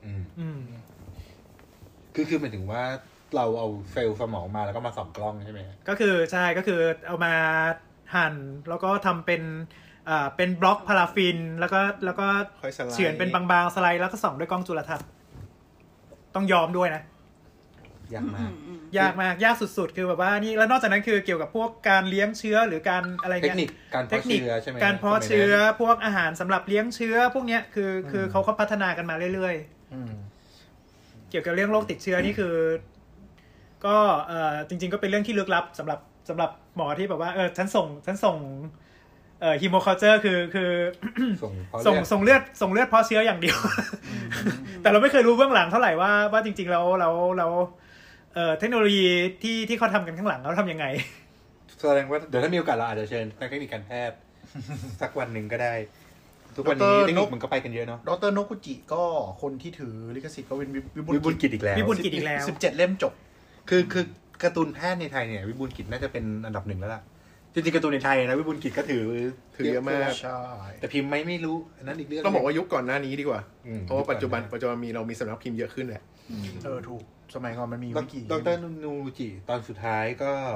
คือหมายถึงว่าเราเอาเซลล์สมองมาแล้วก็มาส่องกล้องใช่ไหมก็คือใช่ก็คือเอามาหั่นแล้วก็ทำเป็นบล็อกพาราฟินแล้วก็เฉือนเป็นบางๆสไลด์แล้วก็ส่องด้วยกล้องจุลทรรศน์ต้องยอมด้วยนะยากมากยากสุดๆคือแบบว่านี่แล้วนอกจากนั้นคือเกี่ยวกับพวกการเลี้ยงเชื้อหรือการอะไรเงี้ยเทคนิคการเพาะเชื้อใช่ไหมการเพาะเชื้อพวกอาหารสำหรับเลี้ยงเชื้อพวกเนี้ยคือเขาพัฒนากันมาเรื่อยๆเกี่ยวกับเรื่องโรคติดเชื้อนี่คือก็จริงๆก็เป็นเรื่องที่ลึกลับสำหรับหมอที่แบบว่าฉันส่งฮีโมคัลเจอร์คือส่งเลือดเพาะเชื้ออย่างเดียวแต่เราไม่เคยรู้เบื้องหลังเท่าไหร่ว่าจริงๆเราเทคโนโลยีที่เขาทำกันข้างหลังเขาทำยังไงแสดงว่าเดี๋ยวถ้ามีโอกาสเราอาจจะเชิญนักเทคนิคการแพทย์สักวันหนึ่งก็ได้ทุกวันนี้เทคนิคมันก็ไปกันเยอะเนาะดร.โนกุจิก็คนที่ถือลิขสิทธิ์ก็เป็นวิบูลย์กิจอีกแล้ว 17 เล่มจบคือการ์ตูนแพทย์ในไทยเนี่ยวิบูลย์กิจน่าจะเป็นอันดับหนึ่งแล้วล่ะจริงๆการ์ตูนในไทยนะวิบูลย์กิจก็ถือเยอะมากใช่แต่พิมพ์ไม่รู้นั่นอีกเรื่องต้องบอกว่ายุคก่อนหน้านี้ดีกว่าเพราะว่าปัจจุบันเรามีสำนักพิมพ์เยอะขึ้นแหละถูกสมัยก่อนมันมีไม่กี่ดร.โนบุจิตอนสุดท้าย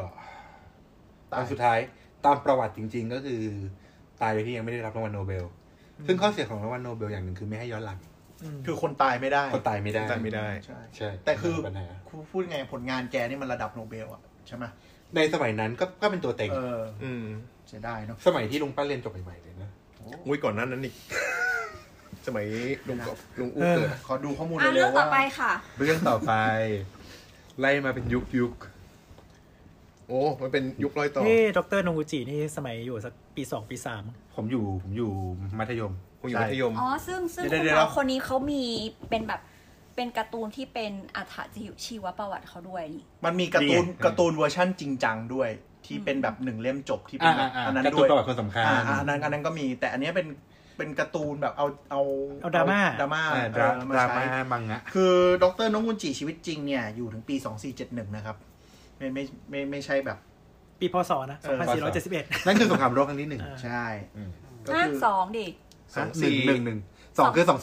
ตามประวัติจริงๆก็คือตายโดยที่ยังไม่ได้รับรางวัลโนเบลซึ่งข้อเสียของรางวัลโนเบลอย่างหนึ่งคือไม่ให้ย้อนหลังคือคนตายไม่ได้ใช่แต่คือพูดไงผลงานแกนี่มันระดับโนเบลอ่ะใช่ไหมในสมัยนั้นก็เป็นตัวเต็งเสียดายเนาะสมัยที่ลุงป้าเรียนจบใหม่ๆเลยนะก่อนนั้นอีกสมัยลุงอู้เกิดขอดูข้อมูลเรื่องต่อไปค่ะเรื่องต่อไปไล่มาเป็นยุคโอ้มันเป็นยุครอยต่อดร.โนบุจินี่สมัยอยู่สักปี2ปี3 ผมอยู่มัธยมซึ่งคุณคนนี้เขามีเป็นแบบเป็นการ์ตูนที่เป็นอัตชีวประวัติเขาด้วยนี่มันมีการ์ตูนเวอร์ชั่นจริงจังด้วยที่เป็นแบบ1เล่มจบที่เป็นอันนั้นด้วยการ์ตูนประวัติคนสำคัญอันนั้นก็มีแต่อันนี้เป็นเป็นการ์ตูนแบบเอาดราม่าดราม่ามังงะคือดร.นงุนจิชีวิตจริงเนี่ยอยู่ถึงปี2471นะครับไม่ใช่แบบปีพศนะ2471 นั่นคือสงครามโลกครั้งที่1 ใช่ก็คือ2ดิ 2คือ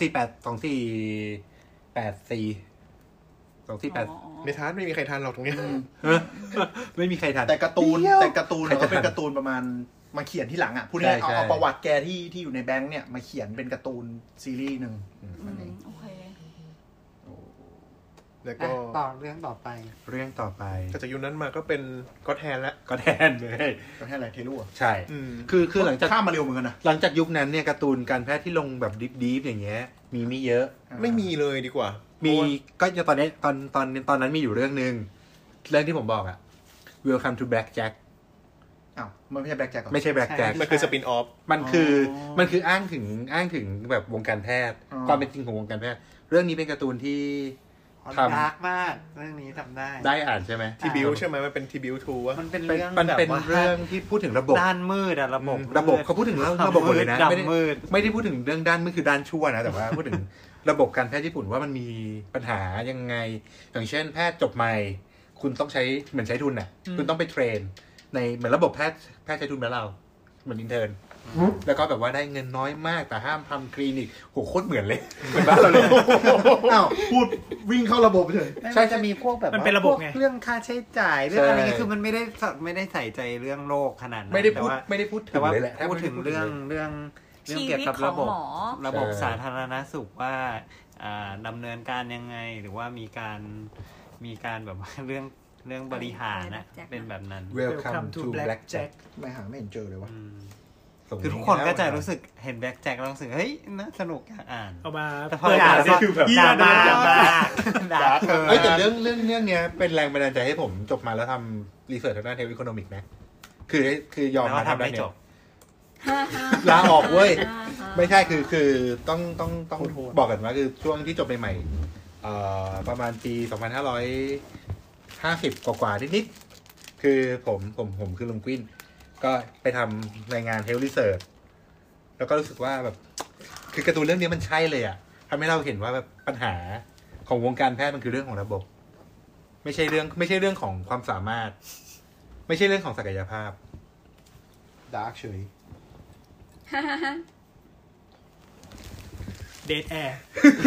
ในทันไม่มีใครทันหรอกตรงนี้ไม่มีใครทันแต่การ์ตูนก็เป็นการ์ตูนประมาณมาเขียนที่หลังอ่ะพูดง่ายเอาประวัติแกที่อยู่ในแบงค์เนี่ยมาเขียนเป็นการ์ตูนซีรีส์นึงโอเคแล้วก็ต่อเรื่องต่อไปก็จากยุคนั้นมาก็เป็นก็แทนแล้วก็แทนเลยก็แทนอะไรเทลูใช่คือหลังจากข้ามมาเร็วเหมือนกันนะหลังจากยุคนั้นเนี่ยการ์ตูนการแพทย์ที่ลงแบบดิฟๆอย่างเงี้ยมีไม่เยอะไม่มีเลยดีกว่ามีก็จะตอนนี้ตอนนั้นมีอยู่เรื่องนึงเรื่องที่ผมบอกอะ Welcome to Black Jack อ้าวมันไม่ใช่ Black Jack ไม่ใช่ Black Jack มันคือสปินออฟมันคืออ้างถึงแบบวงการแพทย์ความเป็นจริงของวงการแพทย์เรื่องนี้เป็นการ์ตูนที่ทำยากมากเรื่องนี้ทำได้อ่านใช่ไหมทีบิวใช่ไหมมันเป็นทีบิวทูวะมันเป็นเรื่องที่พูดถึงระบบด้านมืดอะระบบเขาพูดถึงเรื่องระบบหมดเลยนะไม่ได้พูดถึงเรื่องด้านมืดคือด้านชั่วนะแต่ว่าพูดถึงระบบการแพทย์ญี่ปุ่นว่ามันมีปัญหายังไงอย่างเช่นแพทย์จบใหม่คุณต้องใช้เหมือนใช้ทุนน่ะคุณต้องไปเทรนในเหมือนระบบแพทย์ใช้ทุนแบบเราเหมือนอินเทอร์นแล้วก็แบบว่าได้เงินน้อยมากแต่ห้ามทำคลินิกโหโคตรเหมือนเลยเหมือนบ้านเราเลยอ้าวพูดวิ่งเข้าระบบเลยใช่จะมีพวกแบบมันเป็นระบบไงเรื่องค่าใช้จ่ายเรื่องอะไรคือมันไม่ได้ใส่ใจเรื่องโรคขนาดนั้นไม่ได้พูดถึงเลยแหละพูดถึงเรื่องเกี่ยวกับระบบสาธารณสุขว่าดำเนินการยังไงหรือว่ามีการแบบว่าเรื่องบริหารนะเป็นแบบนั้น Welcome to Black Jack ไม่เห็นเจอเลยวะคือทุกคนก็จะรู้สึกเห็นแบล็คแจ็คแล้วรู้สึกเฮ้ยน่าสนุกอยากอ่านเอามาแต่พออ่านก็คือแบบด่าแต่เรื่องเนี้ยเป็นแรงบันดาลใจให้ผมจบมาแล้วทำรีเสิร์ชทางด้านเทคโนอีโคโนมิกนะคือยอมมาทำได้เนี่ยลาออกเว้ยไม่ใช่คือต้องบอกกันว่าคือช่วงที่จบใหม่ๆประมาณปี2550กว่านิดๆคือผมคือลุงกิ้นก็ไปทำรายงานเฮลท์รีเสิร์ชแล้วก็รู้สึกว่าแบบคือการ์ตูนเรื่องนี้มันใช่เลยอ่ะทำให้เราเห็นว่าแบบปัญหาของวงการแพทย์มันคือเรื่องของระบบไม่ใช่เรื่องของความสามารถไม่ใช่เรื่องของศักยภาพดาร์กเฉยเดทแอร์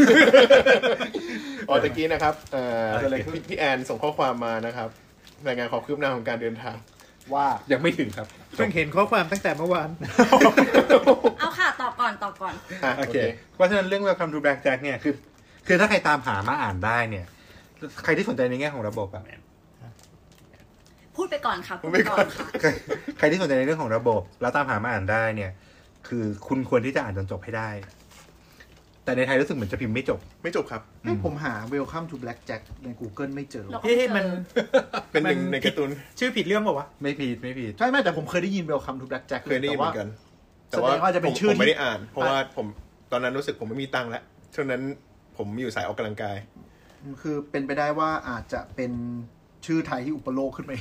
ตะกี้นะครับพี่แอนส่งข้อความมานะครับรายงานความคืบหน้าของการเดินทางว่ายังไม่ถึงครับเพิ่งเห็นข้อความตั้งแต่เมื่อวานเอาค่ะต่อก่อนโอเคเพราะฉะนั้นเรื่อง Welcome to Black Jack เนี่ยคือถ้าใครตามหามาอ่านได้เนี่ยใครที่สนใจในแง่ของระบบอะพูดไปก่อนค่ะพูดไปก่อนค่ะใครที่สนใจในเรื่องของระบบแล้วตามหามาอ่านได้เนี่ยคือคุณควรที่จะอ่านจนจบให้ได้แต่ในไทยรู้สึกเหมือนจะพิมพ์ไม่จบครับผมหา Welcome to Black Jack ใน Google ไม่เจอมันเป็นหนึ่งในการ์ตูนชื่อผิดเรื่องเปล่าวะไม่ผิดใช่แต่ผมเคยได้ยิน Welcome to Black Jack เคยได้ยินเหมือนกันแต่ว่าจะเป็นชื่อผมไม่ได้อ่านเพราะว่าผมตอนนั้นรู้สึกผมไม่มีตังค์แล้วช่วงนั้นผมอยู่สายออกกำลังกายคือเป็นไปได้ว่าอาจจะเป็นชื่อไทยที่อุปโลกขึ้นมา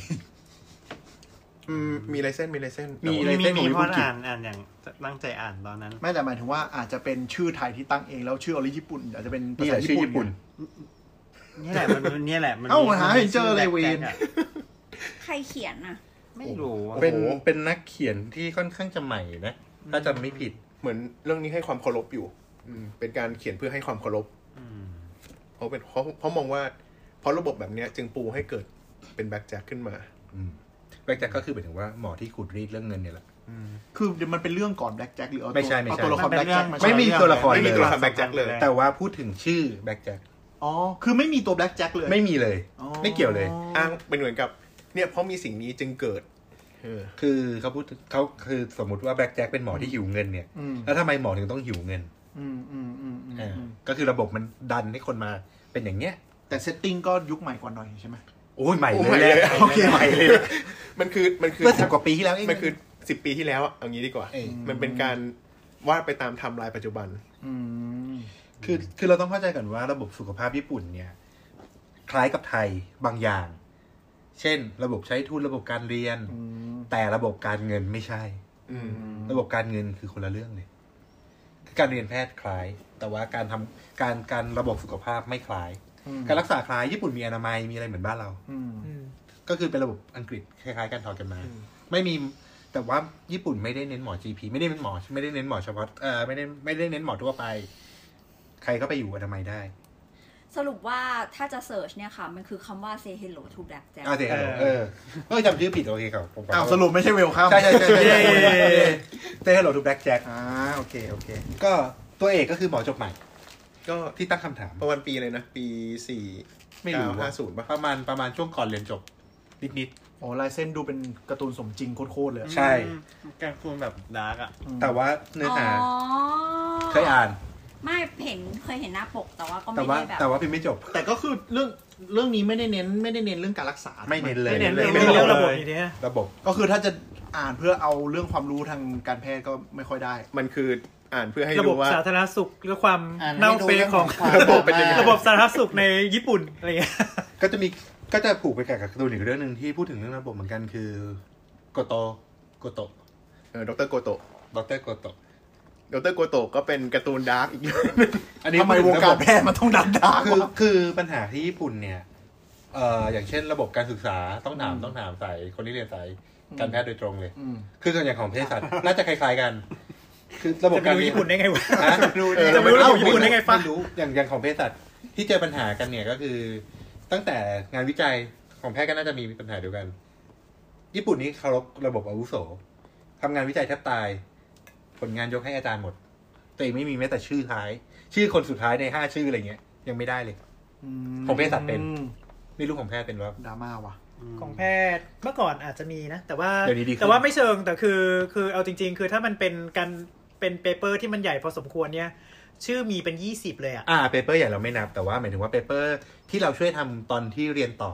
มีลายเส้นเพราะอ่านอย่างตั้งใจอ่านตอนนั้นไม่แต่หมายถึงว่าอาจจะเป็นชื่อไทยที่ตั้งเองแล้วชื่อออริจิปุ่นอาจจะเป็นภาษาญี่ปุ่นนี่แหละมันหาให้เจอเลยเวนใครเขียนอะไม่รู้เป็นนักเขียนที่ค่อนข้างจะใหม่นะถ้าจำไม่ผิดเหมือนเรื่องนี้ให้ความเคารพอยู่เป็นการเขียนเพื่อให้ความเคารพเพราะมองว่าเพราะระบบแบบนี้จึงปูให้เกิดเป็นแบ็คแจ็คขึ้นมาแบล็คแจ็คก็คือหมายถึงว่าหมอที่ขูดรีดเรื่องเงินเนี่ยแหละคือมันเป็นเรื่องก่อนแบล็คแจ็คหรือเอาตัวละครแบล็คแจ็คไม่มีตัวละครแบล็คแจ็คเลยแต่ว่าพูดถึงชื่อแบล็คแจ็คคือไม่มีตัวแบล็คแจ็คเลยไม่มีเลยไม่เกี่ยวเลยอ้างเป็นเหมือนกับเนี่ยเพราะมีสิ่งนี้จึงเกิดคือเขาพูดเขาคือสมมติว่าแบล็คแจ็คเป็นหมอที่หิวเงินเนี่ยแล้วทำไมหมอถึงต้องหิวเงินก็คือระบบมันดันให้คนมาเป็นอย่างเงี้ยแต่เซตติ้งก็ยุคใหม่กว่าหน่อยใช่ไหมโอ้ยใหม่เลยโอเคใหม่เลยมันคือเมื่อ10 กว่าปีที่แล้วมันคือ10 ปีที่แล้วเอางี้ดีกว่ามันเป็นการวาดไปตามไทม์ไลน์ปัจจุบันคือเราต้องเข้าใจก่อนว่าระบบสุขภาพญี่ปุ่นเนี่ยคล้ายกับไทยบางอย่างเช่นระบบใช้ทุนระบบการเรียนแต่ระบบการเงินไม่ใช่ระบบการเงินคือคนละเรื่องเลยการเรียนแพทย์คล้ายแต่ว่าการระบบสุขภาพไม่คล้ายการรักษาคล้ายญี่ปุ่นมีอนามัยมีอะไรเหมือนบ้านเราก็คือเป็นระบบอังกฤษคล้ายๆกันถอดกันมาไม่มีแต่ว่าญี่ปุ่นไม่ได้เน้นหมอ GP ไม่ได้เน้นหมอเฉพาะไม่ได้เน้นหมอทั่วไปใครก็ไปอยู่อนามัยได้สรุปว่าถ้าจะเสิร์ชเนี่ยค่ะมันคือคำว่า say hello to black jack say hello จำชื่อผิดโอเคครับผมสรุปไม่ใช่เวลคัมใช่say hello to black jack โอเคก็ตัวเอกก็คือหมอจบใหม่ก็ที่ตั้งคำถามประมาณปีเลยนะปี4 ไม่รู้50ป่ะประมาณช่วงก่อนเรียนจบนิดๆลายเส้นดูเป็นการ์ตูนสมจริงโคตรๆเลยใช่การ์ตูนแบบดาร์กอ่ะแต่ว่าเนื้อหาเคยอ่านไม่เคยเห็นหน้าปกแต่ว่าก็ไม่ได้แบบแต่ว่าพิมพ์ไม่จบแต่ก็คือเรื่องนี้ไม่ได้เน้นเรื่องการรักษาไม่เน้นเลยเรื่องระบบนี่เนี่ยระบบก็คือถ้าจะอ่านเพื่อเอาเรื่องความรู้ทางการแพทย์ก็ไม่ค่อยได้มันคืออ่านเพื่อให้รู้ว่าระบบสาธารณสุขและความเน่าเฟะของระบบสาธารณสุขในญี่ปุ่นอะไรเงี้ยก็จะผูกไปกับการ์ตูนอีกเรื่องนึงที่พูดถึงเรื่องระบบเหมือนกันคือโกโตดร.โกโตะดร.โกโตะดร.โกโตะก็เป็นการ์ตูนดาร์กอีกอันนี้ทำไมวงการแพทย์มันต้องดาร์กคือปัญหาที่ญี่ปุ่นเนี่ยอย่างเช่นระบบการศึกษาต้องถามสายคนที่เรียนสายการแพทย์โดยตรงเลยคือส่วนใหญ่ของเภสัชน่าจะคล้ายๆกันคือระบบการญี่ปุ่นได้ไงวะจะไม่รู้ระบบญี่ปุ่นได้ไงฟ้าไม่รู้อย่างของเภสัชที่เจอปัญหากันเนี่ยก็คือตั้งแต่งานวิจัยของแพทย์ก็น่าจะมีปัญหาเดียวกันญี่ปุ่นนี่เคารพระบบอาวุโสทำงานวิจัยแทบตายผลงานยกให้อาจารย์หมดแต่ไม่มีแม้แต่ชื่อคนสุดท้ายใน5ชื่ออะไรเงี้ยยังไม่ได้เลยของเภสัชเป็นไม่รู้ของแพทย์เป็นว่าดราม่าว่ะของแพทย์เมื่อก่อนอาจจะมีนะแต่ว่าไม่เชิงแต่คือเอาจริงๆคือถ้ามันเป็นการเป็นเปเปอร์ที่มันใหญ่พอสมควรเนี่ยชื่อมีเป็น20เลยเปเปอร์ใหญ่เราไม่นับแต่ว่าหมายถึงว่าเปเปอร์ที่เราช่วยทำตอนที่เรียนต่อ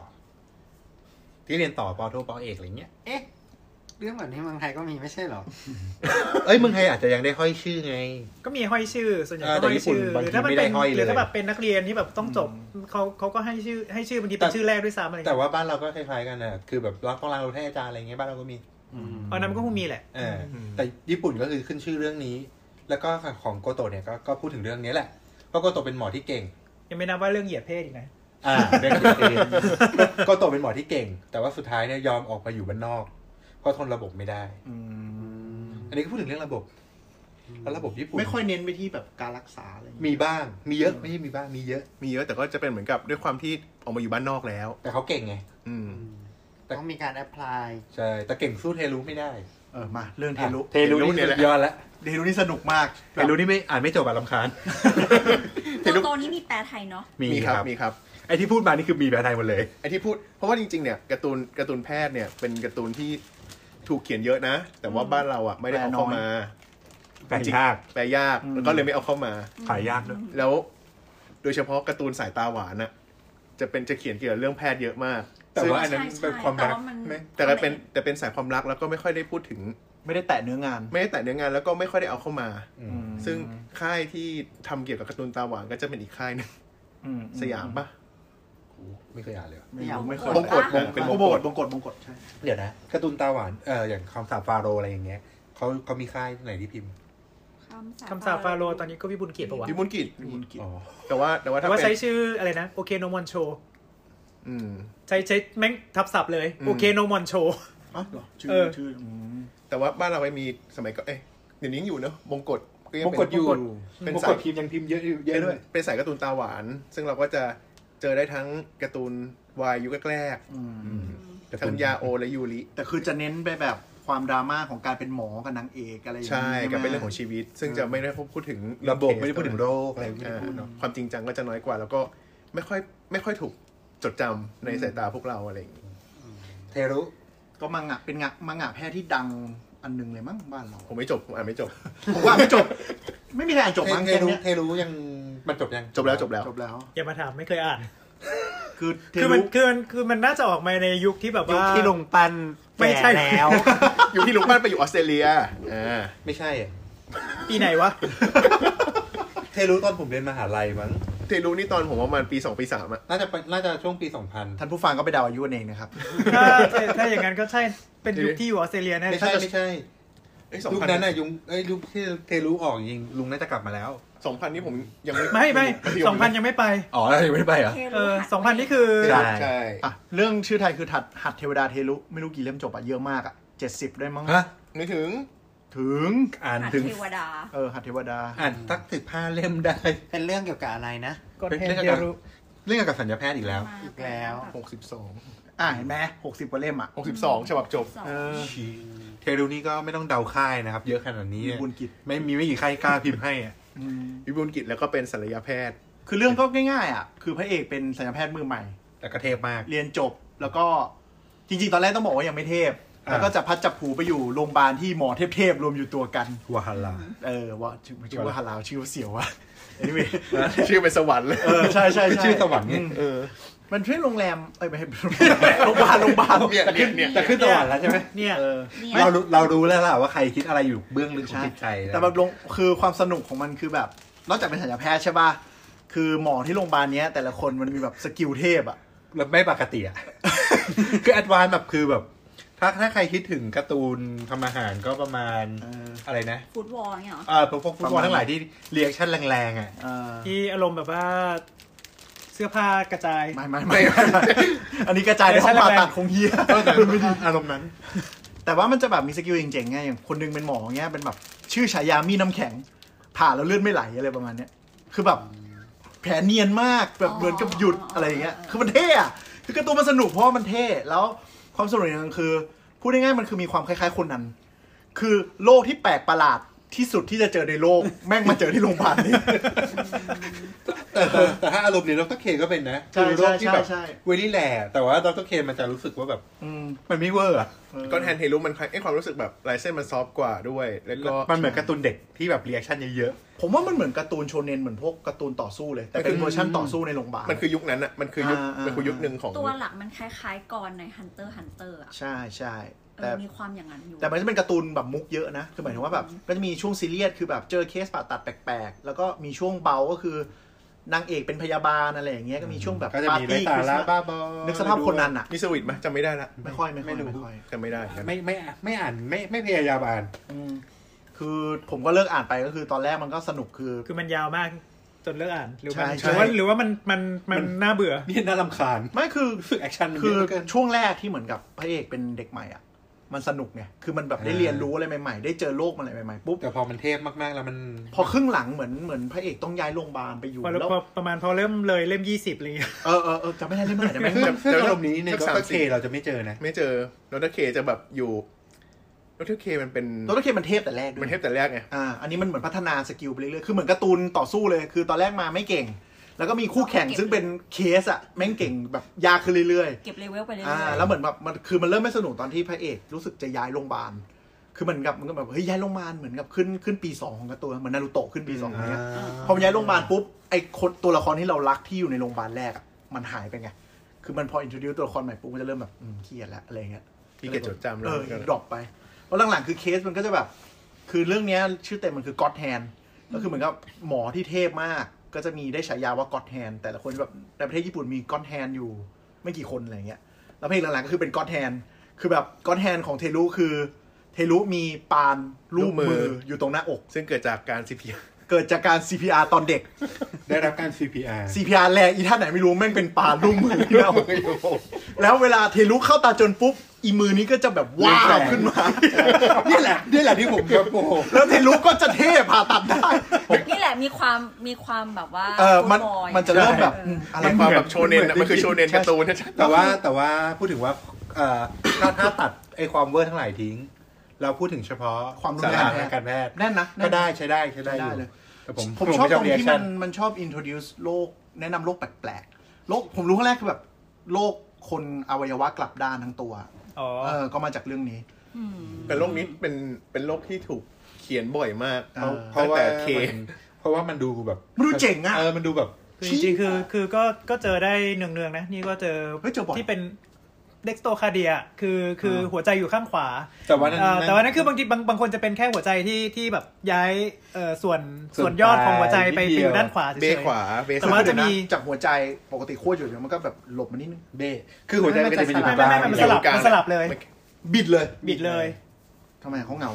ป.โทป.เอกอะไรเงี้ยเรื่องแบบนี้เมืองไทยก็มีไม่ใช่หรอเมืองไทยอาจจะยังได้ห้อยชื่อไงก็มีห้อยชื่อส่วนใหญ่ก็ห้อยชื่อหรือถ้ามันเป็นหรือถ้าแบบเป็นนักเรียนที่แบบต้องจบเขาก็ให้ชื่อบางทีเป็นชื่อแรกด้วยซ้ำอะไรแต่ว่าบ้านเราก็คล้ายๆกันนะคือแบบเราต้องให้อาจารย์อะไรเงี้ยบ้านเราก็มีอันนั้นก็คงมีแหละแต่ญี่ปุ่นก็คือขึ้นชื่อเรื่องนี้แล้วก็ของโกโตะเนี่ยก็พูดถึงเรื่องนี้แหละเพราะโกโตะเป็นหมอที่เก่งยังไม่นับว่าเรื่องเหยียดเพศอีกนะเรื่องเหยียดเพศโกโตะเป็นหมอที่เก่งแต่ว่าสุดท้ายเนี่ยยอมออกมาอยู่บ้านนอกเพราะทนระบบไม่ได้อันนี้ก็พูดถึงเรื่องระบบแล้วระบบญี่ปุ่นไม่ค่อยเน้นไปที่แบบการรักษาอะไรมีบ้างมีเยอะไม่ใช่มีบ้างมีเยอะแต่ก็จะเป็นเหมือนกับด้วยความที่ออกมาอยู่บ้านนอกแล้วแต่เขาเก่งไงแต่ต้องมีการแอพพลายใช่แต่เก่งสู้เทรุไม่ได้มาเรื่องเทรุนี่สุดยอดแล้วเทรุนี่สนุกมากเทรุนี่ไม่อ่านไม่จบรำคาญตัวนี้มีแปลไทยเนาะมีครับไอที่พูดมานี่คือมีแปลไทยหมดเลยไอที่พูดเพราะว่าจริงๆเนี่ยการ์ตูนแพทย์เนี่ยเป็นการ์ตูนที่ถูกเขียนเยอะนะแต่ว่าบ้านเราไม่ได้เอาเข้ามาแปลยากแล้วก็เลยไม่เอาเข้ามาขายยากด้วยแล้วโดยเฉพาะการ์ตูนสายตาหวานจะเขียนเกี่ยวกับเรื่องแพทย์เยอะมากแต่ว่าอันนั้นเป็นความรักแต่เป็นสายความรักแล้วก็ไม่ค่อยได้พูดถึงไม่ได้แตะเนื้องานแล้วก็ไม่ค่อยได้เอาเข้ามาซึ่งค่ายที่ทำเกี่ยวกับการ์ตูนตาหวานก็จะเป็นอีกค่ายนึงสยามปะไม่เคยอ่านเลยไม่เคยบงกฎเป็นบงกฎใช่เดี๋ยวนะการ์ตูนตาหวานอย่างคำสาปฟาโรอะไรอย่างเงี้ยเขามีค่ายไหนที่พิมพ์คำสาปฟาโรตอนนี้ก็วิบูลย์กิจปะวะวิบูลย์กิจแต่ว่าถ้าใช้ชื่ออะไรนะโอเคโนมอนโชใช้แม่งทับศัพท์เลยโอเคโนมอนโชชื่อแต่ว่าบ้านเราไม่มีสมัยก็เดี๋ยวนี้อยู่เนอะบงกฎอยู่เป็นสายพิมพ์ยังพิมพ์เยอะด้วยเป็นสายการ์ตูนตาหวานซึ่งเราก็จะเจอได้ทั้งการ์ตูนวายยุคแรกทั้งยาโอและยูริแต่คือจะเน้นไปแบบความดราม่าของการเป็นหมอกับนางเอกอะไรอย่างเงี้ยใช่กับเป็นเรื่องของชีวิตซึ่งจะไม่ได้พูดถึงระบบไม่ได้พูดถึงโรคอะไรไม่ได้พูดเนาะความจริงจังก็จะน้อยกว่าแล้วก็ไม่ค่อยถูกจดจำในสายตาพวกเราอะไรอย่างงี้เทรุก็มังงะเป็นมังงะแพทย์ที่ดังอันนึงเลยมั้งบ้านเราผมไม่จบผมอ่านไม่จบผมว่าไม่จบไม่มีใครอ่านจบมั้งเทรุยังมันจบยังจบแล้วอย่ามาถามไม่เคยอ่านคือมันน่าจะออกมาในยุคที่แบบว่าที่ลุงปั้นไม่ใช่แล้วยุคที่ลุงปั้นไปอยู่ออสเตรเลียไม่ใช่ปีไหนวะเทรุตอนผมเรียนมหาลัยมั้งเทรุนี่ตอนผมประมาณปี2ปี3 น่าจะช่วงปี2000 ท่านผู้ฟังก็ไปเดาอายุกันเองนะครับถ้าอย่างนั้นก็ใช่เป็นยุคที่อยู่ออสเตรเลียแน่ไม่ใช่ยุคนั้นน่ะยุคที่เทลุออกจริงลุงน่าจะกลับมาแล้ว 2000นี่ผมยังไม่2000ยังไม่ไปอ๋อยังไม่ไปเหรอ 2000นี่คือใช่เรื่องชื่อไทยคือหัดเทวดาเทลุไม่รู้กี่เล่มจบเยอะมาก70ได้มั้งไม่ถึงอ่านถึงเทวดาหัดเทวดาอ่านสัก15เล่มได้เป็นเรื่องเกี่ยวกับอะไรนะเป็นเรื่องเกี่ยวกับสัญญาแพทย์อีกแล้ว 62 เห็นไหม60กว่าเล่ม 62ฉบับจบเทลุนี่ก็ไม่ต้องเดาค่ายนะครับเยอะขนาดนี้วิบูลย์กิจไม่กี่ค่ายกล้าพิมพ์ให้วิบูลย์กิจแล้วก็เป็นศัลยแพทย์คือเรื่องก็ง่ายๆคือพระเอกเป็นศัลยแพทย์มือใหม่แต่ก็เทพมากเรียนจบแล้วก็จริงๆตอนแรกต้องบอกว่ายังไม่เทพแล้วก็จะพัดจับผูไปอยู่โรงพยาบาลที่หมอเทพๆรวมอยู่ตัวกันวาฮาลาว่าชื่อวาฮาลาชื่อเสียวว่ะชื่อเป็นสวรรค์เลยใช่ชื่อสวรรค์นี่มันชื่อโรงแรมไม่ใช่โรงพยาบาลจะขึ้นสวรรค์แล้วใช่ไหมเนี่ยเรารู้แล้วล่ะว่าใครคิดอะไรอยู่เบื้องลึกของจิตใจแต่แบบคือความสนุกของมันคือแบบนอกจากเป็นศัลยแพทย์ใช่ป่ะคือหมอที่โรงพยาบาลนี้แต่ละคนมันมีแบบสกิลเทพอ่ะแล้วไม่ปกติอ่ะคือแอดวานซ์แบบคือแบบถ้าใครคิดถึงการ์ตูนทำอาหารก็ประมาณอะไรนะฟุตบอลเนี่ยเหรอพวกฟุตบอลทั้งหลายที่เรีแอคชั่นแรงๆอ่ะที่อารมณ์แบบว่าเสื้อผ้ากระจายไม่อันนี้กระจายในห้องผ่าตัดคงเหี้ยไม่ดีอารมณ์นั้นแต่ว่ามันจะแบบมีสกิลเจ๋งๆไงอย่างคนนึงเป็นหมอเงี้ยเป็นแบบชื่อฉายามีน้ำแข็งผ่าแล้วเลือดไม่ไหลอะไรประมาณเนี้ยคือแบบแผลเนียนมากแบบเหมือนกับหยุดอะไรอย่างเงี้ยคือมันเท่อะคือการ์ตูนมันสนุกเพราะมันเท่แล้วความสนุกอย่างนึงคือพูดง่ายๆมันคือมีความคล้ายๆคนนั้นคือโลกที่แปลกประหลาดที่สุดที่จะเจอในโลกแม่งมาเจอที่โรงพยาบาลนี่แต่ถ้าอารมณ์นี้ดร.เคก็เป็นนะคือโลกที่แบบเวลี่แหล่แต่ว่าดร.เคมันจะรู้สึกว่าแบบมันไม่เวอร์อ่ะก้อนแฮนเทลุมันความรู้สึกแบบลายเส้นมันซอฟต์กว่าด้วยแล้วก็มันเหมือนการ์ตูนเด็กที่แบบรีแอคชั่นเยอะๆผมว่ามันเหมือนการ์ตูนโชเน็นเหมือนพวกการ์ตูนต่อสู้เลยแต่เป็นเวอร์ชั่นต่อสู้ในโรงพยาบาลมันคือยุคนั้นอ่ะมันคือยุคนึงของตัวหลักมันคล้ายๆกรใน Hunter อ่ะใช่แต่มีความอย่างนั้นอยู่แต่มันจะเป็นการ์ตูนแบบมุกเยอะนะคือหมายถึงว่าแบบก็จะมีช่วงซีเรียสคือแบบเจอเคสผ่าตัดแปลกๆแล้วก็มีช่วงเบาก็คือนางเอกเป็นพยาบาลอะไรอย่างเงี้ยก็มีช่วงแบบปาร์ตี้คือนึกสภาพคนนั้นอ่ะมีสวิตมั้ยจำไม่ได้ละไม่ค่อยจำไม่ได้ไม่อ่านไม่พยายามอ่านคือผมก็เลิกอ่านไปก็คือตอนแรกมันก็สนุกคือมันยาวมากจนเลิกอ่านหรือว่ามันน่าเบื่อนี่น่ารำคาญไม่คือฝึกแอคชั่นคือช่วงแรกที่เหมือนกับพระเอกเป็นเด็กใหม่อ่ะมันสนุกไงคือมันแบบได้เรียนรู้อะไรใหม่ๆได้เจอโลกอะไรใหม่ๆปุ๊บแต่พอมันเทพมากๆแล้วมันพอครึ่งหลังเหมือนพระเอกต้องย้ายโรงพยาบาลไปอยู่แล้วประมาณพอเริ่มเลยเล่ม20อะไรอย่างเงี้ยจะไม่ได้เล่มไหนจะไม่แต่อารมณ์นี้ในดร.เคเราจะไม่เจอนะไม่เจอดร.เคจะแบบอยู่ดร.เคมันเป็นดร.เคมันเทพแต่แรกมันเทพแต่แรกไงอันนี้มันเหมือนพัฒนาสกิลไปเรื่อยๆคือเหมือนการ์ตูนต่อสู้เลยคือตอนแรกมาไม่เก่งแล้วก็มีคู่แข่งซึ่งเป็นเคสอะแม่งเก่งแบบยากขึ้นเรื่อยๆเก็บเลเวลไปเรื่อยๆแล้วเหมือนแบบมันคือมันเริ่มไม่สนุกตอนที่พระเอกรู้สึกจะย้ายโรงพยาบาลคือมันก็แบบเฮ้ยย้ายโรงพยาบาลเหมือนกับขึ้นปี2ของการ์ตูนเหมือนนารูโตะขึ้นปี2อย่างเงี้ยพอย้ายโรงพยาบาลปุ๊บไอ้คนตัวละครที่เรารักที่อยู่ในโรงพยาบาลแรกอะมันหายไปไงคือมันพออินโทรดิวตัวละครใหม่ปุ๊บมันจะเริ่มแบบเครียดแล้วอะไรเงี้ยที่เก็บจดจำเลยดรอปไปเพราะหลังๆคือเคสมันก็จะแบบคือเรื่องนี้ชื่อเต็มมันคือก็อดแฮนด์ก็คือเหมือนกับหมอที่เทพมากก็จะมีได้ฉายาว่าก็อดแฮนด์แต่ละคนแบบในประเทศญี่ปุ่นมีก็อดแฮนด์อยู่ไม่กี่คนอะไรเงี้ยแล้วเพลงหลังๆก็คือเป็นก็อดแฮนด์คือแบบก็อดแฮนด์ของเทรุคือเทรุมีปานรูปมืออยู่ตรงหน้าอกซึ่งเกิดจากการ CPR เกิดจากการ CPR ตอนเด็กได้รับการ CPR แรงอีท่าไหนไม่รู้แม่งเป็นปานรูปมือที่หน้าอกแล้วเวลาเทรุเข้าตาจนปุ๊บอีมือนี้ก็จะแบบว้าวขึ้นมานี่แหละที่ผมแบบโอ้โหแล้วเทรุก็จะเท่ผ่าตัดได้นี่แหละมีความแบบว่ามันจะเริ่มแบบอะไรความแบบโชเน็นมันคือโชเน็นการ์ตูนแต่ว่าพูดถึงว่าถ้าตัดไอ้ความเวอร์ทั้งหลายทิ้งเราพูดถึงเฉพาะความรู้ทางการแพทย์แน่นนะก็ได้ใช้ได้เลยผมชอบตรงที่มันชอบ introduce โรคแนะนำโรคแปลกๆโรคผมรู้ครั้งแรกคือแบบโรคคนอวัยวะกลับด้านทั้งตัวก็มาจากเรื่องนี้เป็นโรคนี้เป็นโรคที่ถูกเขียนบ่อยมากเพราะว่ามันดูแบบมันดูเจ๋งอ่ะมันดูแบบจริงๆคือก็เจอได้เนืองๆนะนี่ก็เจอที่เป็นเด็กสโตคาเดียคือหัวใจอยู่ข้างขวาแต่ว่านั้นคือบางทีบางคนจะเป็นแค่หัวใจที่แบบย้ายส่วนยอดของหัวใจไปอยู่ด้านขวาเฉยๆแต่ว่าจะมีจากหัวใจปกติขั้วอยู่มันก็แบบหลบมานิดนึงคือหัวใจมันจะเป็นอยู่ตรงกลางมันสลับเลยบิดเลยทำไมเขาเหงา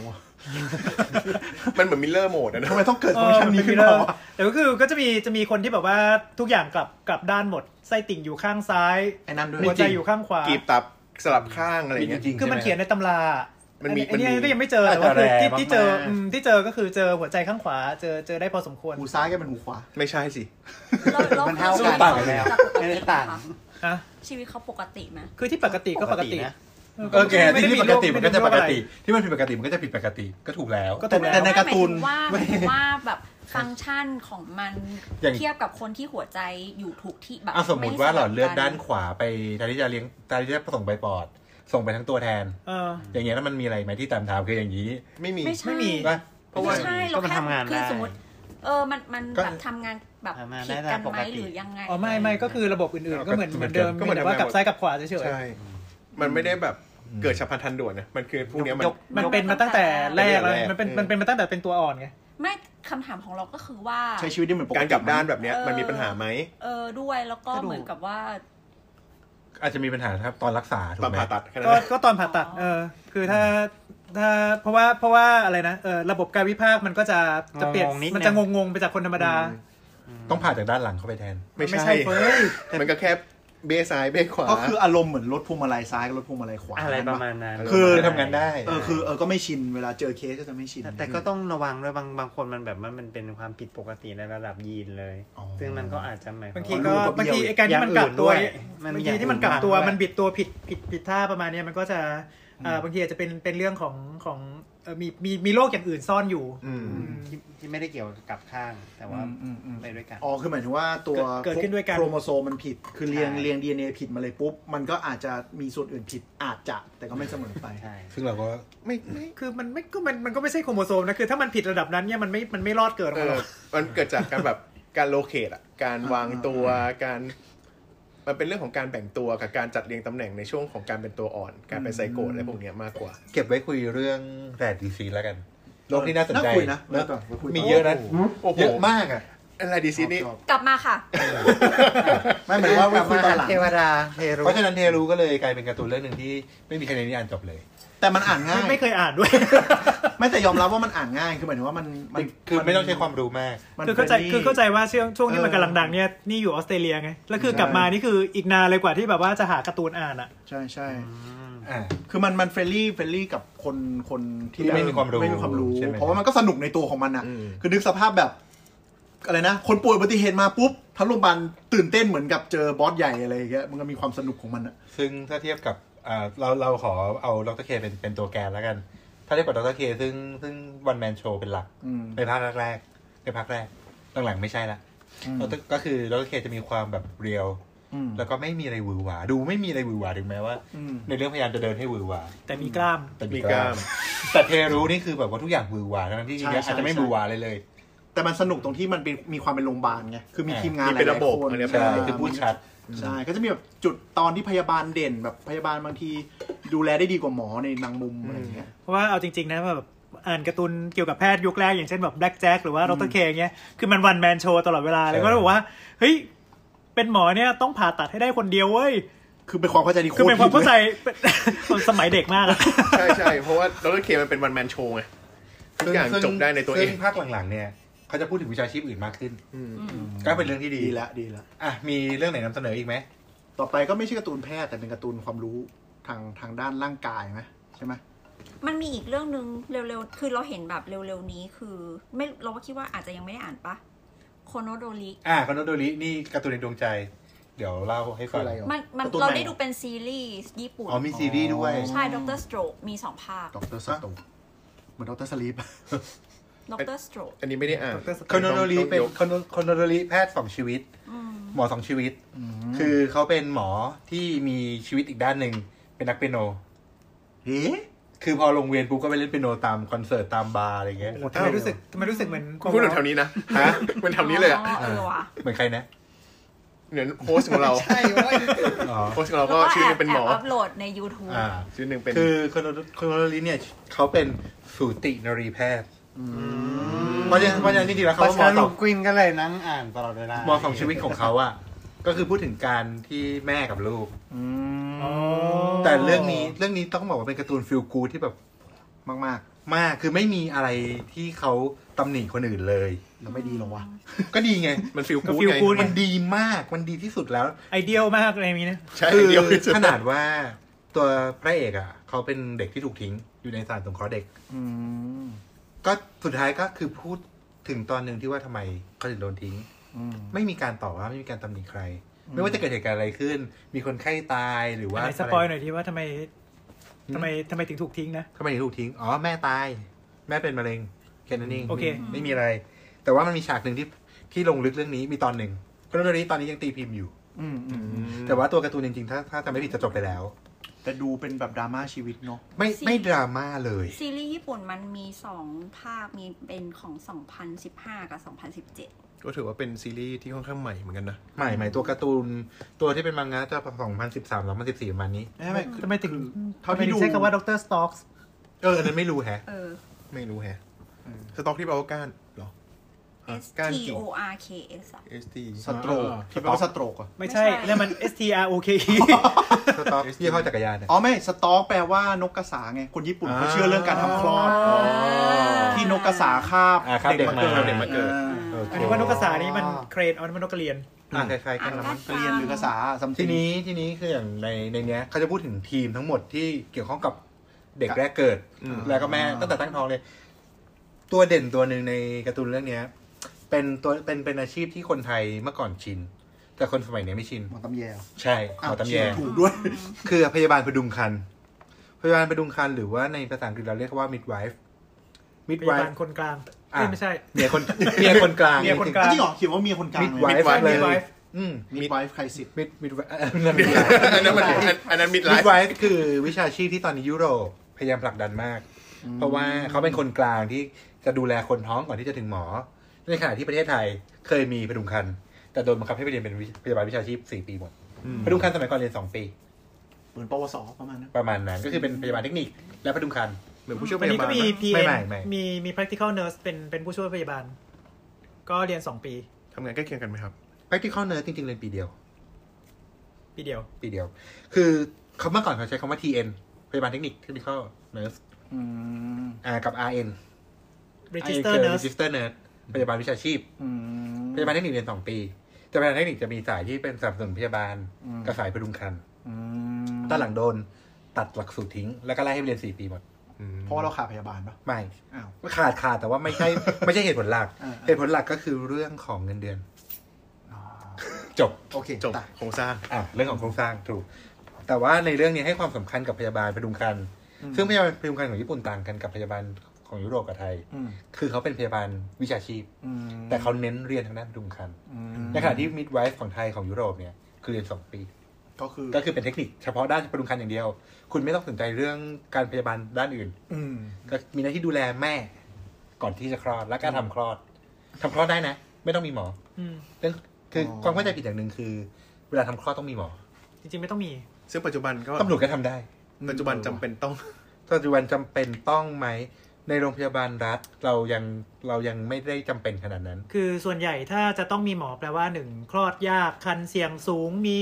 มันเหมือนมิลเลอร์โหมดนะทำไมต้องเกิดฟังก์ชันนี้ขึ้นมาแต่ก็คือก็จะมีคนที่แบบว่าทุกอย่างกลับด้านหมดไส้ติ่งอยู่ข้างซ้ายไอ้นั่นด้วยหัวใจอยู่ข้างขวากีบตับสลับข้างอะไรอย่างเงี้ยคือมันเขียนในตำรามันมีอันนี้ก็ยังไม่เจอแต่ว่าที่เจอก็คือเจอหัวใจข้างขวาเจอได้พอสมควรหูซ้ายก็เป็นหูขวาไม่ใช่สิมันเท่ากันแล้วไม่ได้ต่างชีวิตเขาปกติไหมคือที่ปกติก็ปกติแกที่ปกติมันก็จะปกติที่มันผิดปกติมันก็จะผิดปกติก็ถูกแล้วแต่ในการ์ตูนว่าแบบฟังก์ชันของมันเทียบกับคนที่หัวใจอยู่ทุกที่แบบสมมติว่าหลอดเลือดด้านขวาไปแทนที่จะส่งไปปอดส่งไปทั้งตัวแทนอย่างเงี้ยแล้วมันมีอะไรไหมที่ตามทางคืออย่างนี้ไม่มีป่ะเพราะว่าก็มันทำงานได้คือสมมติมันแบบทำงานแบบผิดกันไหมหรือยังไงไม่ก็คือระบบอื่นๆก็เหมือนเดิมแต่ว่ากับซ้ายกับขวาเฉยๆใช่มันไม่ได้แบบเกิดฉับพลันทันด่วนนะมันคือพวกนี้มันเป็นมาตั้งแต่แรกเลยมันเป็นมาตั้งแต่เป็นตัวอ่อนไงไม่คำถามของเราก็คือว่าใช้ชีวิตได้เหมือนปกติการกลับด้านแบบเนี้ยมันมีปัญหาไหมด้วยแล้วก็เหมือนกับว่าอาจจะมีปัญหาครับตอนรักษาถูกไหมตอนผ่าตัดก็ตอนผ่าตัดคือถ้าเพราะว่าอะไรนะระบบการวิพากษ์มันก็จะเปลี่ยนมันจะงงไปจากคนธรรมดาต้องผ่าจากด้านหลังเข้าไปแทนไม่ใช่มันก็แค่เบสซ้ายเบสขวาก็คืออารมณ์เหมือนรถพวงมาลัยซ้ายกับรถพวงมาลัยขวาอะไรประมาณนั้นคือทำงานได้คือก็ไม่ชินเวลาเจอเคสก็จะไม่ชินแต่ก็ต้องระวังด้วยบางคนมันแบบมันเป็นความผิดปกติในระดับยีนเลยซึ่งมันก็อาจจะบางทีไอ้การที่มันกลับตัวบางทีที่มันกลับตัวมันบิดตัวผิดท่าประมาณนี้มันก็จะบางทีอาจจะเป็นเรื่องของมีโรคอย่างอื่นซ่อนอยู่ที่ไม่ได้เกี่ยวกับข้างแต่ว่าไปด้วยกันคือหมายถึงว่าตัวเกิดขึ้นด้วยกันโครโมโซมมันผิดคือเรียง DNA ผิดมาเลยปุ๊บมันก็อาจจะมีส่วนอื่นผิดอาจจะแต่ก็ไม่เสมอไปซึ่งเราก็ไม่คือมันก็ไม่ใช่โครโมโซมนะคือถ้ามันผิดระดับนั้นเนี่ยมันไม่รอดเกิดออกมาหรอกมันเกิดจากการแบบการโลเคตการวางตัวการมันเป็นเรื่องของการแบ่งตัวกับการจัดเรียงตำแหน่งในช่วงของการเป็นตัวอ่อนการเป็นไซโกอะไรพวกนี้มากกว่าเก็บไว้คุยเรื่องแรดดีซีแล้วกันโรคที่น่าสนใจนะมีเยอะนะเยอะมากอะไรดีซีนี่กลับมาค่ะไม่เหมือนว่าคุยตอนหลังเทวดาเทรูเพราะฉะนั้นเทรูก็เลยกลายเป็นการ์ตูนเรื่องนึงที่ไม่มีใครในนี้อ่านจบเลยแต่มันอ่านง่ายไม่เคยอ่านด้วยไม่แต่ยอมรับว่ามันอ่านง่ายคือหมายถึงว่ามันคือไม่ต้องใช้ความรู้มากคือเข้าใจว่าช่วงที่มันกำลังดังเนี่ยนี่อยู่ออสเตรเลียไงแล้วคือกลับมานี่คืออีกนานเลยกว่าที่แบบว่าจะหาการ์ตูนอ่านอ่ะใช่คือมันเฟรนลี่กับคนที่ไม่มีความรู้เพราะว่ามันก็สนุกในตัวของมันอ่ะคือนึกสภาพแบบอะไรนะคนป่วยอุบัติเหตุมาปุ๊บทั้งโรงพยาบาลตื่นเต้นเหมือนกับเจอบอสใหญ่อะไรอย่างเงี้ยมันก็มีความสนุกของมันอ่ะซึ่งถ้าเทียบกับเราขอเอาดร.เคเป็นตัวแกนแล้วกันถ้าเทียบกับดร.เคซึ่งวันแมนโชว์เป็นหลักในภาคแรกหลังๆไม่ใช่ละก็คือดร.เคจะมีความแบบเรียลแล้วก็ไม่มีอะไรหวือหวาดูไม่มีอะไรหวือหวาถึงแม้ว่าในเรื่องพยายามจะเดินให้หวือหวาแต่มีกล้ามแต่เทรู้นี่คือแบบว่าทุกอย่างหวือหวาทั้งที่จริงๆอาจจะไม่หวือหวาเลยแต่มันสนุกตรงที่มันมีความเป็นโรงพยาบาลไงคือมีทีมงานหลายคนคือพูดชัดใช่ก็จะมีแบบจุดตอนที่พยาบาลเด่นแบบพยาบาลบางทีดูแลได้ดีกว่าหมอในบางมุมอะไรอย่างเงี้ยเพราะว่าเอาจริงๆนะแบบอ่านการ์ตูนเกี่ยวกับแพทย์ยุคแรกอย่างเช่นแบบแบล็กแจ็คหรือว่าดร.เคเงี้ยคือมันวันแมนโชว์ตลอดเวลาเลยก็บอกว่าเฮ้ยเป็นหมอเนี่ยต้องผ่าตัดให้ได้คนเดียวเว้ยคือเป็นความเข้าใจที่คือเป็นความเข้าใจสมัยเด็กมากใช่เพราะว่าดร.เคมันเป็นวันแมนโชว์ไงทุกอย่างจบได้ในตัวเองภาคหลังๆเนี่ยเขาจะพูดถึงวิชาชีพอื่นมากขึ้นก็เป็นเรื่องที่ดีแล้วมีเรื่องไหนนำเสนออีกไหมต่อไปก็ไม่ใช่การ์ตูนแพทย์แต่เป็นการ์ตูนความรู้ทางด้านร่างกายไหมใช่ไหมมันมีอีกเรื่องนึงเร็วๆคือเราเห็นแบบเร็วๆนี้คือไม่เราก็คิดว่าอาจจะยังไม่ได้อ่านปะโคโนโดริโคโนโดรินี่การ์ตูนในดวงใจเดี๋ยวเล่าให้ฟังมันเราได้ดูเป็นซีรีส์ญี่ปุ่นมีซีรีส์ด้วยใช่ด็อกเตอร์สโตรกมี2ภาคด็อกเตอร์สโตรกเหมือนด็อกเตอร์สลีปด็อกเตอร์สโตรกอันนี้ไม่ได้อ่านโคโนโดริเป็นโคโนโดริแพทย์2ชีวิตหมอ2ชีวิตคือเขาเป็นหมอที่มีชีวิตอีกด้านหนึ่งเป็นนักเปียโนคือพอลงเวียนปุ๊บก็ไปเล่นเปียโนตามคอนเสิร์ตตามบาร์อะไรเงี้ยทำไมรู้สึกเหมือนพูดถึงแถวนี้นะฮะเป็นแถวนี้เลยอ่ะเหมือนใครนะเหมือนโฮสต์ของเราใช่โฮสต์ของเราก็ชื่อนึงเป็นหมออัพโหลดใน YouTube ชื่อนึงเป็นคือโคโนโดริเนี่ยเขาเป็นสูตินรีแพทย์เพราะฉะนั้นจริงๆแล้วเขาหมอสองกวินก็เลยนั่งอ่านตลอดเวลาหมอสองชีวิตของเขาอ่ะก็คือพูดถึงการที่แม่กับลูกแต่เรื่องนี้ต้องบอกว่าเป็นการ์ตูนฟีลกู๊ดที่แบบมากมากคือไม่มีอะไรที่เขาตำหนิคนอื่นเลยแล้วไม่ดีหรอวะก็ดีไงมันฟีลกู๊ดมันดีมากมันดีที่สุดแล้วไอเดียลมากอะไรนี้นะใช่ไอเดียลขนาดว่าตัวพระเอกอ่ะเขาเป็นเด็กที่ถูกทิ้งอยู่ในสถานสงเคราะห์เด็กก็สุดท้ายก็คือพูดถึงตอนนึงที่ว่าทำไมเขาถึงโดนทิ้งไม่มีการต่อว่าไม่มีการตำหนิใครไม่ว่าจะเกิดเหตุการณ์อะไรขึ้นมีคนไข้ตายหรือว่าสปอยหน่อยที่ว่าทำไมถึงถูกทิ้งนะทำไมถึงถูกทิ้งอ๋อแม่ตายแม่เป็นมะเร็งแค่นั้นเองโอเคไม่มีอะไรแต่ว่ามันมีฉากหนึ่งที่ลงลึกเรื่องนี้มีตอนหนึ่งก็เรื่องนี้ตอนนี้ยังตีพิมพ์อยู่แต่ว่าตัวการ์ตูนจริงๆถ้าจะไม่ผิดจะจบไปแล้วแต่ดูเป็นแบบดราม่าชีวิตเนาะไม่ดราม่าเลยซีรีส์ญี่ปุ่นมันมี2ภาคมีเป็นของ2015กับ2017 ก็ถือว่าเป็นซีรีส์ที่ค่อนข้างใหม่เหมือนกันนะใหม่ตัวการ์ตูนตัวที่เป็นมังงะจะ2013 2014ประมาณนี้ทำไมถึงเท่าที่ดูใช้คำว่าดร.สต็อกส์อันนั้นไม่รู้แฮะไม่รู้แฮะสต็อกที่แปลว่าก้านเหรอ STORKS ST สโตรกคิดว่าสโตรกอ่ะไม่ใช่แล้วมัน STROKE สต็อกยี่ห้อจักรยานอ๋อไม่สต็อกแปลว่านกกระสาไงคนญี่ปุ่นเขาเชื่อเรื่องการทำคลอดที่นกกระสาคาบเด็กมาเกิดอันนี้ว่านกกระสานี่มันเครนมันนกกระเรียนคล้ายๆกันแล้วมันกระเรียนหรือกระสาทีนี้คืออย่างในเนี้ยเขาจะพูดถึงทีมทั้งหมดที่เกี่ยวข้องกับเด็กแรกเกิดแล้วก็แม่ตั้งแต่ตั้งท้องเลยตัวเด่นตัวหนึ่งในการ์ตูนเรื่องนี้เป็นอาชีพที่คนไทยเมื่อก่อนชินแต่คนสมัยนี้ไม่ชินหมอตำแยใช่หมอตำแยถูกด้วยคือพยาบาลพดุงครรภ์หรือว่าในภาษาอังกฤษเราเรียกว่า midwife พยาบาลคนกลางไม่ใช่เมียคนกลางจริงเหรอเขียนว่าเมียคนกลาง midwife เลย midwife ใครสิอันนั้น midwife คือวิชาชีพที่ตอนนี้ยุโรปพยายามผลักดันมากเพราะว่าเขาเป็นคนกลางที่จะดูแลคนท้องก่อนที่จะถึงหมอในขณะที่ประเทศไทยเคยมีพดุงครรภ์แต่โดนบังคับให้ไปเรียนเป็นพยาบาลวิชาชีพ4 ปีหมดพดุงครรภ์สมัยก่อนเรียน2 ปีเหมือนปวสประมาณนั้นก็คือเป็นพยาบาลเทคนิคและพดุงครรภ์เหมือนผู้ช่วยพยาบาลอันนี้ก็มี PN มี practical nurse เป็นผู้ช่วยพยาบาลก็เรียน2 ปีทำงานใกล้เคียงกันไหมครับ practical nurse จริงๆเรียนปีเดียวคือเขาเมื่อก่อนเขาใช้คำว่า TN พยาบาลเทคนิค technical nurse กับ RN register nurse พยาบาลวิชาชีพพยาบาลเทคนิคเรียน2 ปีแต่พยาบาลเทคนิคจะมีสายที่เป็นสนับสนุนพยาบาลกับสายพดุงครรภ์ตอนหลังโดนตัดหลักสูตรทิ้งแล้วก็ไล่ให้เรียน4 ปีหมดเพราะว่าเราขาดพยาบาลปะไม่ขาดแต่ว่าไม่ใช่เหตุผลหลักเหตุผลหลักก็คือเรื่องของเงินเดือนจบโอเคจบโครงสร้างเรื่องของโครงสร้างถูกแต่ว่าในเรื่องนี้ให้ความสำคัญกับพยาบาลพดุงครรภ์ซึ่งพยาบาลพดุงครรภ์ของญี่ปุ่นต่างกันกับพยาบาลของยุโรปกับไทยคือเขาเป็นพยาบาลวิชาชีพแต่เขาเน้นเรียนทางด้านพดุงครรภ์ในขณะที่ midwife ของไทยของยุโรปเนี่ยคือเรียน2 ปีก็คือเป็นเทคนิคเฉพาะด้านพดุงครรภ์อย่างเดียวคุณไม่ต้องสนใจเรื่องการพยาบาลด้านอื่นก็มีหน้าที่ดูแลแม่ก่อนที่จะคลอดและการทำคลอดได้นะไม่ต้องมีหมอคือความเข้าใจผิดอย่างนึงคือเวลาทำคลอดต้องมีหมอจริงๆไม่ต้องมีซึ่งปัจจุบันก็ตำรวจก็ทำได้ปัจจุบันจำเป็นต้องไหมในโรงพยาบาลรัฐเรายังไม่ได้จำเป็นขนาดนั้นคือส่วนใหญ่ถ้าจะต้องมีหมอแปลว่า1คลอดยากคันเสี่ยงสูงมี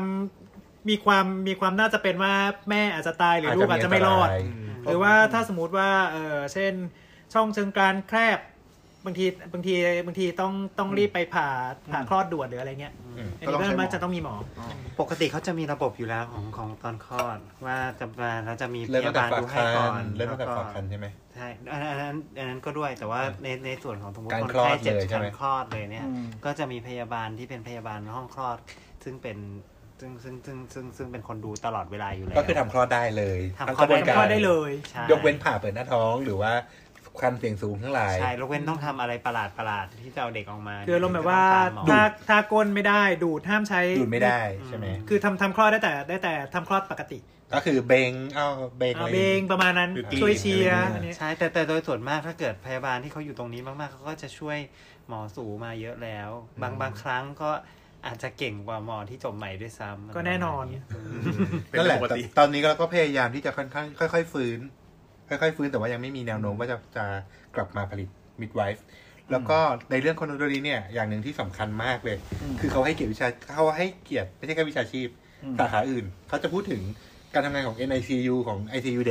ความน่าจะเป็นว่าแม่อาจจะตายหรือลูกอาจจะไม่รอดหรือว่าถ้าสมมุติว่าเช่นช่องเชิงกรานแคบ บางทีต้องรีบไปผ่าคลอดด่วนหรืออะไรเงี้ยอันนี้ก็มันจะต้องมีหมอปกติเขาจะมีระบบอยู่แล้วของตอนคลอดว่าจะมาแล้วจะมีพยาบาลดูให้ก่อนเริ่มตั้งแต่ฝากครรภ์ใช่ไหมใช่อันนั้นก็ด้วยแต่ว่าในส่วนของสมมติคนไข้เจ็บคันคลอดเลยเนี่ยก็จะมีพยาบาลที่เป็นพยาบาลห้องคลอดซึ่งเป็นคนดูตลอดเวลาอยู่แล้วก็คือทำคลอดได้เลยทำคลอดได้เลยยกเว้นผ่าเปิดหน้าท้องหรือว่าคันเสี่ยงสูงทั้งหลายใช่ยกเว้นต้องทำอะไรประหลาดที่จะเอาเด็กออกมาคือลงแบบว่าถ้าก้นไม่ได้ดูดห้ามใช้ดูดไม่ได้ใช่ไหมคือทำคลอดได้แต่ทำคลอดปกติก็คือเบงประมาณนั้นช่วยเชียร์ใช่แต่โดยส่วนมากถ้าเกิดพยาบาลที่เขาอยู่ตรงนี้มากๆเขาก็จะช่วยหมอสูมาเยอะแล้วบางครั้งก็อาจจะเก่งกว่าหมอที่จบใหม่ด้วยซ้ำก็แน่นอนนั่นแหละตอนนี้ก็พยายามที่จะค่อยๆฟื้นแต่ว่ายังไม่มีแนวโน้มว่าจะกลับมาผลิต midwife แล้วก็ในเรื่องคอนโดนี้เนี่ยอย่างหนึ่งที่สำคัญมากเลยคือเขาให้เกียรติไม่ใช่แค่วิชาชีพสาขาอื่นเขาจะพูดถึงการทำงานของ NICU ของ ICU เด็ก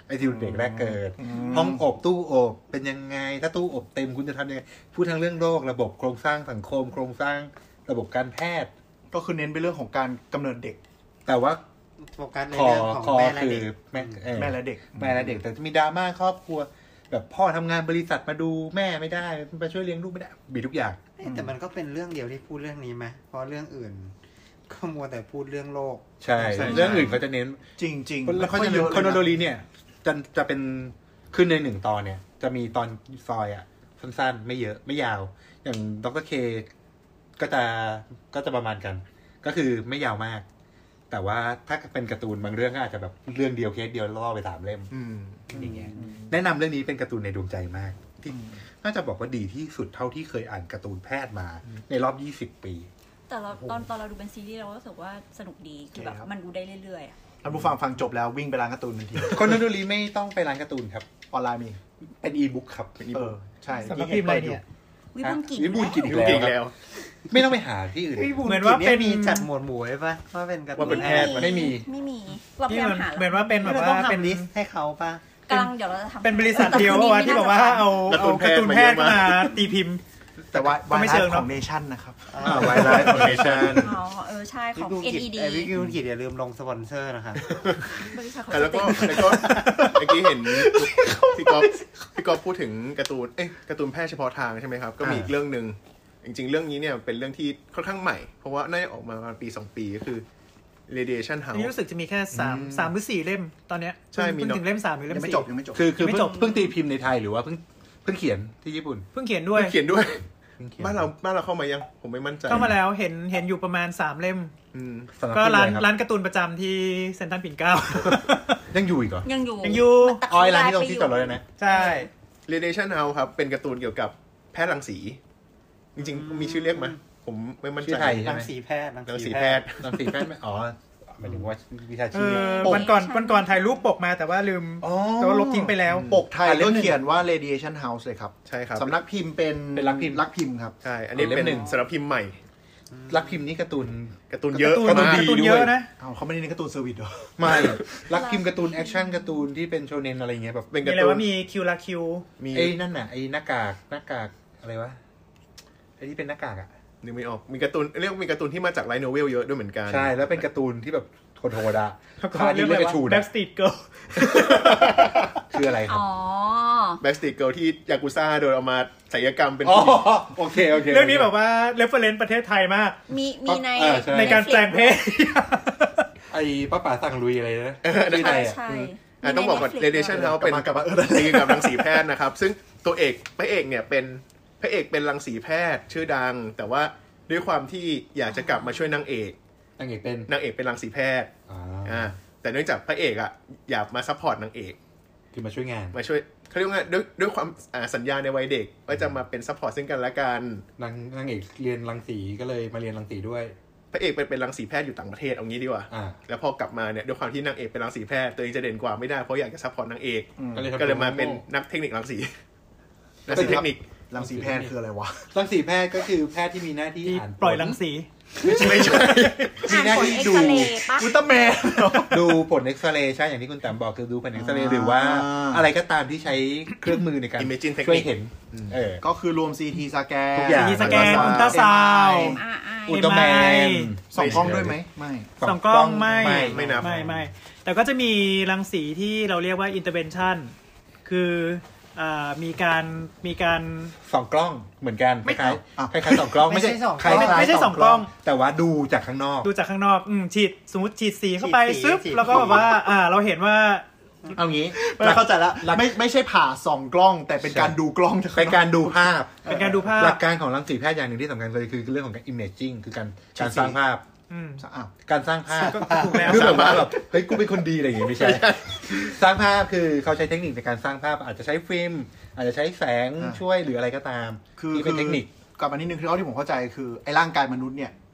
ICU เด็กแรกเกิดห้องอบตู้อบเป็นยังไงถ้าตู้อบเต็มคุณจะทำยังไงพูดทั้งเรื่องโรคระบบโครงสร้างสังคมโครงสร้างระบบการแพทย์ก็คือเน้นไปเรื่องของการกำเนิดเด็กแต่ว่าโฟกัสในเรื่องของแม่และเด็กแม่และเด็กแต่จะมีดราม่าครอบครัวแบบพ่อทำงานบริษัทมาดูแม่ไม่ได้มาช่วยเลี้ยงลูกไม่ได้มีทุกอย่างแต่มันก็เป็นเรื่องเดียวที่พูดเรื่องนี้ไหมเพราะเรื่องอื่นก็มัวแต่พูดเรื่องโลกใช่เรื่องอื่นเขาจะเน้นจริงๆแล้วเขาจะคอนโดรีเนี่ยจะเป็นขึ้นใน1ตอนเนี่ยจะมีตอนซอยอ่ะสั้นๆไม่เยอะไม่ยาวอย่างดร.เคก็จะประมาณกันก็คือไม่ยาวมากแต่ว่าถ้าเป็นการ์ตูนบางเรื่องก็อาจจะแบบเรื่องเดียวเคสเดียวล่อไป3 เล่มอย่างเงี้ยแนะนำเรื่องนี้เป็นการ์ตูนในดวงใจมากที่น่าจะบอกว่าดีที่สุดเท่าที่เคยอ่านการ์ตูนแพทย์มาในรอบ20 ปีแต่เราตอนเราดูเป็นซีรีส์เราก็รู้สึกว่าสนุกดีคือแบบมันดูได้เรื่อยๆท่านผู้ฟังจบแล้ววิ่งไปร้านการ์ตูนทันทีคนนนรีไม่ต้องไปร้านการ์ตูนครับออนไลน์มีเป็นอีบุ๊กครับเป็นอีบุ๊กใช่สำหรับพิมพ์อะไรเนี่ยวิบูลย์กิจอีกแล้วไม่ต้องไปหาที่อื่นเหมือนว่าเป็นมีจัดหมวดหมู่ไว้ป่ะว่าเป็นการ์ตูนแพทย์ไม่มีเราพยายามหาเหมือนว่าเป็นแบบว่าเป็นลิสต์ให้เขาป่ะกำลังเดี๋ยวเราจะทำเป็นบริษัทเดียวว่าที่บอกว่าเอาการ์ตูนแพทย์มาตีพิมพ์แต่ว่าไม่เชิงของเนชั่นนะครับไวไลท์ของเนชั่นใช่ของ NED วิกิวกิจอย่าลืมลงสปอนเซอร์นะครับแล้วก็เมื่อกี้เห็นพี่ก๊อฟพูดถึงการ์ตูนแพทย์เฉพาะทางใช่ไหมครับก็มีอีกเรื่องนึงจริงๆเรื่องนี้เนี่ยเป็นเรื่องที่ค่อนข้างใหม่เพราะว่าน่าจะออกมาประมาณปี2 ปีก็คือ Radiation House นี่รู้สึกจะมีแค่3 หรือ 4 เล่มตอนเนี้ยใช่มีถึงเล่ม3หรือเล่ม4 ยังไม่จบคือเพิ่งตีพิมพ์ในไทยหรือว่าเพิ่งเขียนที่ญี่ปุ่นเพิ่งเขียนด้วยบ้านเราเข้ามายังผมไม่มั่นใจเข้ามาแล้วเห็นอยู่ประมาณ3 เล่มก็ร้านการ์ตูนประจำที่เซ็นทรัลปิ่นเกล้ายังอยู่อีกเหรอยังอยู่ร้านที่ตรงที่จอดรถนะใช่ Radiation House ครับเป็นการ์ตูนเกี่ยวกับแพทย์รังสีจริงๆมีชื่อเรียกมั้ยผมไม่มั่นใจรังสีแพทย์ไม่อ๋อหมายถึงว่าวิชาชีพวันก่อนถ่ายรูปปกมาแต่ว่าลืมแต่ว่าลบทิ้งไปแล้วปกไทยก็เขียนว่า Radiation House เลยครับใช่ครับสำนักพิมพ์เป็นรักพิมพ์ครับใช่อันนี้เป็นสำนักพิมพ์ใหม่รักพิมพ์นี่การ์ตูนเยอะการ์ตูนดีด้วยนะเขาไม่ได้ในการ์ตูนเซอร์วิสหรอไม่รักพิมพ์การ์ตูนแอคชั่นการ์ตูนที่เป็นโชเน็นอะไรเงี้ยแบบเป็นการ์ตูนว่ามีคิวลาคิวมีไอ้นั่นน่ะไอ้หน้ากากอะไรวะไอ้ที่เป็นหน้ากากอ่ะนึกไม่ออกมีการ์ตูนเรียกมีการ์ตูนที่มาจากไลท์โนเวลเยอะด้วยเหมือนกันใช่แล้วเป็นการ์ตูนที่แบบโทดาเรียกว่าแบ็กสตรีทเกิร์ลคืออะไรครับแบ็กสตรีทเกิร์ลที่ยากุซ่าโดนเอามาศัลยกรรมเป็นโอเคเรื่องนี้แบบว่าเรฟเฟอเรนซ์ประเทศไทยมากมีในการแปลงเพศไอ้ป้าป๋าสั่งลุยอะไรนะที่ไหนอ่ะต้องบอกว่า Radiation House เป็นเกี่ยวกับรังสีแพทย์นะครับซึ่งตัวเอกพระเอกเนี่ยเป็นพระเอกเป็นรังสีแพทย์ชื่อดังแต่ว่าด้วยความที่อยากจะกลับมาช่วยนางเอกเป็นรังสีแพทย์แต่เนื่องจากพระเอกอ่ะอยากมาซัพพอร์ตนางเอกคือมาช่วยงานมาช่วยเขาเรียกว่าด้วยความสัญญาในวัยเด็กว่าจะมาเป็นซัพพอร์ตซึ่งกันและกันนางเอกเรียนรังสีก็เลยมาเรียนรังสีด้วยพระเอกเป็นรังสีแพทย์อยู่ต่างประเทศเอางี้ดีกว่าแล้วพอกลับมาเนี่ยด้วยความที่นางเอกเป็นรังสีแพทย์ตัวเองจะเด่นกว่าไม่ได้เพราะอยากจะซัพพอร์ตนางเอกก็เลยมาเป็นนักเทคนิครังสีเทคนิครังสีแพทย์คืออะไรวะรังสีแพทย์ก็คือแพทย์ที่มีหน้าที่อ่านปล่อยรังสีไม่ใช่มีหน้าที่ดูอุลตร้าแมนดูผลเอ็กซเรย์ใช่อย่างที่คุณแต้มบอกคือดูผลเอ็กซเรย์หรือว่าอะไรก็ตามที่ใช้เครื่องมือในการช่วยเห็นก็คือรวม CT สแกน CT สแกนอุลตราซาวด์อุลตร้าแมน 2 กล้องด้วยไหมไม่ 2 กล้องไม่นับไม่แต่ก็จะมีรังสีที่เราเรียกว่า intervention คือมีการ 2 กล้องเหมือนกันคล้าย2 กล้องไม่ใช่2 กล้องแต่ว่าดูจากข้างนอกฉีดสมมุติฉีดสีเข้าไปซึบแล้วก็แบบว่าเราเห็นว่าเอางี้เข้าใจแล้วไม่ใช่ผ่า2 กล้องแต่เป็นการดูกล้องเป็นการดูภาพหลักการของรังสีแพทย์อย่างหนึ่งที่สำคัญเลยคือเรื่องของการ imaging คือการสร้างภาพการสร้างภาพคือแบบว่าแบบเฮ้ยกูเป็นคนดีอะไรอย่างงี้ไม่ใช่สร้างภาพคือเขาใช้เทคนิคในการสร้างภาพอาจจะใช้ฟิล์มอาจจะใช้แสงช่วยหรืออะไรก็ตามคือเป็นเทคนิคกับอันนี้นึงคือที่ผมเข้าใจคือไอ้ร่างกายมนุษย์เนี่ย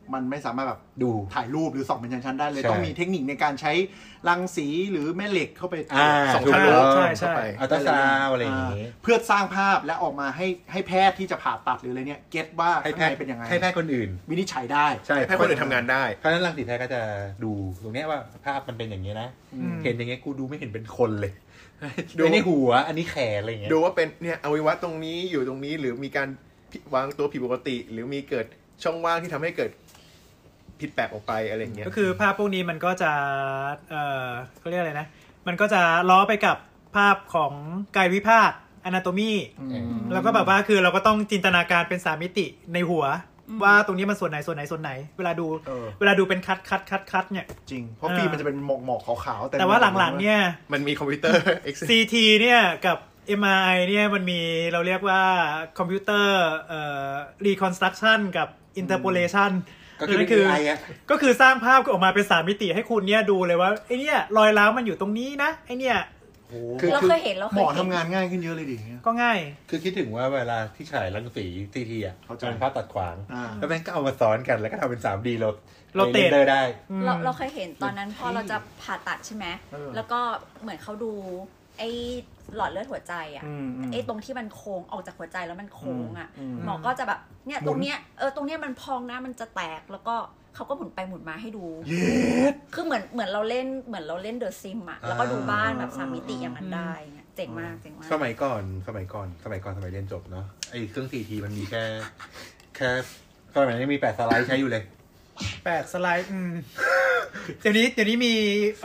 มันไม่สามารถแบบดูถ่ายรูปหรือส่องเป็นชั้นๆได้เลยต้องมีเทคนิคในการใช้รังสีหรือแม่เหล็กเข้าไปส่องทะลุใช่อัลตราซาวด์อะไรอย่างงี้เพื่อสร้างภาพและออกมาให้แพทย์ที่จะผ่าตัดหรืออะไรเนี่ยเก็ตว่าข้างในเป็นยังไงให้แพทย์คนอื่นวินิจฉัยได้ใช่แพทย์คนอื่นทำงานได้เพราะฉะนั้นรังสีแพทย์ก็จะดูตรงนี้ว่าภาพมันเป็นอย่างนี้นะเห็นอย่างเงี้ยกูดูไม่เห็นเป็นคนเลยดูในหัวอันนี้แขนอะไรอย่างเงี้ยดูว่าเป็นเนี่ยอวัยวะตรงนี้อยู่ตรงนี้หรือมีการวางตัวผิดปกติหรือมีเกิดช่องว่างที่ทำให้เกิดผิดแปลกออกไปอะไรอย่างเงี้ยก็คือภาพพวกนี้มันก็จะเขาเรียกอะไรนะมันก็จะล้อไปกับภาพของกายวิภาค anatomy แล้วก็แบบว่าคือเราก็ต้องจินตนาการเป็น3มิติในหัวว่าตรงนี้มันส่วนไหนเวลาดูเป็นคัดเนี่ยจริงเพราะฟิล์มมันจะเป็นหมอกขาวๆแต่ว่าหลังๆเนี่ยมันมีคอมพิวเตอร์ CT เนี่ยกับ MRI เนี่ยมันมีเราเรียกว่าคอมพิวเตอร์reconstruction กับ interpolation ก็คือสร้างภาพออกมาเป็น3มิติให้คุณเนี่ยดูเลยว่าไอ้เนี่ยรอยร้าวมันอยู่ตรงนี้นะไอ้เนี่ยเราเคยเห็นหมอทำงานง่ายขึ้นเยอะเลยดิก็ง่ายคือคิดถึงว่าเวลาที่ฉายรังสีทีอ่ะเป็นภาพตัดขวางแล้วแม่งก็เอามาซ้อนกันแล้วก็ทำเป็น 3D เราเตะได้เราเคยเห็นตอนนั้นพอเราจะผ่าตัดใช่ไหมแล้วก็เหมือนเขาดูไอ้หลอดเลือดหัวใจอ่ะไอ้ตรงที่มันโค้งออกจากหัวใจแล้วมันโค้งอ่ะหมอก็จะแบบเนี่ยตรงเนี้ยตรงเนี้ยมันพองนะมันจะแตกแล้วก็เขาก็หมุนไปหมุนมาให้ดูคือเหมือนเราเล่นเดอะซิมอ่ะแล้วก็ดูบ้านแบบ3มิติอย่างนั้นได้เจ๋งมากสมัยก่อนสมัยเรียนจบเนาะไอ้เครื่อง 4T มันมีแค่สมัยนี้มี8สไลด์ใช้อยู่เลย 8สไลด์เดี๋ยวนี้มี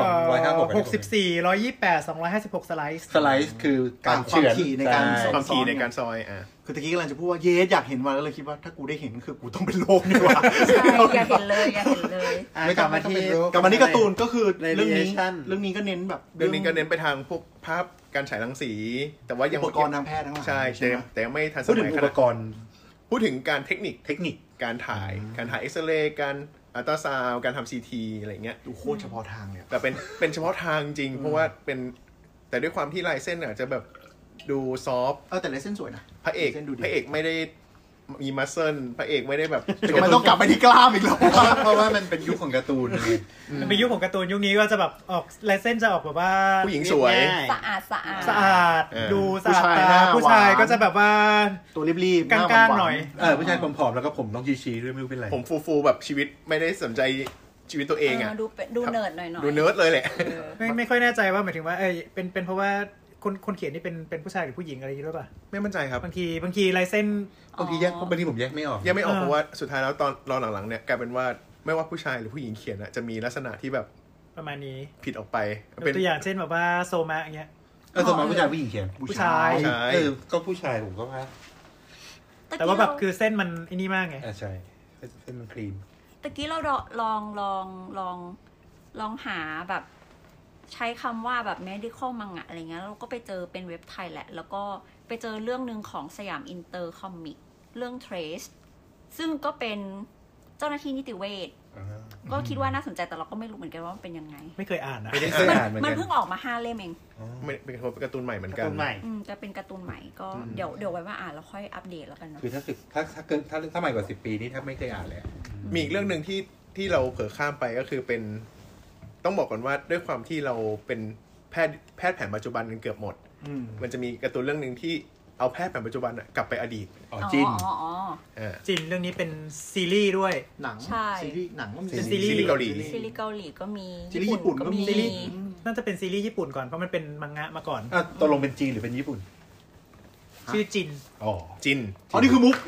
64 128 256สไลด์คือการเฉือนในการความถี่ในการซอยคือตะกี้กำลังจะพูดว่าอยากเห็นมาแล้วเลยคิดว่าถ้ากูได้เห็นคือกูต้องเป็นโรคนี่หว่าใช่อยากเห็นเลยไม่กลับมาที่การ์ตูนก็คือเรื่องนี้ก็เน้นแบบเรื่องนี้ก็เน้นไปทางพวกภาพการฉายรังสีแต่ว่ายังอุปกรณ์ทางแพทย์ทั้งหลายใช่แต่ไม่ทันสมัยอุปกรณ์พูดถึงการเทคนิคการถ่ายเอ็กซเรย์การอัลตราซาวด์การทำ CT อะไรเงี้ยดูโคตรเฉพาะทางเนี่ยแต่เป็นเฉพาะทางจริงเพราะว่าแต่ด้วยความที่ลายเส้นอาจจะแบบดูซอฟต์แต่ลายเส้นสวยนะพระเอกไม่ได้มีมัสเซิลพระเอกไม่ได้แบบมันต้องกลับไปที่กล้ามอีกแล้วเพราะว่ามันเป็นยุคของการ์ตูนมันเป็นยุคของการ์ตูนยุคนี้ก็จะแบบออกลายเส้นจะออกแบบว่าผู้หญิงสวยสะอาดดูสะอาดตาผู้ชายก็จะแบบว่าตัวรีบๆกลางๆหน่อยผู้ชายผอมๆแล้วก็ผมต้องชี้ๆด้วยไม่รู้เป็นไรผมฟูๆแบบชีวิตไม่ได้สนใจชีวิตตัวเองอ่ะดูเนิร์ดหน่อยดูเนิร์ดเลยแหละไม่ค่อยแน่ใจว่าหมายถึงว่าเป็นเพราะว่าคนเขียนนี่เป็นผู้ชายหรือผู้หญิงอะไรอย่างนี้หรือเปล่าไม่มั่นใจครับบางทีลายเส้นบางทีผมแยกไม่ออกเพราะว่าสุดท้ายแล้วตอนหลังๆเนี่ยกลายเป็นว่าไม่ว่าผู้ชายหรือผู้หญิงเขียนอ่ะจะมีลักษณะที่แบบประมาณนี้ผิดออกไปเป็นตัวอย่างเช่นแบบว่าโซมะอย่างเงี้ยโซมะผู้ชายผู้หญิงเขียนผู้ชายก็ผู้ชายผมก็ว่าแต่ว่าแบบคือเส้นมันไอ้นี่มากไงใช่เส้นมันคลีนตะกี้เราลองหาแบบใช้คำว่าแบบ medical มังงะอะไรเงี้ยเราก็ไปเจอเป็นเว็บไทยแหละแล้วก็ไปเจอเรื่องนึงของสยามอินเตอร์คอมิกเรื่อง Trace ซึ่งก็เป็นเจ้าหน้าที่นิติเวชก็คิดว่าน่าสนใจแต่เราก็ไม่รู้เหมือนกันว่ามันเป็นยังไงไม่เคยอ่านนะมันเพิ่งออกมา5 เล่มเองเป็นการ์ตูนใหม่เหมือนกันจะเป็นการ์ตูนใหม่ก็เดี๋ยวไว้ว่าอ่านแล้วค่อยอัปเดตแล้วกันเนาะคือถ้าใหม่กว่า10 ปีนี่ถ้าไม่เคยอ่านเลยมีอีกเรื่องนึงที่เราเผลอข้ามไปก็คือเป็นต้องบอกก่อนว่าด้วยความที่เราเป็นแพทย์แผนปัจจุบันกันเกือบหมดมันจะมีการ์ตูนเรื่องนึงที่เอาแพทย์แผนปัจจุบันกลับไปอดีตจินจินเรื่องนี้เป็นซีรีส์ด้วยหนังซีรีส์หนังก็มีเป็นซีรีส์เกาหลีก็มีซีรีส์ญี่ปุ่นก็มีน่าจะเป็นซีรีส์ญี่ปุ่นก่อนเพราะมันเป็นมังงะมาก่อนตกลงเป็นจีนหรือเป็นญี่ปุ่นชื่อจินจินนี่คือมุก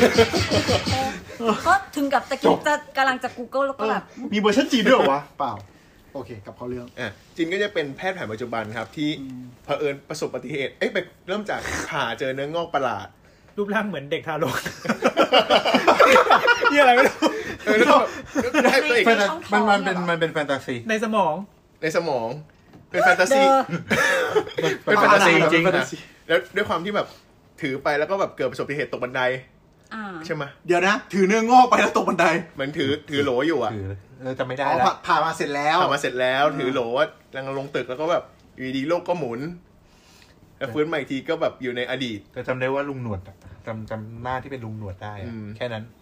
ก็ถึงกับตะกี้จะกำลังจะ Google แล้วก็แบบมีเวอร์ชันจีนด้วยเหรอวะเปล่าโอเคกับเขาเรื่องจินก็จะเป็นแพทย์แผนปัจจุบันครับที่เผอิญประสบอุบัติเหตุไปเริ่มจากผ่าเจอเนื้องอกประหลาดรูปร่างเหมือนเด็กทารกนี่อะไรไม่รู้มันเป็นแฟนตาซีในสมองเป็นแฟนตาซีจริงๆนะแล้วด้วยความที่แบบถือไปแล้วก็แบบเกิดประสบอุบัติเหตุตกบันไดใช่ไหมเดี๋ยวนะถือเนื้องอกไปแล้วตกบันไดเหมือนถือโหลอยู่อ่ะจะไม่ได้แล้วผ่ามาเสร็จแล้วถือโหลกำลังลงตึกแล้วก็แบบอยู่ดีโลกก็หมุนแล้วฟื้นใหม่ทีก็แบบอยู่ในอดีตแต่จำได้ว่าลุงหนวดจำหน้าที่เป็นลุงหนวดได้แค่นั้น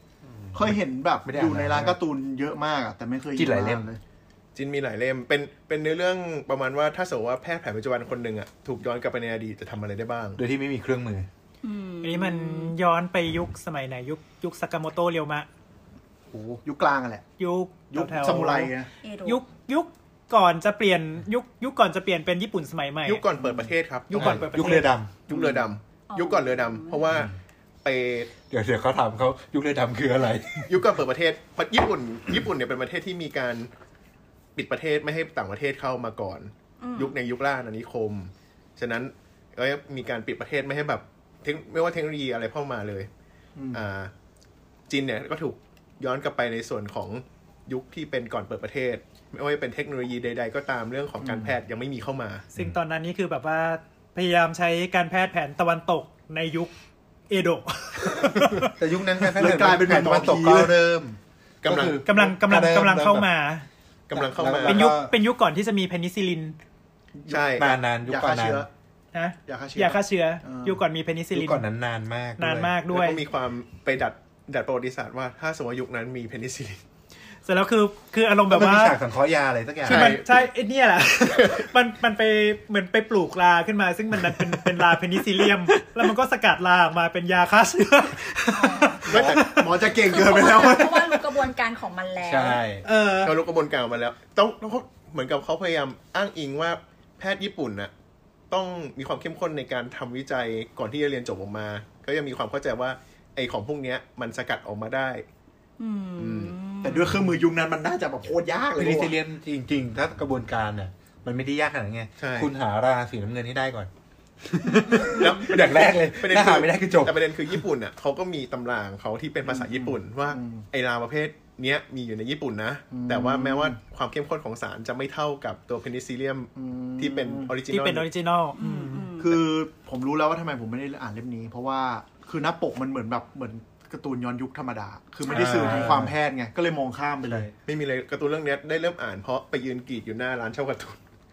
เคยเห็นแบบอยู่ในร้านการ์ตูนเยอะมากแต่ไม่เคยกินหลายเล่มเลยจินมีหลายเล่มเป็นเนื้อเรื่องประมาณว่าถ้าสมมติว่าแพทย์แผนปัจจุบันคนหนึ่งอ่ะถูกย้อนกลับไปในอดีตจะทำอะไรได้บ้างโดยที่ไม่มีเครื่องมืออันนี้มันย้อนไปยุคสมัยไหนยุคซากาโมโตะเรียวมะโอ้ยุคกลางอ่ะแหละยุคซามูไรนะยุคก่อนจะเปลี่ยนยุคก่อนจะเปลี่ยนเป็นญี่ปุ่นสมัยใหม่ยุคก่อนเปิดประเทศครับยุคก่อนเปิดประเทศยุคเรือดำยุคก่อนเรือดำเพราะว่าไปเดี๋ยวเขาถามเขายุคเรือดำคืออะไรยุคก่อนเปิดประเทศญี่ปุ่นเนี่ยเป็นประเทศที่มีการปิดประเทศไม่ให้ต่างประเทศเข้ามาก่อนยุคในยุคล่าอาณานิคมฉะนั้นก็มีการปิดประเทศไม่ให้แบบไม่ว่าเทคโนโลยีอะไรเข้ามาเลยจีนเนี่ยก็ถูกย้อนกลับไปในส่วนของยุคที่เป็นก่อนเปิดประเทศไม่ว่าจะเป็นเทคโนโลยีใดๆก็ตามเรื่องของการแพทย์ยังไม่มีเข้ามาซึ่งตอนนั้นนี่คือแบบว่าพยายามใช้การแพทย์แผนตะวันตกในยุคเอโดะแต่ยุคนั้นการแพทย์กลายเป็นแผนตะวันตกก็เริ่มกำลังเข้ามาเป็นยุคก่อนที่จะมีเพนิซิลินใช่นานยุคก่อนนั้นนะยาฆ่าเชื้อยุคก่อนมีเพนิซิลินยุคก่อนนั้นนานมากด้วยแล้วก็มีความไปดัดประวัติศาสตร์ว่าถ้าสมมติยุคนั้นมีเพนิซิลินเสร็จแล้วคืออารมณ์แบบว่าฉากสังเคราะห์ยาอะไรสักอย่างใช่ไอ้นี่แหละมันไปเหมือนไปปลูกราขึ้นมาซึ่งมันเป็นราเพนิซิเลียมแล้วมันก็สกัดราออกมาเป็นยาฆ่าเชื้อหมอจะเก่งเกินไปแล้วเพราะว่ารู้กระบวนการของมันแล้วใช่เขารู้กระบวนการของมันแล้วต้องเหมือนกับเขาพยายามอ้างอิงว่าแพทย์ญี่ปุ่นน่ะต้องมีความเข้มข้นในการทำวิจัยก่อนที่จะเรียนจบออกมาก็ยังมีความเข้าใจว่าไอ้ของพวกนี้มันสกัดออกมาได้แต่ด้วยเครื่องมือยุคนั้นมันน่าจะแบบโคตรยากเลยเพนิซิลลินจริงๆถ้ากระบวนการเนี่ยมันไม่ได้ยากขนาดนั้นไงคุณหาราสีน้ำเงินให้ได้ก่อนแล้วอย่างแรกเลยถ้าหาไม่ได้คือจบแต่ประเด็นคือญี่ปุ่นอ่ะเขาก็มีตำราของเขาที่เป็นภาษาญี่ปุ่นว่าไอ้ราประเภทเนี้ยมีอยู่ในญี่ปุ่นนะแต่ว่าแม้ว่าความเข้มข้นของสารจะไม่เท่ากับตัวเพนิซิลเลียมที่เป็นออริจินอลคือผมรู้แล้วว่าทำไมผมไม่ได้อ่านเล่มนี้เพราะว่าคือหน้าปกมันเหมือนการ์ตูนย้อนยุคธรรมดาคือไม่ได้สื่อถึงความแพทย์ไงก็เลยมองข้ามไปเลยไม่มีเลยการ์ตูนเรื่องนี้ได้เริ่มอ่านเพราะไปยืนกรีดอยู่หน้าร้านเช่าการ์ตูน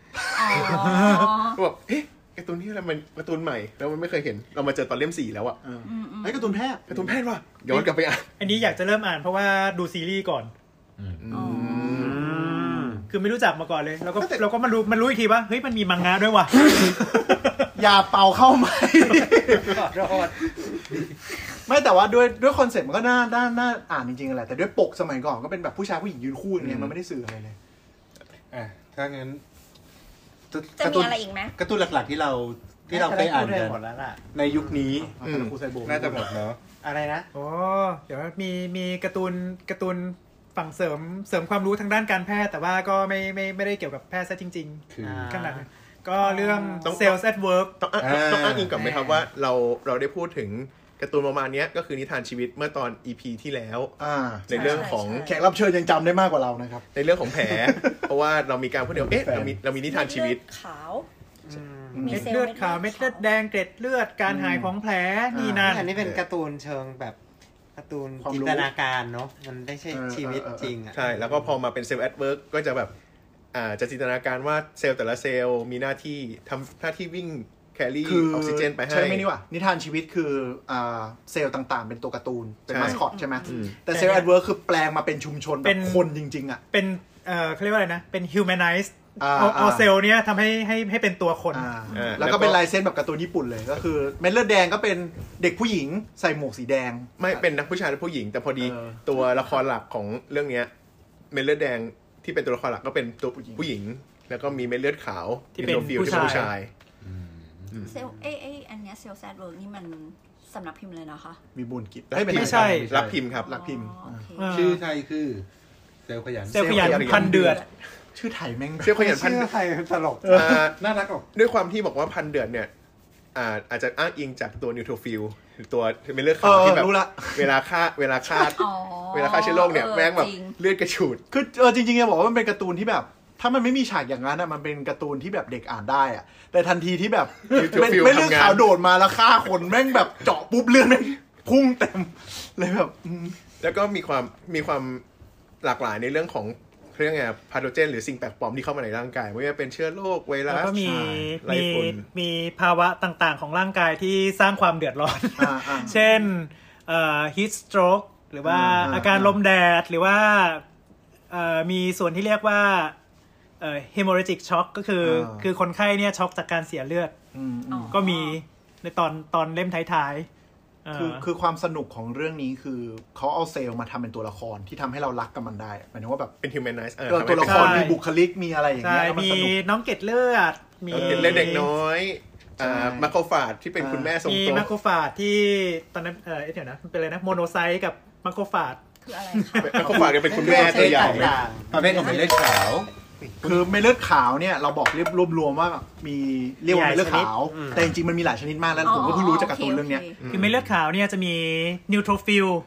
บอกเอ๊ะการ์ตูนนี่อะไรมันการ์ตูนใหม่แล้วมันไม่เคยเห็นเรามาเจอตอนเล่ม 4แล้วอ่ะไอ้การ์ตูนแพทย์ว่ะย้อนกลับไปอ่านอันนี้อยากจะเริ่มอ่านเพราะว่าดูซีรีส์ก่อนคือไม่รู้จักมาก่อนเลยเราก็มารู้อีกทีว่าเฮ้ยมันมีมังงะด้วยว่ะอย่าเป่าเข้าไหมไม่แต่ว่าด้วยคอนเซ็ปต์มันก็น่าอ่านจริงๆแหละแต่ด้วยปกสมัยก่อนก็เป็นแบบผู้ชายผู้หญิงยืนคู่อย่างเงี้ยมันไม่ได้สื่ออะไรเลยถ้างั้นจะมีอะไรอีกไหมการ์ตูนหลักๆที่เราเคยอ่านกันในยุคนี้น่าจะหมดเนาะอะไรนะอ๋อเดี๋ยวมีการ์ตูนฝั่งเสริมความรู้ทางด้านการแพทย์แต่ว่าก็ไม่ได้เกี่ยวกับแพทย์ซะจริงๆขนาดนั้นก็เรื่อง Sales at Work ต้องอ้างอิงก่อนไหมครับว่าเราได้พูดถึงการ์ตูนประมาณนี้ก็คือนิทานชีวิตเมื่อตอน EP ที่แล้วในเรื่องของแขกรับเชิญยังจำได้มากกว่าเรานะครับในเรื่องของแผลเพราะว่าเรามีการพูดเดียวเรามีนิทานชีวิตขาวเม็ดเลือดขาวเม็ดเลือดแดงเกล็ดเลือดการหายของแผลนี่นั่นอันนี้เป็นการ์ตูนเชิงแบบการ์ตูนจินตนาการเนาะมันไม่ใช่ชีวิตจริงอ่ะใช่แล้วก็พอมาเป็นเซลล์แอดเวิร์กก็จะแบบจะจินตนาการว่าเซลล์แต่ละเซลล์มีหน้าที่ทำหน้าที่วิ่งแครี่ออกซิเจนไปให้ใช่ไหมนี่วะนิทานชีวิตคือเซลล์ต่างๆเป็นตัวการ์ตูนเป็นมาสคอตใช่ไหมแต่เซลล์แอดเวิร์กคือแปลงมาเป็นชุมชนเป็นคนจริงๆอ่ะเป็นเขาเรียกว่าอะไรนะเป็น humanize เอาเซลล์เนี้ยทำให้เป็นตัวคนแล้วก็เป็นลายเส้นแบบการ์ตูนญี่ปุ่นเลยก็คือเม็ดเลือดแดงก็เป็นเด็กผู้หญิงใส่หมวกสีแดงไม่เป็นนักผู้ชายและผู้หญิงแต่พอดีตัวละครหลักของเรื่องนี้เม็ดเลือดแดงที่เป็นตัวละครหลักก็เป็นตัวผู้หญิงแล้วก็มีเม็ดเลือดขาวที่เป็นผู้ชายเซลอันเนี้ยเซลแซดเวิร์กนี่มันสำนักพิมพ์เลยนะคะมีบุญกิจไม่ใช่รับพิมพ์ครับรับพิมพ์ชื่อไทยคือเซลขยันพันเดือดชื่อไทยแม่งเซลขยันพันไทยตลกน่ารักออกด้วยความที่บอกว่าพันเดือดเนี่ยอาจจะอ้างอิงจากตัวนิวโทรฟิลหรือตัวเม็ดเลือดขาวที่แบบเวลาฆ่าเชื้อโรคเนี่ยแม่งแบบเลือดกระฉูดคือจริงๆจะบอกว่ามันเป็นการ์ตูนที่แบบถ้ามันไม่มีฉากอย่างนั้นมันเป็นการ์ตูนที่แบบเด็กอ่านได้อะแต่ทันทีที่แบบเป็นเรื่องข่าวโดดมาแล้วฆ่าคนแม่งแบบเจาะปุ๊บเลือดแม่งพุ่งเต็มเลยแบบแล้วก็มีความหลากหลายในเรื่องของเรื่องไงพาโทเจนหรือสิ่งแปลกปลอมที่เข้ามาในร่างกายไม่ว่าเป็นเชื้อโรคไวรัสแล้วก็มีภาวะต่างๆของร่างกายที่สร้างความเดือดร้อนเช่นheat stroke หรือว่าอาการลมแดดหรือว่ามีส่วนที่เรียกว่าhemorrhagic shock ก็คือคนไข้เนี่ยช็อกจากการเสียเลือดก็มีในตอนเล่มท้ายๆคือความสนุกของเรื่องนี้คือเขาเอาเซลล์มาทำเป็นตัวละครที่ทำให้เรารักกับมันได้หมายถึงว่าแบบเป็น humanize ตัวละครมีบุคลิกมีอะไรอย่างเงี้ยมีน้องเกล็ดเลือดมีเด็กน้อยมาโครฟาจที่เป็นคุณแม่ทรงโตมีมาโครฟาจที่ตอนนั้นเดี๋ยวนะมันเป็นอะไรนะโมโนไซต์กับมาโครฟาจคืออะไรคะมาโครฟาจเป็นคุณแม่ตัวใหญ่ประเภทของเม็ดเลือดขาวคือเม็ดเลือดขาวเนี่ยเราบอกเรียบรวมว่ามีเรียกว่าเม็ดเลือดขาวแต่จริงๆมันมีหลายชนิดมากแล้วผมก็เพิ่งรู้จากการ์ตูนเรื่องนี้คือเม็ดเลือดขาวเนี่ยจะมีนิวโทรฟิล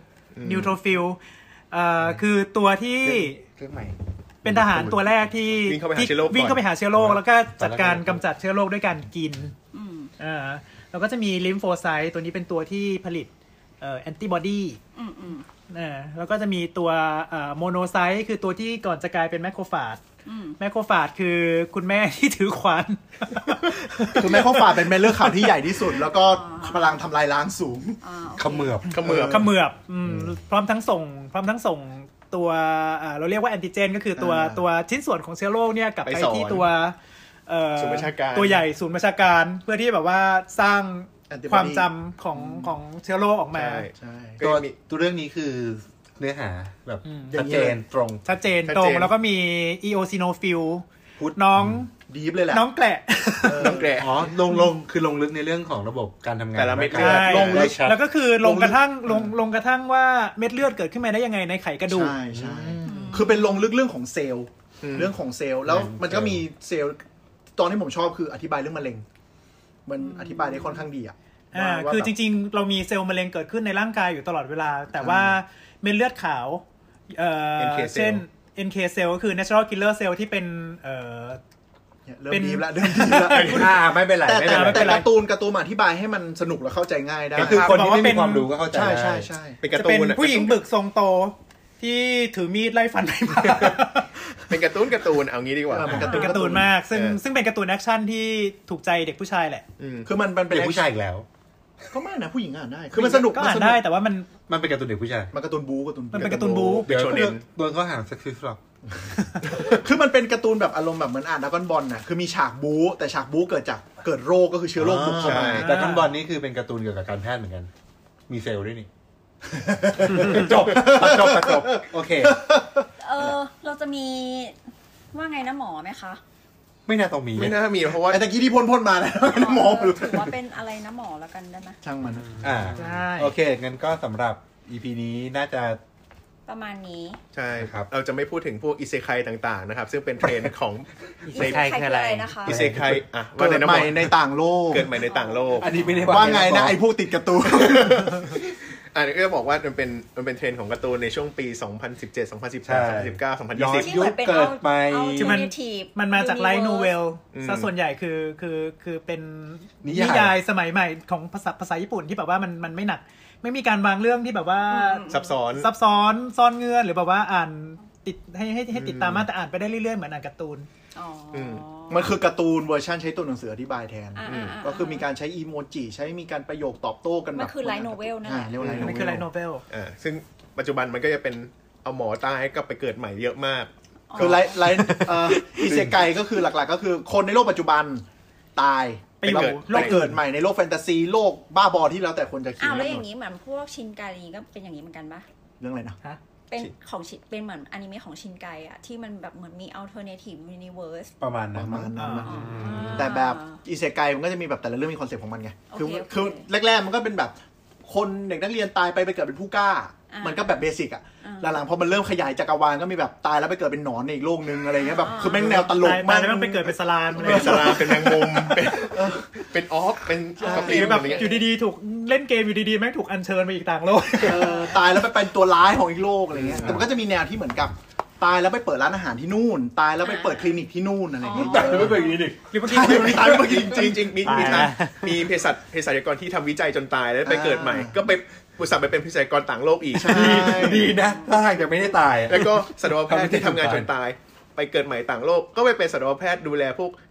คือตัวที่เป็นทหารตัวแรกที่วิ่งเข้าไปหาเชื้อโรคแล้วก็จัดการกำจัดเชื้อโรคด้วยการกินแล้วก็จะมีลิมโฟไซต์ตัวนี้เป็นตัวที่ผลิตแอนติบอดีแล้วก็จะมีตัวโมโนไซต์คือตัวที่ก่อนจะกลายเป็นแมคโครฟาจคือคุณแม่ที่ถือขวานคือแมคโครฟาจเป็นเม็ดเลือดขาวที่ใหญ่ที่สุดแล้วก็พลังทำลายล้างสูงเขมือบพร้อมทั้งส่งตัวเราเรียกว่าแอนติเจนก็คือตัวชิ้นส่วนของเชื้อโรคเนี่ยกลับไปที่ตัวศูนย์บัญชาการตัวใหญ่ศูนย์บัญชาการเพื่อที่แบบว่าสร้างความจำของเชื้อโรคออกมาตัวเรื่องนี้คือเนื้อหาแบบชัดเจนตรงแล้วก็มีอีโอซิโนฟิลน้องดีฟเลยแหละน้องแกะอ๋อลงลึกในเรื่องของระบบการทำงานแต่ละเม็ดเลือดลงลึกแล้วก็คือลงกระทั่งว่าเม็ดเลือดเกิดขึ้นมาได้ยังไงในไขกระดูกใช่คือเป็นลงลึกเรื่องของเซลล์แล้วมันก็มีเซลล์ตอนที่ผมชอบคืออธิบายเรื่องมะเร็งมันอธิบายได้ค่อนข้างดีคือจริงๆเรามีเซลล์มะเร็งเกิดขึ้นในร่างกายอยู่ตลอดเวลาแต่ว่าเม็ดเลือดขาวเช่น NK cell ก็คือ natural killer cell ที่เป็นเริ่มดีแล้วไม่เป็นไรแต่การ์ตูนอธิบายให้มันสนุกและเข้าใจง่ายได้คือคนที่ไม่มีความรู้ก็เข้าใจใช่เป็นการ์ตูนผู้หญิงบึกทรงโตที่ถือมีดไล่ฟันไปมาเป็นการ์ตูนเอางี้ดีกว่าเป็นการ์ตูนมากซึ่งเป็นการ์ตูนแอคชั่นที่ถูกใจเด็กผู้ชายแหละคือมันเป็นเด็กผู้ชายอีกแล้วก็ไม่นะผู้หญิงอ่านได้คือมันสนุกก็อ่านได้แต่ว่ามันเป็นการ์ตูนเด็กผู้ชายมันการ์ตูนบู๊มันเป็นการ์ตูนบู๊เดี๋ยวโดนข้อหาเซ็กซิสต์หรอคือมันเป็นการ์ตูนแบบอารมณ์แบบเหมือนอ่านดราก้อนบอลน่ะคือมีฉากบู๊แต่ฉากบู๊เกิดโรคก็คือเชื้อโรคบุกเข้ามาดราก้อนบอลนี่คือเป็นการ์ตูนเกี่ยวกับการแพทย์เหมือนกันมีเซลล์ด้วยนี่จบโอเคเราจะมีว่าไงนะหมอไหมคะไม่น่าต้องมีเพราะว่าไอ้ตะกี้ที่พ่นมาแล้วนะหมอถือว่าเป็นอะไรนะหมอแล้วกันได้ไหมช่างมันโอเคงั้นก็สำหรับ EP นี้น่าจะประมาณนี้ใช่ครับเราจะไม่พูดถึงพวกอิเซไคต่างๆนะครับซึ่งเป็นเทรนด์ของอิเซไคคืออะไรนะคะอิเซไคเกิดใหม่ในต่างโลกอันนี้ไม่ได้ว่าไงนะไอ้พวกติดการ์ตูนอันนี้ก็จะบอกว่ามันเป็นเทรนด์ของการ์ตูนในช่วงปี2017 2018 2019 2020 ยุคเกิดใหม่ที่มันมาจากไลท์โนเวลซะส่วนใหญ่คือเป็นนิยายสมัยใหม่ของภาษาญี่ปุ่นที่แบบว่ามันไม่หนักไม่มีการวางเรื่องที่แบบว่าซับซ้อนซ่อนเงื่อนหรือแบบว่าอ่านติดให้ติดตามมาแต่อ่านไปได้เรื่อยๆเหมือนอ่านการ์ตูนมันคือการ์ตูนเวอร์ชันใช้ตัวหนังสืออธิบายแทนก็คือมีการใช้อีโมจิใช้มีการประโยคตอบโต้กันแบบมันคือไลท์โนเวลนะมันคือไลท์โนเวลซึ่งปัจจุบันมันก็จะเป็นเอาหมอตายกับไปเกิดใหม่เยอะมากคือไลท์อิเซไกก็คือหลักๆก็คือคนในโลกปัจจุบันตายไปเกิดใหม่ในโลกแฟนตาซีโลกบ้าบอที่แล้วแต่คนจะคิดแล้วอย่างนี้เหมือนพวกชินไกนี้ก็เป็นอย่างนี้เหมือนกันปะเรื่องอะไรนะเป็นของเป็นเหมือนอนิเมะของชินไกอะที่มันแบบเหมือนมี alternative universe ประมาณนั้นแต่แบบอิเซไกมันก็จะมีแบบแต่ละเรื่องมีคอนเซ็ปต์ของมันไงคือแรกๆมันก็เป็นแบบคนเด็กนักเรียนตายไปเกิดเป็นผู้กล้ามันก็แบบเบสิกอะหลังๆพอมันเริ่มขยายจักรวาลก็มีแบบตายแล้วไปเกิดเป็นหนอนในอีกโลกนึงอะไรเงี้ยแบบคือแม่งแนวตลกมากแล้วไปเกิดเป็นสลามเป็นแมงมุมเป็นออฟเป็นกระปีแบบอยู่ดีๆถูกเล่นเกมอยู่ดีๆแม่งถูกอัญเชิญไปอีกต่างโลกตายแล้วไปเป็นตัวร้ายของอีกโลกอะไรเงี้ยแต่มันก็จะมีแนวที่เหมือนกับตายแล้วไปเปิดร้านอาหารที่นู่นตายแล้วไปเปิดคลินิกที่นู่นอะไรเงี้ยไม่เป็นอย่างนี้ดิหรือว่าตายเมื่อกี้จริงมีเภสัชกรที่ทำวิจัยจนตายแล้วไปเกิดใหม่ก็ไปอุตส่าห์ไปเป็นเภสัชกรต่างโลกอีกดีนะถ้าหากจะไม่ได้ตายแล้วก็สัตวแพทย์ที่ทำงานจนตายไปเกิดใหม่ต่างโลกก็ไปเป็นสัตวแพทย์ดูแลพวก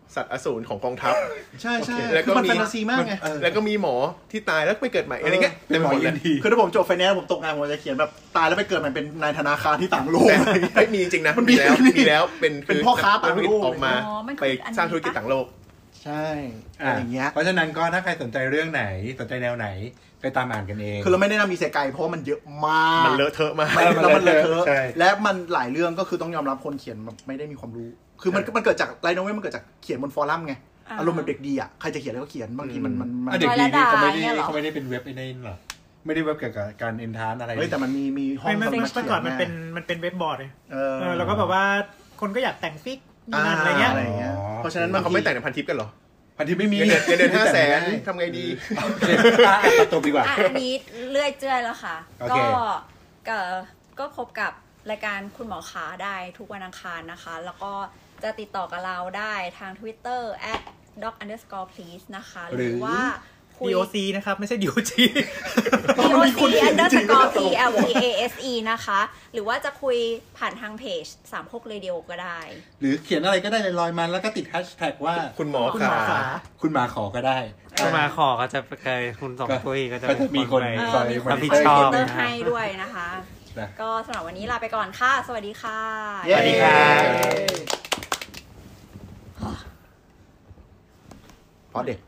สัตว์อสูรของกองทัพใช่ใช่แล้วก็มีแฟนตาซีมากไงแล้วก็มีหมอที่ตายแล้วไปเกิดใหม่อะไรเงี้ยเป็นหมอยินดีคือถ้าผมจบไฟแนนซ์ผมตกงานผมจะเขียนแบบตายแล้วไปเกิดใหม่เป็นนายธนาคารที่ต่างโลกไม่มีจริงๆนะมีแล้วเป็นพ่อค้าต่างโลกออกมาไปสร้างธุรกิจต่างโลกใช่อะไรเงี้ยเพราะฉะนั้นก็ถ้าใครสนใจเรื่องไหนสนใจแนวไหนไปตามอ่านกันเองคือเราไม่ได้นำมีเซไกเพราะมันเยอะมากมันเลอะเทอะมากแล้วมันเลอะเทอะและมันหลายเรื่องก็คือต้องยอมรับคนเขียนไม่ได้มีความรู้คือมันเกิดจากไลน์โนเวลมันเกิดจากเขียนบนฟอรัมไงอารมณ์แบบเด็กดีอ่ะใครจะเขียนอะไรก็เขียนบางทีมันเด็กดีนี่เขาไม่ได้เป็นเว็บไอ้นี่หรอไม่ได้เว็บเกี่ยวกับการเอนทานอะไรแต่มันมีห้องสำนักเขียนก่อนมันเป็นเว็บบอร์ดเลยแล้วก็แบบว่าคนก็อยากแต่งฟิกงานอะไรเงี้ยเพราะฉะนั้นเขาไม่แต่งในพันทิปกันหรอพันทิปไม่มีเดือน500,000ทำไงดีจบดีกว่าอันนี้เลื่อยเจื้อยแล้วค่ะก็พบกับรายการคุณหมอขาได้ทุกวันอังคารนะคะแล้วก็จะติดต่อกับเราได้ทาง Twitter @doc_please นะคะหรือว่า DOC นะครับไม่ใช่ DOG DOC_PLPASE นะคะหรือว่าจะคุยผ่านทางเพจสามพกเรดิโอก็ได้หรือเขียนอะไรก็ได้ลอยมันแล้วก็ติดแฮชแท็กว่าคุณหมอขาคุณมาขอก็ได้คุณมาขอก็จะเคยคุณสองคุยก็จะมีคนคอยรับผิดชอบให้ด้วยนะคะก็สำหรับวันนี้ลาไปก่อนค่ะสวัสดีค่ะสวัสดีค่ะพอเด็ก